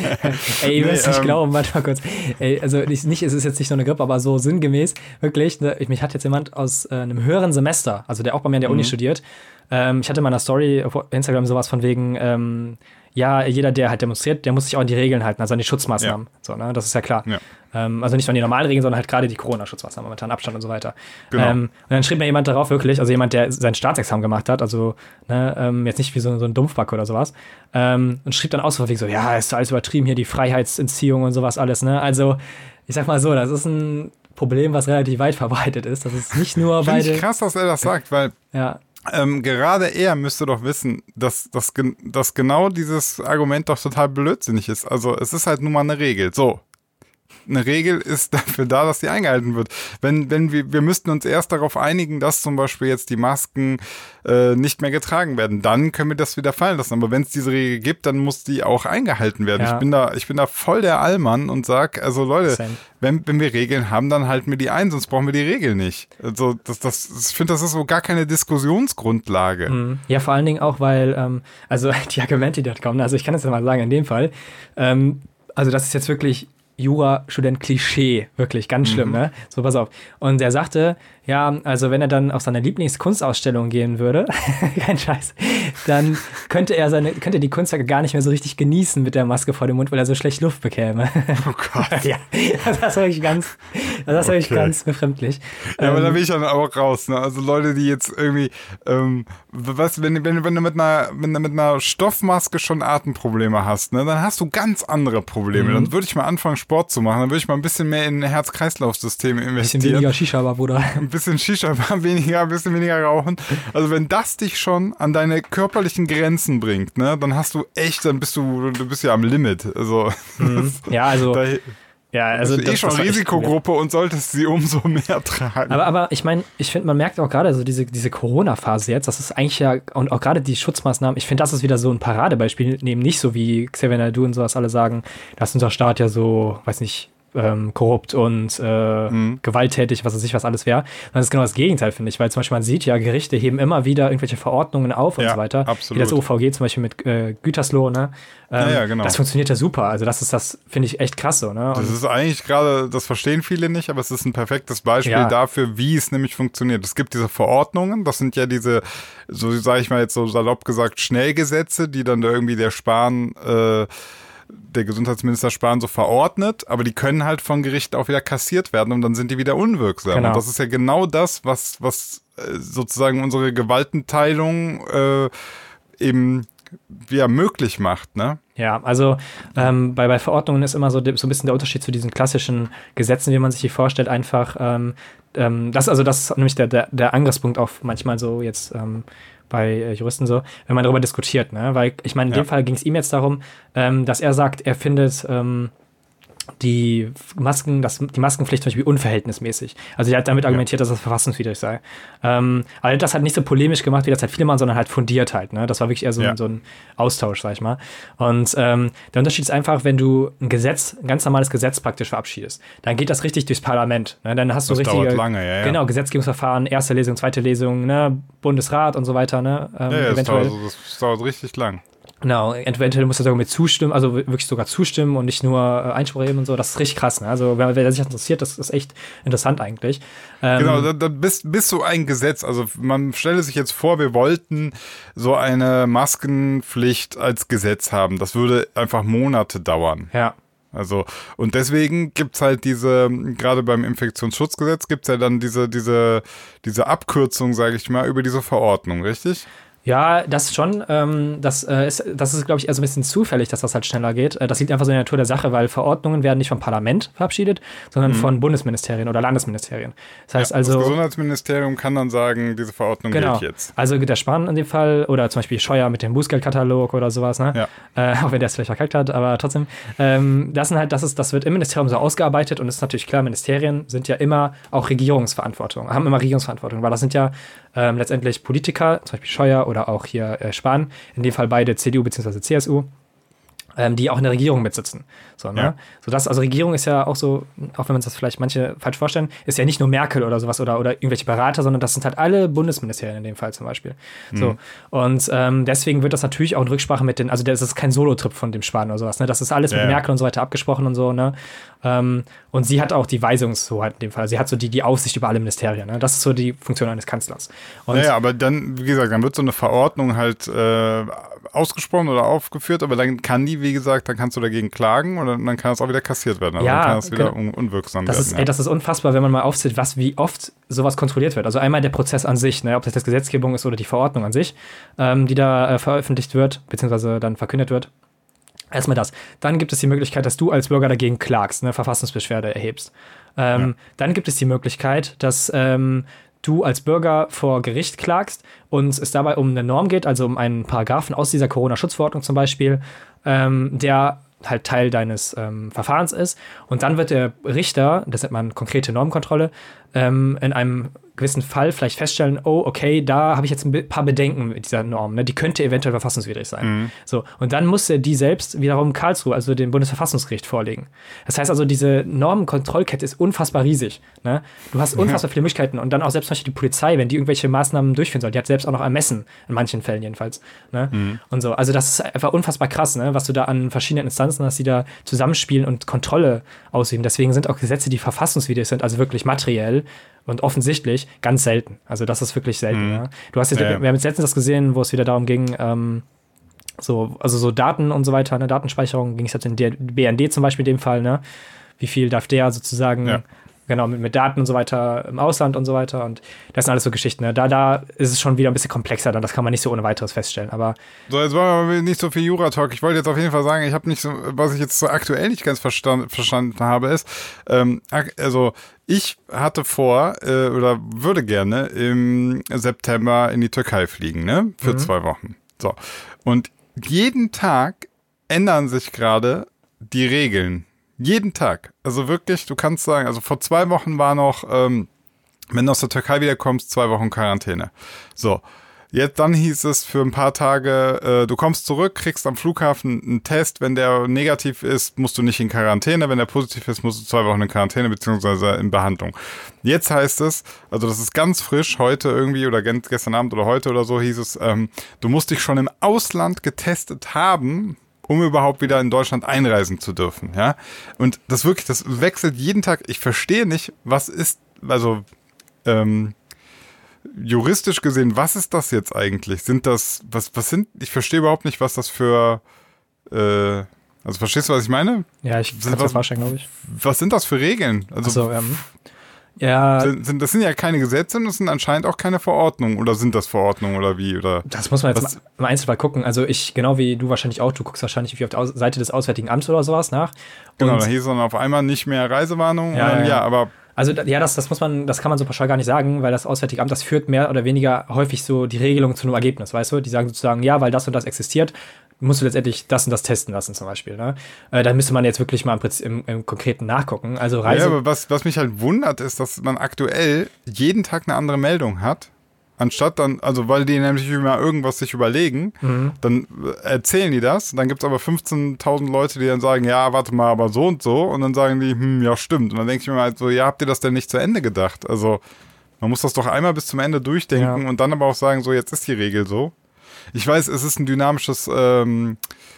ey, ihr müsst nee, nicht ähm, glauben, warte mal kurz. Ey, also nicht, nicht, es ist jetzt nicht nur eine Grippe, aber so sinngemäß, wirklich, ne, mich hat jetzt jemand aus äh, einem höheren Semester, also der auch bei mir an der mhm. Uni studiert, ähm, ich hatte in meiner Story auf Instagram sowas von wegen, ähm, ja, jeder, der halt demonstriert, der muss sich auch an die Regeln halten, also an die Schutzmaßnahmen. Ja. So, ne? Das ist ja klar. Ja. Ähm, also nicht nur an die normalen Regeln, sondern halt gerade die Corona-Schutzmaßnahmen, momentan Abstand und so weiter. Genau. Ähm, und dann schrieb mir jemand darauf wirklich, also jemand, der sein Staatsexamen gemacht hat, also ne, ähm, jetzt nicht wie so, so ein Dumpfback oder sowas, ähm, und schrieb dann aus, so, so, ja, ist alles übertrieben hier, die Freiheitsentziehung und sowas alles, ne? Also, ich sag mal so, das ist ein Problem, was relativ weit verbreitet ist. Das ist nicht nur bei. Finde ich krass, dass er das sagt, weil ja. ähm, gerade er müsste doch wissen, dass, dass, dass genau dieses Argument doch total blödsinnig ist. Also es ist halt nun mal eine Regel. So. Eine Regel ist dafür da, dass die eingehalten wird. Wenn, wenn wir, wir müssten uns erst darauf einigen, dass zum Beispiel jetzt die Masken äh, nicht mehr getragen werden. Dann können wir das wieder fallen lassen. Aber wenn es diese Regel gibt, dann muss die auch eingehalten werden. Ja. Ich bin da, ich bin da voll der Allmann und sag, also Leute, wenn, wenn wir Regeln haben, dann halten wir die ein, sonst brauchen wir die Regel nicht. Also das, das, ich finde, das ist so gar keine Diskussionsgrundlage. Ja, vor allen Dingen auch, weil, ähm, also die Argumente, die dort kommen, also ich kann es ja mal sagen, in dem Fall, ähm, also das ist jetzt wirklich Jura-Student-Klischee, wirklich ganz schlimm, mhm. ne? So, pass auf. Und er sagte, ja, also wenn er dann auf seine Lieblingskunstausstellung gehen würde, kein Scheiß, dann könnte er seine, könnte die Kunstwerke gar nicht mehr so richtig genießen mit der Maske vor dem Mund, weil er so schlecht Luft bekäme. Oh Gott. Ja, das ist wirklich ganz, das ist wirklich okay. ganz befremdlich. Ja, ähm, aber da bin ich dann auch raus, ne? Also Leute, die jetzt irgendwie, ähm, was, wenn, wenn, wenn du mit einer, mit, mit einer Stoffmaske schon Atemprobleme hast, ne, dann hast du ganz andere Probleme. Mhm. Dann würde ich mal anfangen, Sport zu machen, dann würde ich mal ein bisschen mehr in Herz-Kreislauf-System investieren. Ein bisschen weniger Shisha, aber Bruder. Ein bisschen Shisha, weniger, ein bisschen weniger rauchen. Also wenn das dich schon an deine körperlichen Grenzen bringt, ne, dann hast du echt, dann bist du, du bist ja am Limit. Also mhm. ja, also da, ja, also bist du eh schon Risikogruppe und solltest sie umso mehr tragen. Aber, aber ich meine, ich finde, man merkt auch gerade so diese, diese Corona-Phase jetzt, das ist eigentlich ja, und auch gerade die Schutzmaßnahmen, ich finde, das ist wieder so ein Paradebeispiel, neben nicht so wie Xavier Naidu und sowas alle sagen, dass unser Staat ja so, weiß nicht, ähm, korrupt und äh, mhm. gewalttätig, was weiß ich, was alles wäre. Das ist genau das Gegenteil, finde ich, weil zum Beispiel man sieht ja, Gerichte heben immer wieder irgendwelche Verordnungen auf und ja, so weiter. Absolut. Wie das O V G zum Beispiel mit äh, Gütersloh, ne? Ähm, ja, ja, genau. Das funktioniert ja super. Also das ist das, finde ich, echt krass so, ne? Und das ist eigentlich gerade, das verstehen viele nicht, aber es ist ein perfektes Beispiel ja. dafür, wie es nämlich funktioniert. Es gibt diese Verordnungen, das sind ja diese, so sage ich mal jetzt so salopp gesagt, Schnellgesetze, die dann da irgendwie der Spahn, äh, der Gesundheitsminister Spahn so verordnet, aber die können halt von Gericht auch wieder kassiert werden und dann sind die wieder unwirksam. Genau. Und das ist ja genau das, was, was äh, sozusagen unsere Gewaltenteilung äh, eben ja, möglich macht, ne? Ja, also ähm, bei, bei Verordnungen ist immer so, so ein bisschen der Unterschied zu diesen klassischen Gesetzen, wie man sich die vorstellt, einfach, ähm, ähm, das, also das ist nämlich der, der, der Angriffspunkt auf manchmal so jetzt ähm, bei äh, Juristen so, wenn man darüber diskutiert, ne? Weil ich meine, in ja. dem Fall ging es ihm jetzt darum, ähm, dass er sagt, er findet ähm, die Masken, das, die Maskenpflicht zum Beispiel unverhältnismäßig. Also er hat damit argumentiert, ja. dass das verfassungswidrig sei. Ähm, aber das hat nicht so polemisch gemacht, wie das halt viele machen, sondern halt fundiert halt. Ne? Das war wirklich eher so, ja. ein, so ein Austausch, sag ich mal. Und ähm, der Unterschied ist einfach, wenn du ein Gesetz, ein ganz normales Gesetz praktisch verabschiedest, dann geht das richtig durchs Parlament. Ne? Dann hast du das richtige, dauert lange, ja, ja. Genau, Gesetzgebungsverfahren, erste Lesung, zweite Lesung, ne? Bundesrat und so weiter. Ne? Ähm, ja, ja, eventuell. Das, dauert, das dauert richtig lang. Genau, entweder musst du sogar mit zustimmen, also wirklich sogar zustimmen und nicht nur äh, Einspruch erheben und so. Das ist richtig krass, ne? Also wer, wer sich das interessiert, das ist echt interessant eigentlich. Ähm, genau, da, da bist, bist so ein Gesetz, also man stelle sich jetzt vor, wir wollten so eine Maskenpflicht als Gesetz haben. Das würde einfach Monate dauern. Ja. Also, und deswegen gibt's halt diese, gerade beim Infektionsschutzgesetz gibt's ja dann diese, diese, diese Abkürzung, sage ich mal, über diese Verordnung, richtig? Ja, das schon. Ähm, das, äh, ist, das ist, glaube ich, eher so ein bisschen zufällig, dass das halt schneller geht. Äh, das liegt einfach so in der Natur der Sache, weil Verordnungen werden nicht vom Parlament verabschiedet, sondern mhm. von Bundesministerien oder Landesministerien. Das heißt ja, also. Das Gesundheitsministerium kann dann sagen, diese Verordnung genau. gilt jetzt. Also der Spahn in dem Fall oder zum Beispiel Scheuer mit dem Bußgeldkatalog oder sowas, ne? Ja. Äh, auch wenn der es vielleicht verkackt hat, aber trotzdem. Ähm, das sind halt, das ist, das wird im Ministerium so ausgearbeitet und ist natürlich klar, Ministerien sind ja immer auch Regierungsverantwortung, haben immer Regierungsverantwortung, weil das sind ja ähm, letztendlich Politiker, zum Beispiel Scheuer oder auch hier äh, Spahn, in dem Fall beide C D U bzw. C S U, ähm, die auch in der Regierung mitsitzen. So, ne? Ja. So das, also Regierung ist ja auch so, auch wenn man das vielleicht manche falsch vorstellen, ist ja nicht nur Merkel oder sowas oder, oder irgendwelche Berater, sondern das sind halt alle Bundesministerien in dem Fall zum Beispiel. Mhm. So, und ähm, deswegen wird das natürlich auch in Rücksprache mit den, also das ist kein Solo-Trip von dem Spahn oder sowas, ne? Das ist alles ja, mit Merkel und so weiter abgesprochen und so, ne? Ähm, und sie hat auch die Weisungshoheit in dem Fall. Sie hat so die, die Aufsicht über alle Ministerien. Ne? Das ist so die Funktion eines Kanzlers. Und naja, aber dann, wie gesagt, dann wird so eine Verordnung halt äh, ausgesprochen oder aufgeführt, aber dann kann die, wie gesagt, dann kannst du dagegen klagen und dann kann es auch wieder kassiert werden. Also ja, dann kann es wieder genau. un- unwirksam das werden. Ist, ja. ey, das ist unfassbar, wenn man mal aufzählt, was, wie oft sowas kontrolliert wird. Also einmal der Prozess an sich, ne? Ob das jetzt Gesetzgebung ist oder die Verordnung an sich, ähm, die da äh, veröffentlicht wird, beziehungsweise dann verkündet wird. Erstmal das. Dann gibt es die Möglichkeit, dass du als Bürger dagegen klagst, eine Verfassungsbeschwerde erhebst. Ähm, ja. Dann gibt es die Möglichkeit, dass ähm, du als Bürger vor Gericht klagst und es dabei um eine Norm geht, also um einen Paragraphen aus dieser Corona-Schutzverordnung zum Beispiel, ähm, der halt Teil deines ähm, Verfahrens ist. Und dann wird der Richter, das nennt man konkrete Normkontrolle, ähm, in einem gewissen Fall vielleicht feststellen, oh, okay, da habe ich jetzt ein paar Bedenken mit dieser Norm, ne? Die könnte eventuell verfassungswidrig sein. Mhm. So, und dann muss er die selbst wiederum Karlsruhe, also dem Bundesverfassungsgericht, vorlegen. Das heißt also, diese Normenkontrollkette ist unfassbar riesig. Ne? Du hast unfassbar viele Möglichkeiten und dann auch selbst zum Beispiel die Polizei, wenn die irgendwelche Maßnahmen durchführen soll, die hat selbst auch noch ermessen, in manchen Fällen jedenfalls. Ne? Mhm. Und so, also das ist einfach unfassbar krass, ne? Was du da an verschiedenen Instanzen hast, die da zusammenspielen und Kontrolle ausüben. Deswegen sind auch Gesetze, die verfassungswidrig sind, also wirklich materiell und offensichtlich, ganz selten. Also das ist wirklich selten. Mhm. Ja. Du hast jetzt, ja, ja. wir haben jetzt letztens das gesehen, wo es wieder darum ging, ähm, so, also so Daten und so weiter, ne, Datenspeicherung, ging es jetzt in der B N D zum Beispiel in dem Fall, ne? Wie viel darf der sozusagen, ja. genau, mit, mit Daten und so weiter im Ausland und so weiter. Und das sind alles so Geschichten. Ne? Da, da ist es schon wieder ein bisschen komplexer, dann das kann man nicht so ohne weiteres feststellen. Aber so, jetzt war aber nicht so viel Jura-Talk. Ich wollte jetzt auf jeden Fall sagen, ich habe nicht so, was ich jetzt so aktuell nicht ganz verstand, verstanden habe, ist, ähm, also ich hatte vor äh, oder würde gerne im September in die Türkei fliegen, ne? Für mhm. zwei Wochen. So. Und jeden Tag ändern sich gerade die Regeln. Jeden Tag. Also wirklich, du kannst sagen, also vor zwei Wochen war noch, ähm, wenn du aus der Türkei wiederkommst, zwei Wochen Quarantäne. So. Jetzt dann hieß es für ein paar Tage, äh, du kommst zurück, kriegst am Flughafen einen Test, wenn der negativ ist, musst du nicht in Quarantäne, wenn der positiv ist, musst du zwei Wochen in Quarantäne beziehungsweise in Behandlung. Jetzt heißt es, also das ist ganz frisch, heute irgendwie oder gestern Abend oder heute oder so hieß es, ähm, du musst dich schon im Ausland getestet haben, um überhaupt wieder in Deutschland einreisen zu dürfen, ja. Und das wirklich, das wechselt jeden Tag. Ich verstehe nicht, was ist, also ähm, juristisch gesehen, was ist das jetzt eigentlich? Sind das, was, was sind, ich verstehe überhaupt nicht, was das für, äh, also verstehst du, was ich meine? Ja, ich kann es mir vorstellen, glaube ich. Was sind das für Regeln? Also, so, ähm, ja. Sind, sind, das sind ja keine Gesetze und das sind anscheinend auch keine Verordnungen. Oder sind das Verordnungen oder wie? Oder das muss man jetzt was? mal im Einzelfall gucken. Also ich, genau wie du wahrscheinlich auch, du guckst wahrscheinlich wie auf der Aus- Seite des Auswärtigen Amts oder sowas nach. Und genau, da hieß es dann auf einmal nicht mehr Reisewarnung. Ja, und dann, ja, ja. ja, aber Also ja, das, das muss man, das kann man so pauschal gar nicht sagen, weil das Auswärtige Amt, das führt mehr oder weniger häufig so die Regelung zu einem Ergebnis, weißt du? Die sagen sozusagen, ja, weil das und das existiert, musst du letztendlich das und das testen lassen zum Beispiel. Ne? Äh, da müsste man jetzt wirklich mal im, im, im Konkreten nachgucken. Also Reise. Ja, aber was, was mich halt wundert, ist, dass man aktuell jeden Tag eine andere Meldung hat. Anstatt dann, also weil die nämlich immer irgendwas sich überlegen, mhm. dann erzählen die das, dann gibt es aber fünfzehntausend Leute, die dann sagen, ja, warte mal, aber so und so, und dann sagen die, hm, ja, stimmt. Und dann denke ich mir halt so, ja, habt ihr das denn nicht zu Ende gedacht? Also man muss das doch einmal bis zum Ende durchdenken ja. und dann aber auch sagen, so, jetzt ist die Regel so. Ich weiß, es ist ein dynamisches ähm,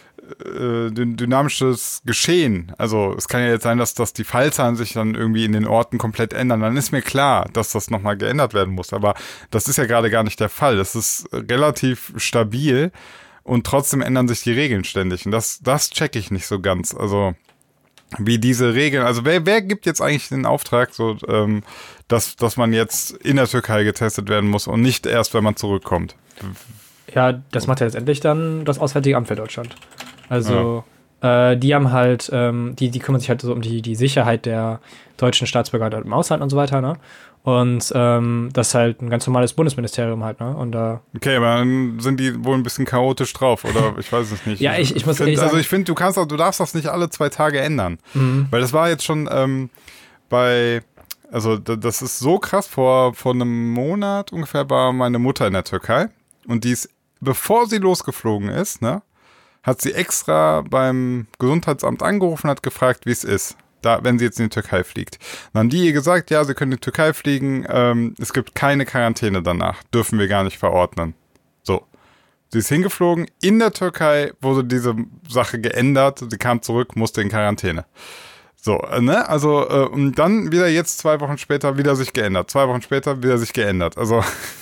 äh, dynamisches Geschehen. Also es kann ja jetzt sein, dass, dass die Fallzahlen sich dann irgendwie in den Orten komplett ändern. Dann ist mir klar, dass das nochmal geändert werden muss. Aber das ist ja gerade gar nicht der Fall. Es ist relativ stabil und trotzdem ändern sich die Regeln ständig. Und das, das checke ich nicht so ganz. Also wie diese Regeln, also wer, wer gibt jetzt eigentlich den Auftrag, so, ähm, dass, dass man jetzt in der Türkei getestet werden muss und nicht erst, wenn man zurückkommt? Ja, das macht ja letztendlich dann das Auswärtige Amt für Deutschland. Also, ja. äh, die haben halt, ähm, die, die kümmern sich halt so um die, die Sicherheit der deutschen Staatsbürger im Ausland und so weiter, ne? Und ähm, das ist halt ein ganz normales Bundesministerium halt, ne? Und da. Äh okay, aber dann sind die wohl ein bisschen chaotisch drauf, oder? Ich weiß es nicht. ja, ich, ich muss find, ehrlich sagen, also ich finde, du kannst auch, du darfst das nicht alle zwei Tage ändern. Mhm. Weil das war jetzt schon ähm, bei, also das ist so krass, vor, vor einem Monat ungefähr war meine Mutter in der Türkei und die ist, bevor sie losgeflogen ist, ne, hat sie extra beim Gesundheitsamt angerufen und hat gefragt, wie es ist, da, wenn sie jetzt in die Türkei fliegt. Dann haben die ihr gesagt, ja, sie können in die Türkei fliegen, ähm, es gibt keine Quarantäne danach, dürfen wir gar nicht verordnen. So. Sie ist hingeflogen, in der Türkei wurde diese Sache geändert, sie kam zurück, musste in Quarantäne. So, ne, also, äh, und dann wieder jetzt zwei Wochen später wieder sich geändert, zwei Wochen später wieder sich geändert, also...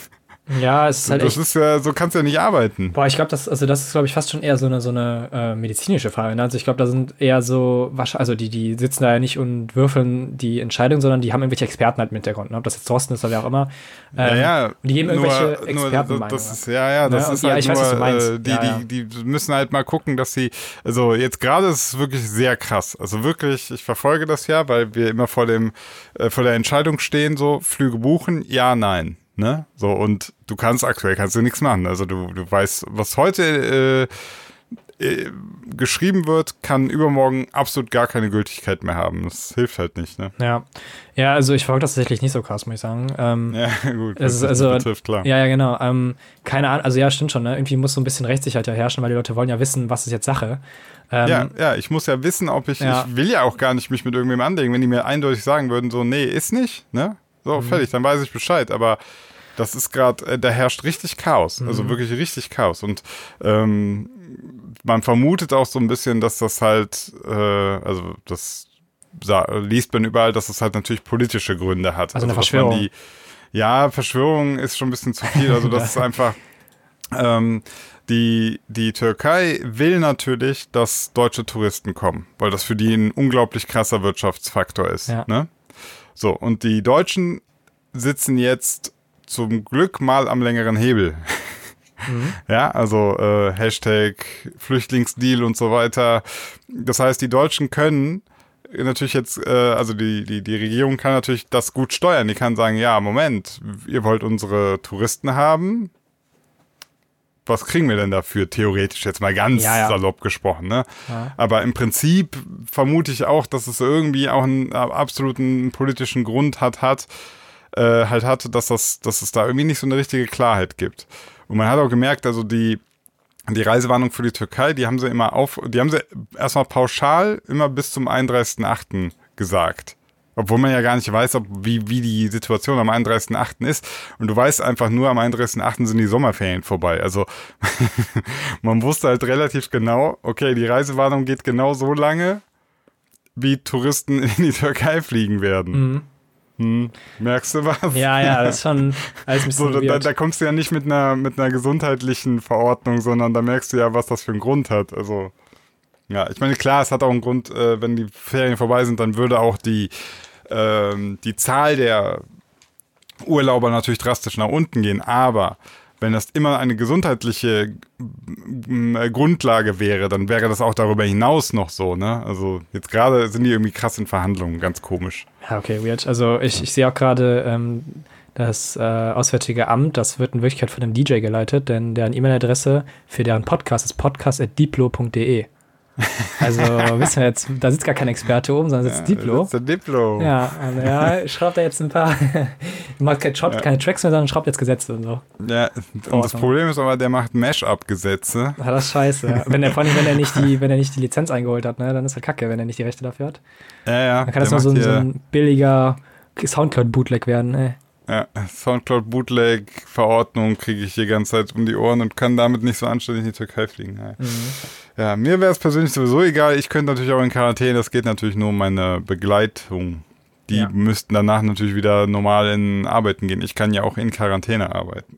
Ja, es ist halt das echt, ist ja, so kannst du ja nicht arbeiten. Boah, ich glaube, das, also das ist, glaube ich, fast schon eher so eine, so eine äh, medizinische Frage. Ne? Also ich glaube, da sind eher so, also die, die sitzen da ja nicht und würfeln die Entscheidung, sondern die haben irgendwelche Experten halt im Hintergrund. Ne? Ob das jetzt Thorsten ist oder wer auch immer. Ähm, ja, ja. Und die geben irgendwelche nur, Experten nur, das ist, Ja, ja, das ne? ist ja, halt ich nur, weiß, was du meinst. Äh, die, ja, ja. die, die müssen halt mal gucken, dass sie, also jetzt gerade ist es wirklich sehr krass. Also wirklich, ich verfolge das ja, weil wir immer vor dem, äh, vor der Entscheidung stehen, so, Flüge buchen, ja, nein. Ne? So, und du kannst aktuell kannst du nichts machen. Also du, du weißt, was heute äh, äh, geschrieben wird, kann übermorgen absolut gar keine Gültigkeit mehr haben. Das hilft halt nicht, ne? Ja. Ja, also ich verfolge das tatsächlich nicht so krass, muss ich sagen. Ähm, ja, gut, was das also, betrifft, klar. Ja, ja, genau. Ähm, keine Ahnung, also ja, stimmt schon, ne? Irgendwie muss so ein bisschen Rechtssicherheit ja herrschen, weil die Leute wollen ja wissen, was ist jetzt Sache. Ähm, ja, ja, ich muss ja wissen, ob ich, ja. ich will ja auch gar nicht mich mit irgendwem anlegen, wenn die mir eindeutig sagen würden, so, nee, ist nicht, ne? So, mhm. fertig, dann weiß ich Bescheid. Aber das ist gerade, äh, da herrscht richtig Chaos. Mhm. Also wirklich richtig Chaos. Und ähm, man vermutet auch so ein bisschen, dass das halt, äh, also das liest man überall, dass das halt natürlich politische Gründe hat. Also eine also, Verschwörung. Die, ja, Verschwörung ist schon ein bisschen zu viel. Also das ja. ist einfach, ähm, die, die Türkei will natürlich, dass deutsche Touristen kommen, weil das für die ein unglaublich krasser Wirtschaftsfaktor ist. Ja. Ne? So, und die Deutschen sitzen jetzt zum Glück mal am längeren Hebel. Mhm. Ja, also äh, Hashtag Flüchtlingsdeal und so weiter. Das heißt, die Deutschen können natürlich jetzt, äh, also die, die, die Regierung kann natürlich das gut steuern. Die kann sagen, ja, Moment, ihr wollt unsere Touristen haben. Was kriegen wir denn dafür, theoretisch jetzt mal ganz ja, ja. salopp gesprochen, ne? Ja. Aber im Prinzip vermute ich auch, dass es irgendwie auch einen absoluten politischen Grund hat, hat, äh, halt hatte, dass, das, dass es da irgendwie nicht so eine richtige Klarheit gibt. Und man hat auch gemerkt, also die, die Reisewarnung für die Türkei, die haben sie immer auf, die haben sie erstmal pauschal immer bis zum einunddreißigsten achten gesagt. Obwohl man ja gar nicht weiß, ob, wie, wie die Situation am einunddreißigsten achten ist. Und du weißt einfach nur, am einunddreißigsten achten sind die Sommerferien vorbei. Also man wusste halt relativ genau, okay, die Reisewarnung geht genau so lange, wie Touristen in die Türkei fliegen werden. Mhm. Hm, merkst du was? Ja, ja, das ist schon alles ein bisschen so, da, weird. da kommst du ja nicht mit einer, mit einer gesundheitlichen Verordnung, sondern da merkst du ja, was das für einen Grund hat. Also ja, ich meine, klar, es hat auch einen Grund, äh, wenn die Ferien vorbei sind, dann würde auch die, ähm, die Zahl der Urlauber natürlich drastisch nach unten gehen. Aber wenn das immer eine gesundheitliche äh, Grundlage wäre, dann wäre das auch darüber hinaus noch so, ne? Also jetzt gerade sind die irgendwie krass in Verhandlungen, ganz komisch. Ja, okay, weird. Also ich, ich sehe auch gerade, ähm, das äh, Auswärtige Amt, das wird in Wirklichkeit von einem D J geleitet, denn deren E-Mail-Adresse für deren Podcast ist podcast at diplo punkt de. Also wissen wir jetzt, da sitzt gar kein Experte oben, sondern sitzt ja, Diplo. Da sitzt der Diplo. Ja, also ja, schraubt er jetzt ein paar, macht keine, ja. keine Tracks mehr, sondern schraubt jetzt Gesetze und so. Ja, und das Problem ist aber, der macht Mash-up-Gesetze. Ja, das ist scheiße. Ja. Wenn er, vor allem, wenn er nicht die, wenn er nicht die Lizenz eingeholt hat, ne, dann ist er kacke, wenn er nicht die Rechte dafür hat. Ja, ja. Dann kann das nur so ein, so ein billiger Soundcloud-Bootleg werden, ey. Ja, Soundcloud-Bootleg-Verordnung kriege ich die ganze Zeit um die Ohren und kann damit nicht so anständig in die Türkei fliegen. Ja, mhm. ja mir wäre es persönlich sowieso egal. Ich könnte natürlich auch in Quarantäne, das geht natürlich nur um meine Begleitung. Die ja. müssten danach natürlich wieder normal in Arbeiten gehen. Ich kann ja auch in Quarantäne arbeiten.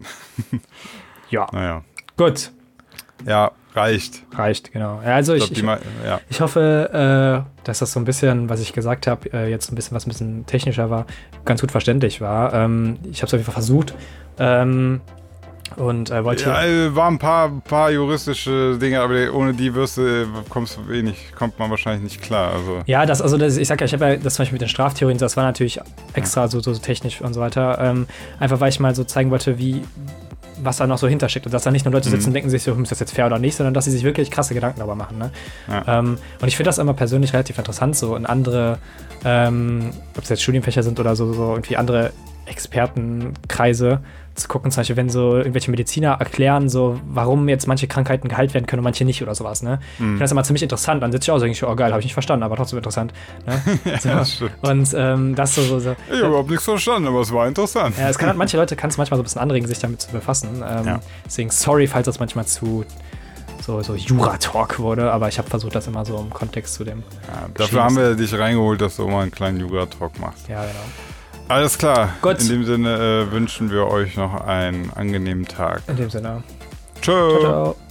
Ja. Naja. Gut. Ja, reicht. Reicht, genau. Ja, also ich, ich, ich, ja. ich hoffe, äh, dass das so ein bisschen, was ich gesagt habe, äh, jetzt ein bisschen, was ein bisschen technischer war, ganz gut verständlich war. Ähm, ich habe es auf jeden Fall versucht. Ähm, und äh, wollte ja, äh, waren ein paar, paar juristische Dinge, aber ohne die wirst du, kommst du wenig, kommt man wahrscheinlich nicht klar. Also. Ja, das, also das, ich sag ja, ich habe ja das zum Beispiel mit den Straftheorien, das war natürlich extra ja. so, so technisch und so weiter. Ähm, einfach weil ich mal so zeigen wollte, wie was da noch so hintersteckt und dass da nicht nur Leute sitzen mhm. und denken sich so, ist das jetzt fair oder nicht, sondern dass sie sich wirklich krasse Gedanken darüber machen. Ne? Ja. Ähm, und ich finde das immer persönlich relativ interessant, so in andere, ähm, ob es jetzt Studienfächer sind oder so, so irgendwie andere Expertenkreise zu gucken, zum Beispiel, wenn so irgendwelche Mediziner erklären, so warum jetzt manche Krankheiten geheilt werden können und manche nicht oder sowas, ne? Mhm. Ich finde das immer ziemlich interessant. Dann sitze ich auch so, denke ich, oh geil, habe ich nicht verstanden, aber trotzdem interessant. Ne? Ja, so. Und ähm, das so, so, so. Ich habe überhaupt nichts verstanden, aber es war interessant. Ja, es kann, manche Leute kann es manchmal so ein bisschen anregen, sich damit zu befassen. Ähm, ja. Deswegen sorry, falls das manchmal zu so, so Jura-Talk wurde, aber ich habe versucht, das immer so im Kontext zu dem. Ja, dafür haben wir dich reingeholt, dass du mal einen kleinen Jura-Talk machst. Ja, genau. Alles klar. Gut. In dem Sinne äh, wünschen wir euch noch einen angenehmen Tag. In dem Sinne. Tschö. Ciao, ciao.